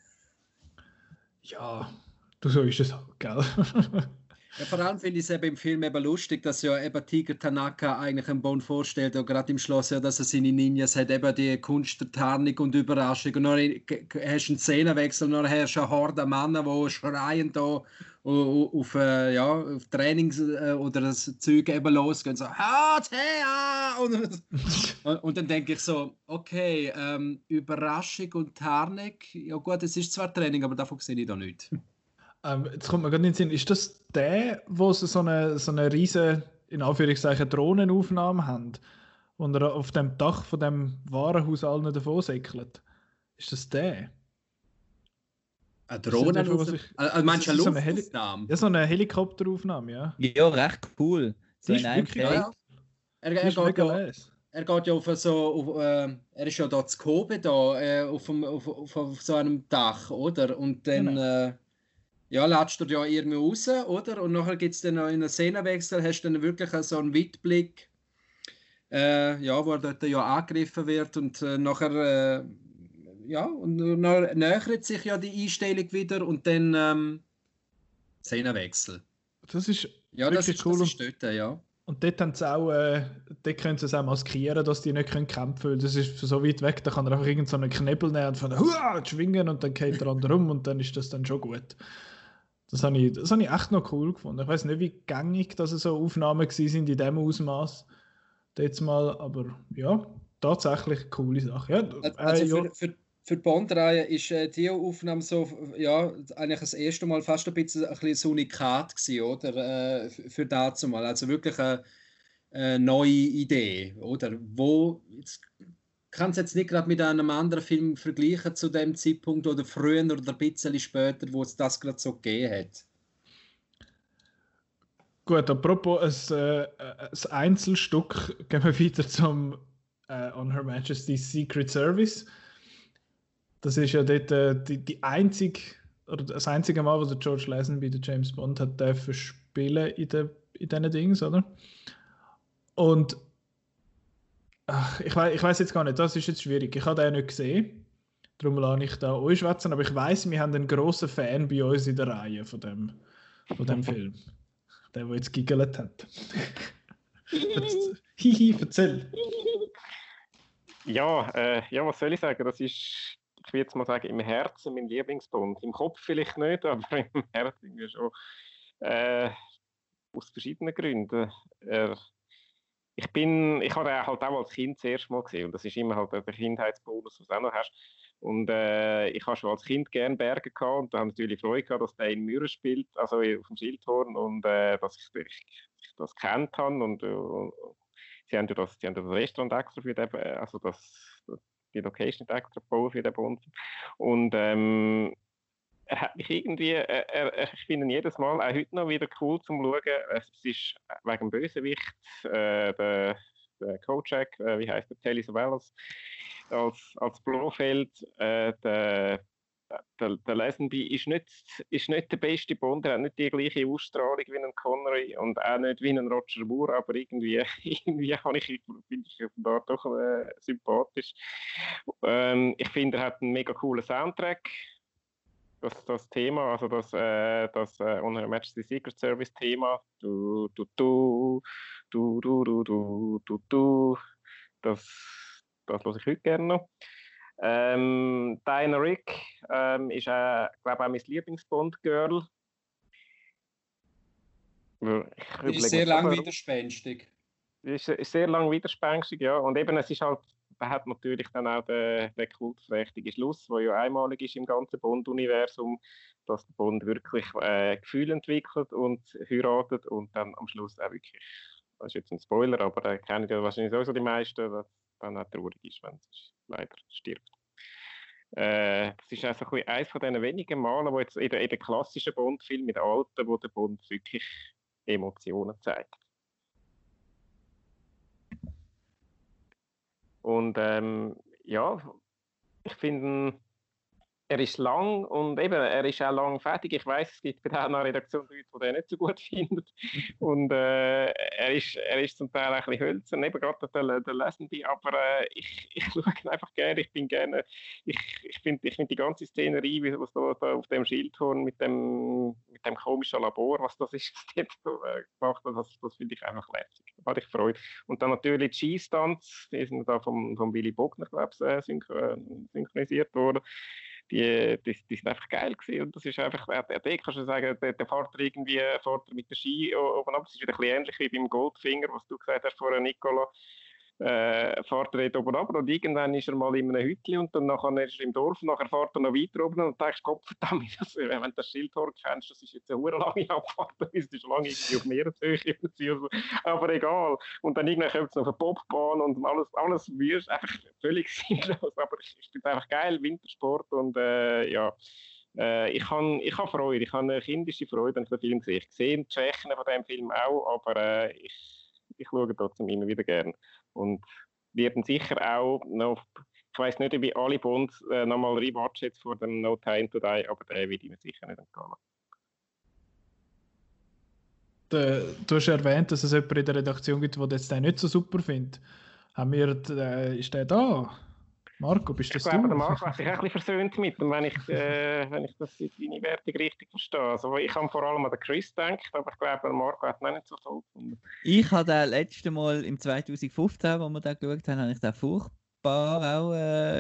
Ja, so ist es auch, gell? Ja, vor allem finde ich es eben im Film eben lustig, dass ja eben Tiger Tanaka eigentlich einen Bond vorstellt, und gerade im Schloss, ja, dass er seine Ninjas hat, eben die Kunst der Tarnung und Überraschung. Und dann hast du einen Szenenwechsel, und dann hast du eine Horde Männer, die schreiend da auf Trainings oder das Zeug eben losgehen, so und dann denke ich so, okay, Überraschung und Tarnung, ja gut, es ist zwar Training, aber davon sehe ich da nicht. Jetzt kommt mir gerade in den Sinn, ist das der, wo sie so eine riesen, in Anführungszeichen, Drohnenaufnahme haben und er auf dem Dach von dem Warenhaus allen davon säckelt? Ist das der? Eine Ist das Drohne? der, was ich- Meinst du eine so eine Luftaufnahme? Ja, so eine Helikopteraufnahme, ja. Ja, recht cool. So Die in ist einem wirklich Take. Ja. Er Die ist geht mega ja, les. er geht ja er ist ja da zu Kobe da, auf so einem Dach, oder? Und dann latscht er ja irgendwie raus, oder? Und nachher gibt es dann noch in einem Szenenwechsel, hast du dann wirklich so einen Weitblick, wo er dort ja angegriffen wird und nachher, und dann nähert sich ja die Einstellung wieder und dann Szenenwechsel. Das ist Ja, das wirklich ist, cool. das ist dort, ja. Und dort haben sie auch, dort können sie es auch maskieren, dass die nicht kämpfen können. Das ist so weit weg, da kann er einfach irgendeinen Knebel nehmen und von der schwingen und dann geht der andere rum und dann ist das dann schon gut. Das habe ich echt noch cool gefunden. Ich weiß nicht, wie gängig das so Aufnahmen sind in dem Ausmaß. Jetzt mal, aber ja, tatsächlich eine coole Sache. Ja, Also für die Bond-Reihe ist die Aufnahme so, ja, eigentlich das erste Mal fast ein bisschen ein Unikat gewesen, oder? Für dazu mal. Also wirklich eine neue Idee, oder? Kann es jetzt nicht gerade mit einem anderen Film vergleichen zu dem Zeitpunkt oder früher oder ein bisschen später, wo es das gerade so gegeben hat. Gut, apropos ein Einzelstück, gehen wir weiter zum On Her Majesty's Secret Service. Das ist ja dort das einzige Mal, wo der George Lazenby den James Bond hat dürfen spielen in diesen Dings, oder? Und ich weiß jetzt gar nicht, das ist jetzt schwierig. Ich habe den nicht gesehen, darum lasse ich da euch schwätzen, aber ich weiß, wir haben einen grossen Fan bei uns in der Reihe von dem Film. Der jetzt giggelt hat. Hihi, erzähl. Ja, was soll ich sagen? Das ist, ich würde jetzt mal sagen, im Herzen mein Lieblingsbond. Im Kopf vielleicht nicht, aber im Herzen irgendwie schon. Aus verschiedenen Gründen. Ich habe den halt auch als Kind das erste Mal gesehen und das ist immer halt der Kindheitsbonus, was du auch noch hast. Und ich habe schon als Kind gerne Berge gehabt und da habe natürlich Freude gehabt, dass der in Mürren spielt, also auf dem Schildhorn und dass ich das kennt habe und sie haben ja das Restaurant extra für den, also die Location extra gebaut für den Bond und er hat mich irgendwie, ich finde ihn jedes Mal auch heute noch wieder cool zum Schauen. Es ist wegen dem Bösewicht, der Kojak, wie heißt der, Telly Savalas, als Blofeld, der Lazenby ist nicht der beste Bond, er hat nicht die gleiche Ausstrahlung wie ein Connery und auch nicht wie ein Roger Moore, aber irgendwie finde ich da doch sympathisch. Ich finde, er hat einen mega coolen Soundtrack. Das Thema, also das On Her Majesty's Secret Service Thema, das höre ich heute gerne noch. Diana Rick ist, glaube ich, auch mein Lieblingsbond-Girl. Die ist sehr lang widerspenstig. Ist sehr lang widerspenstig, ja. Und eben, es ist halt, da hat natürlich dann auch den kultprächtigen Schluss, der ja einmalig ist im ganzen Bond-Universum, dass der Bond wirklich Gefühle entwickelt und heiratet und dann am Schluss auch wirklich, das ist jetzt ein Spoiler, aber kennen ja wahrscheinlich sowieso die meisten, dass dann auch traurig ist, wenn es leider stirbt. Das ist also eines von diesen wenigen Malen, wo jetzt in den klassischen Bond-Filmen, mit den alten, wo der Bond wirklich Emotionen zeigt. Und ja, ich finde, er ist lang und eben, er ist auch lang fertig. Ich weiß, es gibt bei einer Redaktion Leute, die den nicht so gut finden. Und er ist zum Teil ein bisschen hölzern, eben gerade der Lesende, aber ich schaue ihn einfach gerne. Ich finde die ganze Szenerie, was da auf dem Schildhorn mit dem komischen Labor, was das ist, das gemacht hat, das finde ich einfach lässig. Da hatte ich Freude. Und dann natürlich die Skistunts, die sind da vom Willy Bogner, glaube ich, synchronisiert worden. Die sind einfach geil gewesen. Und das ist einfach, der kannst du sagen, der fährt mit der Ski oben ab. Es ist wieder ein bisschen ähnlich wie beim Goldfinger, was du gesagt hast vorher, Nicola. Fährt er dort oben ab und irgendwann ist er mal in einem Hütchen und dann nachher ist er im Dorf und nachher fährt er noch weiter oben und denkst, Gott verdammt, wenn du das Schildhorn kennst, das ist jetzt eine lange Abfahrt, das ist schon lange auf Meereshöhe, aber egal. Und dann irgendwann kommt es noch auf eine Bobbahn und alles wüst, einfach völlig sinnlos, aber ich finde es einfach geil, Wintersport und ja. Ich habe Freude, ich habe eine kindische Freude, wenn ich den Film sehe. Ich sehe die Schwächen von diesem Film auch, aber ich schaue trotzdem immer wieder gerne. Und werden sicher auch noch, ich weiss nicht, ob ich alle Bonds nochmal rewatche jetzt vor dem No Time to Die, aber den will ich mir sicher nicht entgehen. Du hast erwähnt, dass es jemanden in der Redaktion gibt, der das nicht so super findet. Ist der da? Marco, bist das du? Ich glaube, der Marco hat sich auch ein bisschen versöhnt mit ihm, wenn ich das in deine Wertung richtig verstehe. Also, ich habe vor allem an den Chris gedacht, aber ich glaube, der Marco hat ihn nicht so toll gefunden. Ich habe den letzte Mal im 2015, wo wir den geschaut haben, habe ich den furchtbar auch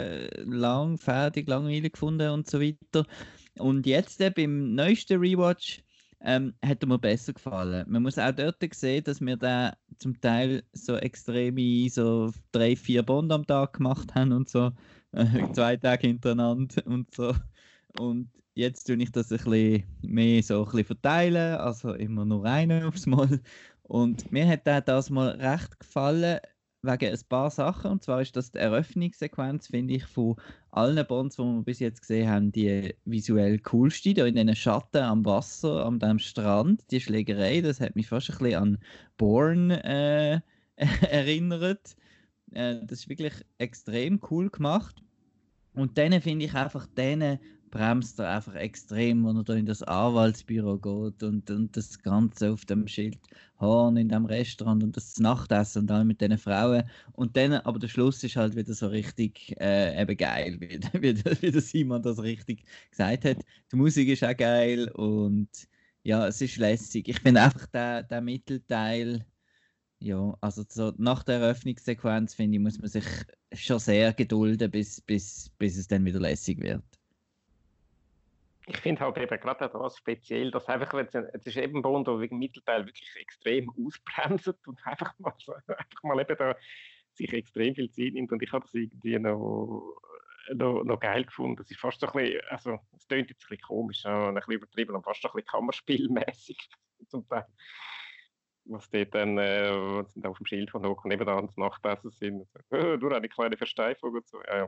langweilig gefunden und so weiter. Und jetzt beim neuesten Rewatch hat er mir besser gefallen. Man muss auch dort sehen, dass wir da zum Teil so extreme, so 3-4 Bond am Tag gemacht haben und so, 2 Tage hintereinander und so. Und jetzt tue ich das ein bisschen mehr so ein bisschen verteilen, also immer nur einen aufs Mal. Und mir hat das mal recht gefallen, wegen ein paar Sachen. Und zwar ist das die Eröffnungssequenz, finde ich, von allen Bonds, die wir bis jetzt gesehen haben, die visuell coolste. Da in diesen Schatten am Wasser, an dem Strand, die Schlägerei, das hat mich fast ein bisschen an Bourne erinnert. Das ist wirklich extrem cool gemacht. Und dann finde ich einfach, bremst er einfach extrem, wenn er da in das Anwaltsbüro geht und das Ganze auf dem Schildhorn in dem Restaurant und das Nachtessen und all mit diesen Frauen. Und dann, aber der Schluss ist halt wieder so richtig eben geil, wie der Simon das richtig gesagt hat. Die Musik ist auch geil und ja, es ist lässig. Ich finde einfach der Mittelteil, ja, also so nach der Eröffnungssequenz, finde ich, muss man sich schon sehr gedulden, bis es dann wieder lässig wird. Ich finde halt eben gerade das speziell, dass einfach, es ist eben Bond, der wegen Mittelteil wirklich extrem ausbremst und einfach mal eben da sich extrem viel Zeit nimmt und ich habe das irgendwie noch geil gefunden. Das ist fast so ein bisschen, also es klingt jetzt ein bisschen komisch, ein bisschen übertrieben und fast so ein bisschen kammerspielmäßig zum Teil. Was die dann auf dem Schild von hoch und eben da ans Nachtessen sind. Du hast eine kleine Versteifung und so. Ja.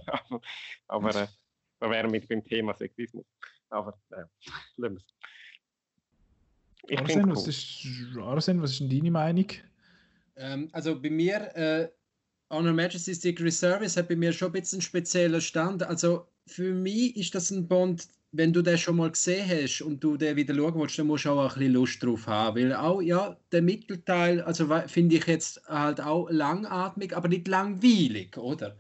Aber da wären wir beim Thema Sexismus. Aber lassen wir es. Arsene, was ist denn deine Meinung? Also bei mir, Honor Majesty's Secret Service hat bei mir schon ein bisschen einen speziellen Stand. Also für mich ist das ein Bond, wenn du den schon mal gesehen hast und du den wieder schauen willst, dann musst du auch ein bisschen Lust drauf haben. Weil auch, ja, der Mittelteil, also finde ich jetzt halt auch langatmig, aber nicht langweilig, oder?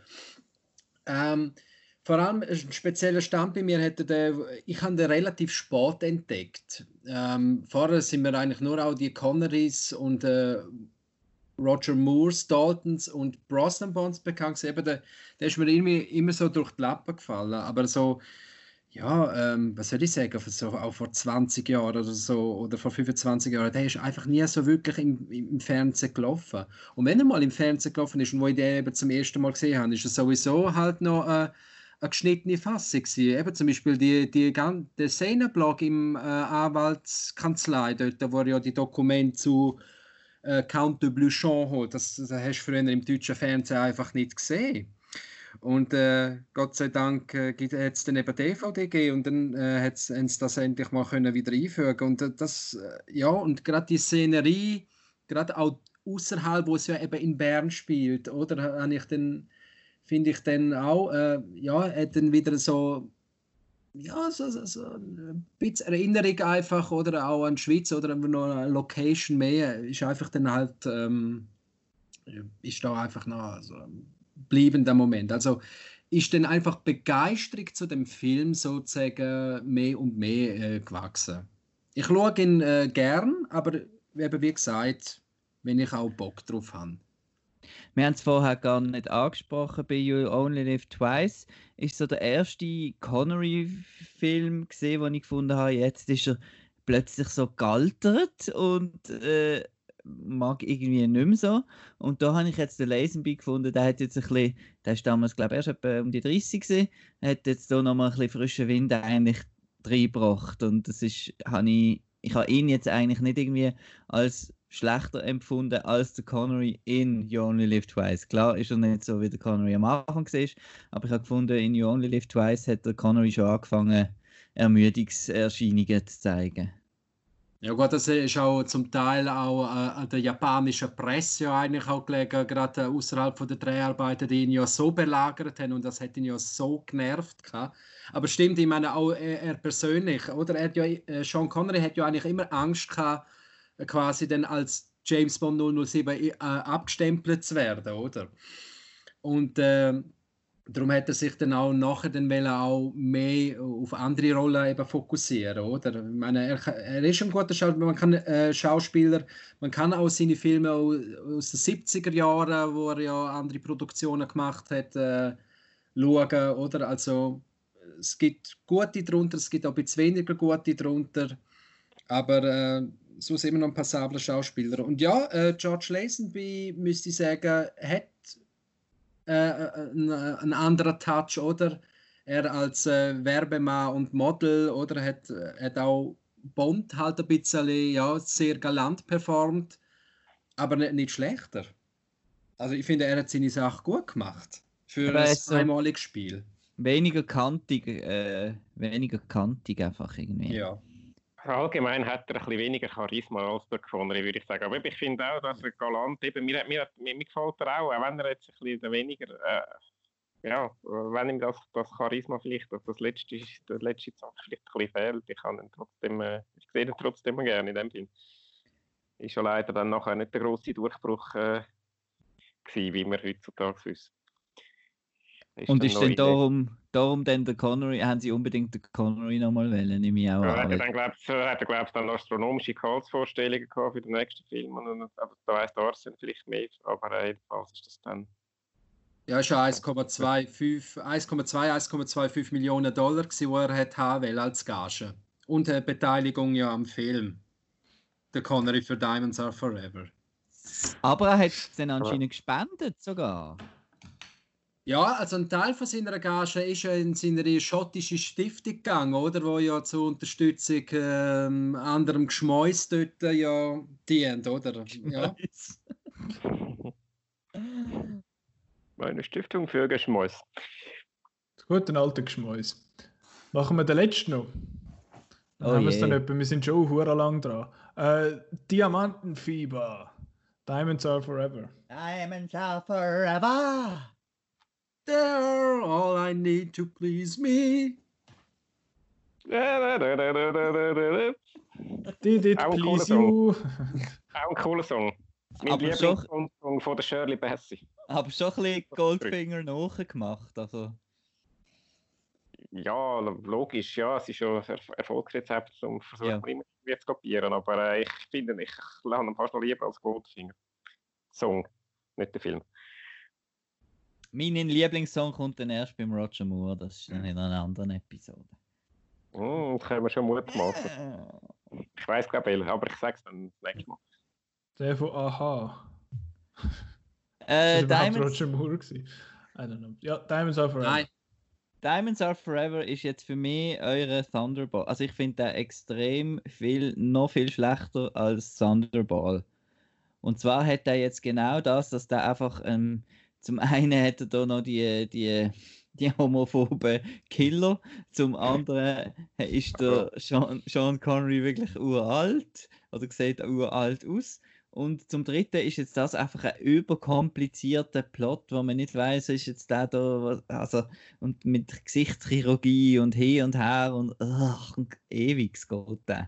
Vor allem ein spezieller Stand bei mir ich habe den relativ spät entdeckt. Vorher sind mir eigentlich nur auch die Connerys und Roger Moores, Daltons und Brosnan Bonds bekannt. Eben der ist mir immer so durch die Lappen gefallen. Aber so, ja, was soll ich sagen, so, auch vor 20 Jahren oder so, oder vor 25 Jahren, der ist einfach nie so wirklich im Fernsehen gelaufen. Und wenn er mal im Fernsehen gelaufen ist und wo ich den eben zum ersten Mal gesehen habe, ist er sowieso halt noch eine geschnittene Fassung gewesen. Eben zum Beispiel der Szenenblog im Anwaltskanzlei, dort, wo er ja die Dokumente zu Count de Bluchon holt, das hast du früher im deutschen Fernsehen einfach nicht gesehen. Und Gott sei Dank hat es dann eben DVD gegeben und dann haben sie das endlich mal können wieder einfügen. Und ja, und gerade die Szenerie, gerade auch außerhalb, wo es ja eben in Bern spielt, oder? Finde ich dann auch, ja, hat dann wieder so, ja, so ein bisschen Erinnerung einfach, oder auch an die Schweiz, oder noch eine Location mehr, ist einfach dann halt, ist da einfach noch also, bleibender Moment. Also ist dann einfach Begeisterung zu dem Film sozusagen mehr und mehr gewachsen. Ich schaue ihn gern, aber eben wie gesagt, wenn ich auch Bock drauf habe. Wir haben es vorher gar nicht angesprochen, bei You Only Live Twice ist so der erste Connery-Film gesehen, den ich gefunden habe. Jetzt ist er plötzlich so gealtert und mag irgendwie nicht mehr so. Und da habe ich jetzt den Lazenby gefunden, der hat jetzt ein bisschen, der ist damals glaube ich erst etwa um die 30 gewesen, hat jetzt da nochmal ein bisschen frischen Wind eigentlich reingebracht und das ist, ich habe ihn jetzt eigentlich nicht irgendwie als schlechter empfunden als der Connery in You Only Live Twice. Klar ist er nicht so, wie der Connery am Anfang war, aber ich habe gefunden, in You Only Live Twice hat der Connery schon angefangen, Ermüdungserscheinungen zu zeigen. Ja gut, das ist auch zum Teil auch an der japanischen Presse ja eigentlich auch gelegen, gerade außerhalb von der Dreharbeiten, die ihn ja so belagert haben und das hat ihn ja so genervt gehabt. Aber stimmt, ich meine auch er persönlich, oder? Sean Connery hat ja eigentlich immer Angst gehabt, quasi dann als James Bond 007 abgestempelt zu werden, oder? Und darum hat er sich dann auch nachher dann auch mehr auf andere Rollen eben fokussieren, oder? Ich meine, er ist ein guter Schauspieler, man kann auch seine Filme aus den 70er Jahren, wo er ja andere Produktionen gemacht hat, schauen, oder? Also es gibt gute drunter, es gibt auch ein bisschen weniger gute drunter, aber sonst immer noch ein passabler Schauspieler. Und ja, George Lazenby, müsste ich sagen, hat ein anderer Touch, oder? Er als Werbemann und Model, oder? Hat auch Bond halt ein bisschen ja, sehr galant performt, aber nicht schlechter. Also ich finde, er hat seine Sache gut gemacht für ein einmaliges Spiel. Weniger kantig einfach irgendwie. Ja. Allgemein hat er ein bisschen weniger Charisma als der Connery, würde ich sagen. Aber ich finde auch, dass er galant eben, mir gefällt er auch wenn er jetzt ein bisschen weniger, ja, wenn ihm das Charisma vielleicht, das letzte Satz vielleicht ein bisschen fehlt, ich sehe ihn trotzdem gerne in dem Film. Ist ja leider dann nachher nicht der grosse Durchbruch gewesen, wie wir heutzutage wissen. Und ist denn darum denn der Connery, haben sie unbedingt den Connery nochmal wählen, nehme ich auch an. Hat er glaube ich dann astronomische Gehaltsvorstellungen gehabt für den nächsten Film, aber da weiss der Arsene vielleicht mehr, aber jedenfalls ist das dann... Ja, es war 1,25 Millionen $, die er hat haben als Gage. Und eine Beteiligung ja am Film. Der Connery für Diamonds Are Forever. Aber er hat es dann anscheinend gespendet sogar. Ja, also ein Teil von seiner Gage ist ja in seine schottische Stiftung gegangen, oder? Wo ja zur Unterstützung anderem Geschmäus dort ja dient, oder? Ja. Meine Stiftung für Geschmäus. Gut, ein alter Geschmäus. Machen wir den letzten noch. Dann haben wir es dann etwa. Wir sind schon hure lang dran. Diamantenfieber. Diamonds Are Forever. Diamonds Are Forever. They're all I need to please me. Did it please you? Auch ein cooler Song. Mein Lieblingssong von der Shirley Bassey. Aber schon ein bisschen Goldfinger nachgemacht, also. Ja, logisch, ja, es ist schon ein Erfolgsrezept, um versuchen immer zu kopieren, aber ich finde, ich lerne ihn fast noch lieber als Goldfinger. Song, nicht der Film. Mein Lieblingssong kommt dann erst beim Roger Moore, das ist dann in einer anderen Episode. Das können wir schon Mut machen. Ich weiß glaube ich, aber ich sage es dann das nächste Mal. Der von Aha. Ist das überhaupt Roger Moore gewesen? I don't know. Ja, Diamonds Are Forever. Nein. Diamonds Are Forever ist jetzt für mich eure Thunderball. Also ich finde den extrem noch viel schlechter als Thunderball. Und zwar hat er jetzt genau das, dass der einfach zum einen hat er da noch die homophoben Killer, zum anderen ist der Sean Connery wirklich uralt oder sieht uralt aus. Und zum dritten ist jetzt das einfach ein überkomplizierter Plot, wo man nicht weiß, ist jetzt der da, also und mit Gesichtschirurgie und hin und her und ewig geht der.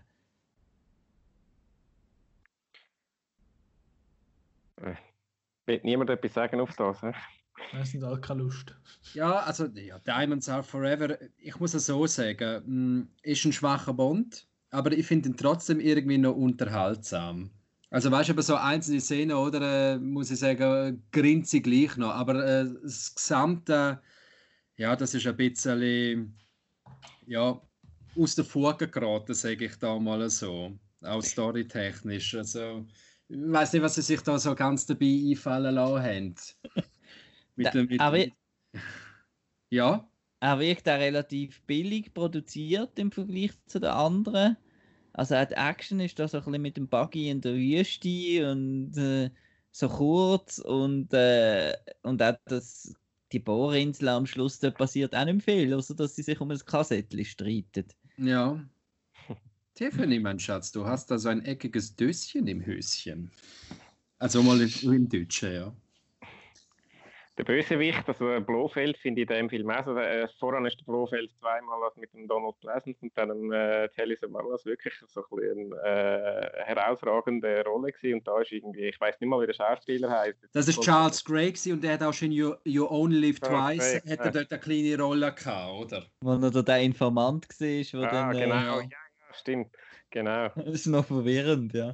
Wird niemand etwas sagen auf das? Das sind alle keine Lust. Ja, also Diamonds Are Forever, ich muss es so sagen, ist ein schwacher Bond, aber ich finde ihn trotzdem irgendwie noch unterhaltsam. Also weißt du, aber so einzelne Szenen, oder muss ich sagen, grinse gleich noch, aber das Gesamte, ja, das ist ein bisschen aus der Fuge geraten, sage ich da mal so, auch storytechnisch. Also ich weiß nicht, was sie sich da so ganz dabei einfallen lassen haben. Ja. Er wirkt auch relativ billig produziert im Vergleich zu den anderen. Also die Action ist da so ein bisschen mit dem Buggy in der Wüste und so kurz und auch die Bohrinsel am Schluss, da passiert auch nicht viel, außer dass sie sich um ein Kassettchen streiten. Ja. Tiffany, mein Schatz, du hast da so ein eckiges Döschen im Höschen. Also mal im Deutschen, ja. Der Bösewicht, also Blofeld, finde ich in dem Film auch so. Voran ist der Blofeld zweimal mit dem Donald Pleasence und dann Telly Savalas wirklich so ein eine herausragende Rolle gewesen. Und da ist irgendwie, ich weiß nicht mal, wie der Schauspieler heißt. Das ist Charles Gray gewesen, und der hat auch schon You Only Live Twice, hat er dort eine kleine Rolle gehabt, oder? Wo er der Informant war, wo dann... Genau, ja, stimmt, genau. Das ist noch verwirrend, ja.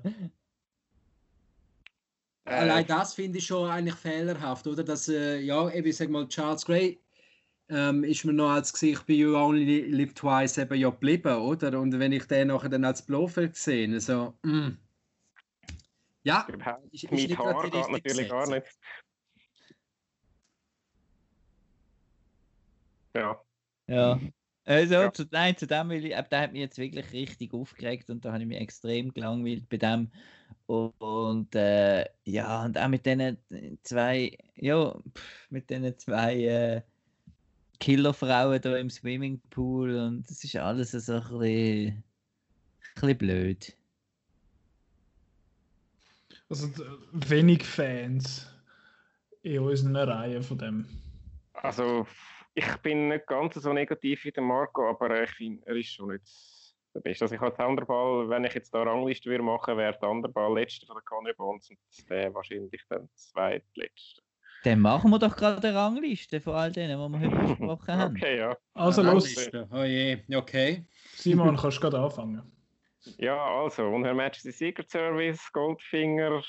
Allein das finde ich schon eigentlich fehlerhaft, oder? Dass, ich sag mal, Charles Gray ist mir noch als Gesicht bei You Only Live Twice eben ja geblieben, oder? Und wenn ich den nachher dann als Blofeld sehe, so, ja, ist nicht Haar geht natürlich gar nicht. Ja. Also, zu dem will ich, der hat mich jetzt wirklich richtig aufgeregt und da habe ich mich extrem gelangweilt bei dem. Und und auch mit diesen zwei, Killerfrauen da im Swimmingpool und das ist alles so ein bisschen blöd. Also wenig Fans in unserer Reihe von dem. Also ich bin nicht ganz so negativ wie der Marco, aber ich finde, er ist schon nicht der Beste. Also ich habe Thunderball, wenn ich jetzt da Rangliste würde machen, wäre Thunderball letzter von der Connery Bonds und der wahrscheinlich dann zweitletzter. Dann machen wir doch gerade eine Rangliste von all denen, die wir heute besprochen haben. Okay, ja. Also los. Oh je, okay. Simon, kannst du gerade anfangen. Ja, also, On Her Majesty's Secret Service, Goldfinger,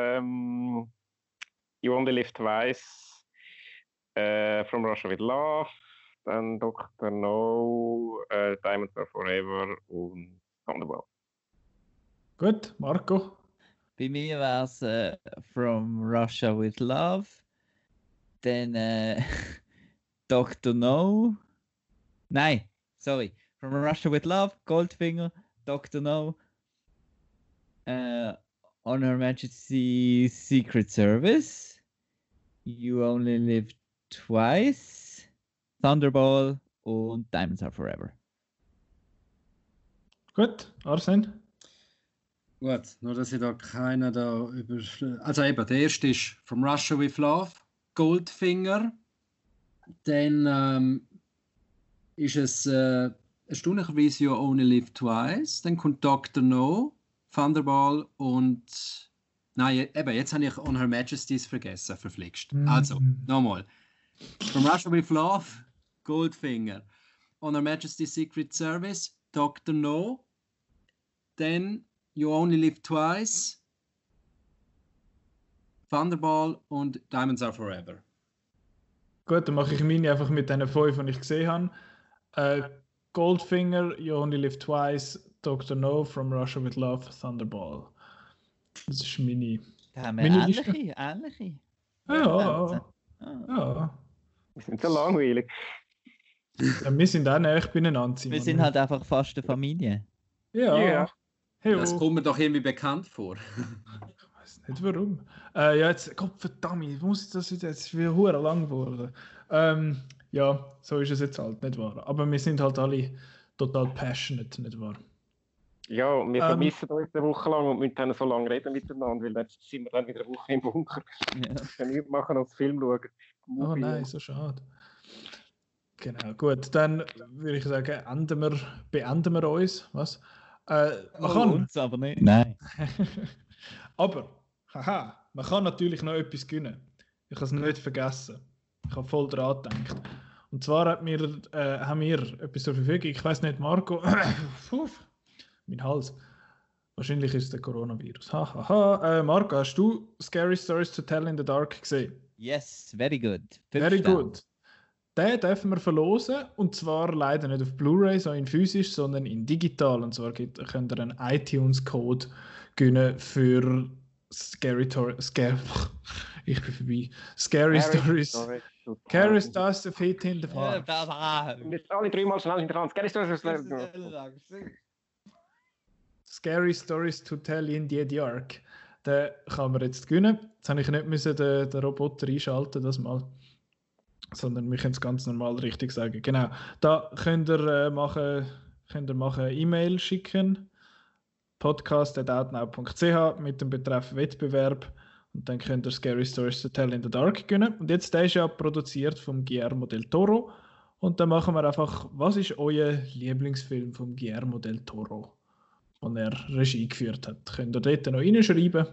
You Only Live Twice, From Russia with Love, dann Dr. No, Diamonds Are Forever und Thunderball. Gut, Marco? Bei mir wäre es From Russia with Love, dann Dr. No, nein, sorry, From Russia with Love, Goldfinger, Dr. No, On Her Majesty's Secret Service, You Only Live Twice, Thunderball und Diamonds Are Forever. Gut, Arsene? Gut, nur dass ich da keiner da über... Also eben, der erste ist From Russia with Love, Goldfinger. Dann ist es erstaunlicherweise You Only Live Twice. Dann kommt Dr. No, Thunderball und... Nein, eben, jetzt habe ich On Her Majesty's vergessen, verflixt. Also, nochmal. From Russia with Love, Goldfinger. On Her Majesty's Secret Service, Dr. No. Dann You Only Live Twice, Thunderball und Diamonds Are Forever. Gut, dann mache ich meine einfach mit den 5, die ich gesehen habe. Goldfinger, You Only Live Twice, Dr. No, From Russia with Love, Thunderball. Das ist meine. Da haben wir ähnliche. Ja. Wir sind so langweilig. Ja, wir sind auch näher beieinander. Wir sind halt einfach fast eine Familie. Ja. Hey, das kommt mir doch irgendwie bekannt vor. Ich weiß nicht warum. Ja, jetzt, Gott verdammt, muss das jetzt ist wieder hure lang geworden. Ja, so ist es jetzt halt, nicht wahr? Aber wir sind halt alle total passionate, nicht wahr? Ja, wir vermissen uns eine Woche lang und müssen dann so lange reden miteinander, weil jetzt sind wir dann wieder eine Woche im Bunker. Ja. Wir können nichts machen als Film schauen. Oh nein, so schade. Genau, gut, dann würde ich sagen, beenden wir uns. Was? Man kann uns aber nicht. Nein. Aber, man kann natürlich noch etwas gewinnen. Ich habe es nicht vergessen. Ich habe voll dran gedacht. Und zwar haben wir etwas zur Verfügung. Ich weiß nicht, Marco. Mein Hals. Wahrscheinlich ist es der Coronavirus. Marco, hast du Scary Stories to Tell in the Dark gesehen? Yes, very good. Very good. Den dürfen wir verlosen. Und zwar leider nicht auf Blu-ray, so in physisch, sondern in digital. Und zwar könnt ihr einen iTunes-Code gewinnen für Scary Stories to Fit in the Park. Mit alle 3 Mal schnell hinterher. Scary Stories to Tell in the Dark. Den kann man jetzt gewinnen. Jetzt habe ich nicht den Roboter einschalten, das mal. Sondern wir können es ganz normal richtig sagen. Genau. Da könnt ihr machen, E-Mail schicken. podcast@outnow.ch mit dem Betreff Wettbewerb. Und dann könnt ihr Scary Stories to Tell in the Dark gewinnen. Und jetzt, der ist ja produziert von Guillermo del Toro. Und dann machen wir einfach, was ist euer Lieblingsfilm von Guillermo del Toro, den er Regie geführt hat? Könnt ihr dort noch reinschreiben.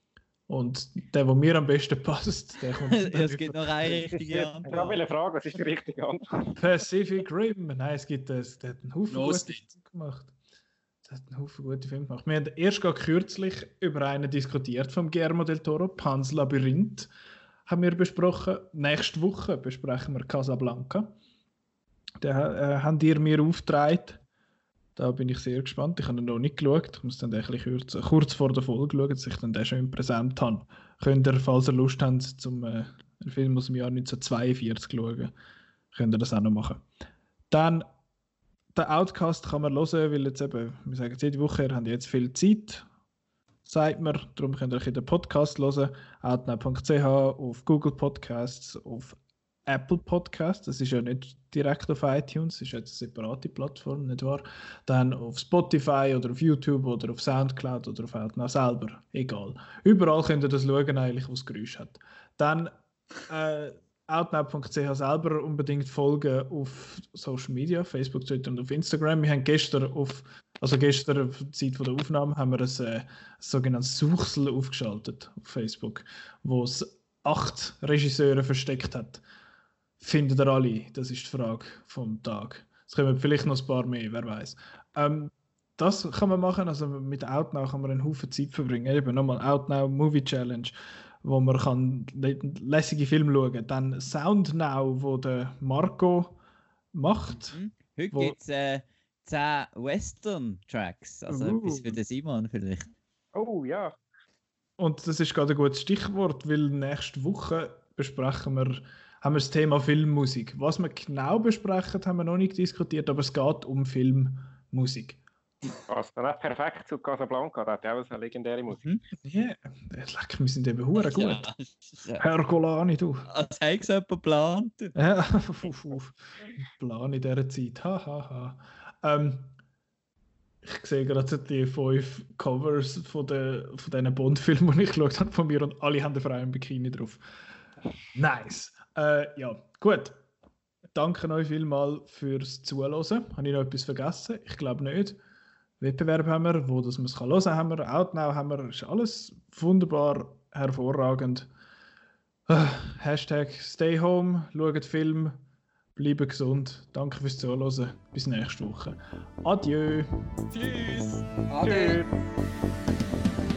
Und der mir am besten passt, der kommt. Es gibt noch eine richtige Antwort. Ich wollte fragen, was ist die richtige Antwort? Pacific Rim. Nein, der hat einen Haufen gute Filme gemacht. Der hat einen Haufen gute Filme gemacht. Wir haben erst kürzlich über einen diskutiert vom Guillermo del Toro, Pan's Labyrinth, haben wir besprochen. Nächste Woche besprechen wir Casablanca. Den habt ihr mir aufgetragen. Da bin ich sehr gespannt. Ich habe ihn noch nicht geschaut. Ich muss dann ein bisschen kurz vor der Folge schauen, dass ich dann den schon präsent habe. Könnt ihr, falls ihr Lust habt, einen Film aus dem Jahr 1942 zu schauen, könnt ihr das auch noch machen. Dann, den Outcast kann man hören, weil jetzt eben, wir sagen jede Woche, ihr habt jetzt viel Zeit, sagt man. Darum könnt ihr euch den Podcast hören. outnow.ch, auf Google Podcasts, auf Apple Podcast, das ist ja nicht direkt auf iTunes, das ist jetzt eine separate Plattform, nicht wahr? Dann auf Spotify oder auf YouTube oder auf Soundcloud oder auf Outnow selber, egal. Überall könnt ihr das schauen, eigentlich, wo es Geräusch hat. Dann outnow.ch selber unbedingt folgen auf Social Media, Facebook, Twitter und auf Instagram. Wir haben gestern auf der Zeit der Aufnahme, haben wir ein sogenanntes Suchsel aufgeschaltet auf Facebook, wo es 8 Regisseure versteckt hat. Findet ihr alle? Das ist die Frage vom Tag. Es kommen vielleicht noch ein paar mehr, wer weiß. Das kann man machen, also mit Outnow kann man einen Haufen Zeit verbringen. Eben nochmal Outnow Movie Challenge, wo man kann lässige Filme schauen kann. Dann Soundnow, wo der Marco macht. Heute gibt es 10 Western-Tracks, also etwas für den Simon vielleicht. Oh ja. Und das ist gerade ein gutes Stichwort, weil nächste Woche haben wir das Thema Filmmusik. Was wir genau besprechen, haben wir noch nicht diskutiert, aber es geht um Filmmusik. Was dann auch perfekt zu Casablanca, da hat ja auch eine legendäre Musik. Ja, lecker, wir sind eben hure gut. Ja. Herculani, du. Als hätte es jemand geplant. Ja, Plan in dieser Zeit. Ich sehe gerade die 5 Covers von diesen Bond-Filmen, die ich geschaut habe von mir, und alle haben eine Frau im Bikini drauf. Nice. Ja, gut. Danke euch vielmals fürs Zuhören. Habe ich noch etwas vergessen? Ich glaube nicht. Wettbewerb haben wir, wo das man es hören kann, haben wir. Outnow haben wir. Ist alles wunderbar, hervorragend. Hashtag Stay Home, schaut Film, bleibt gesund. Danke fürs Zuhören. Bis nächste Woche. Adieu. Tschüss. Ade. Tschüss.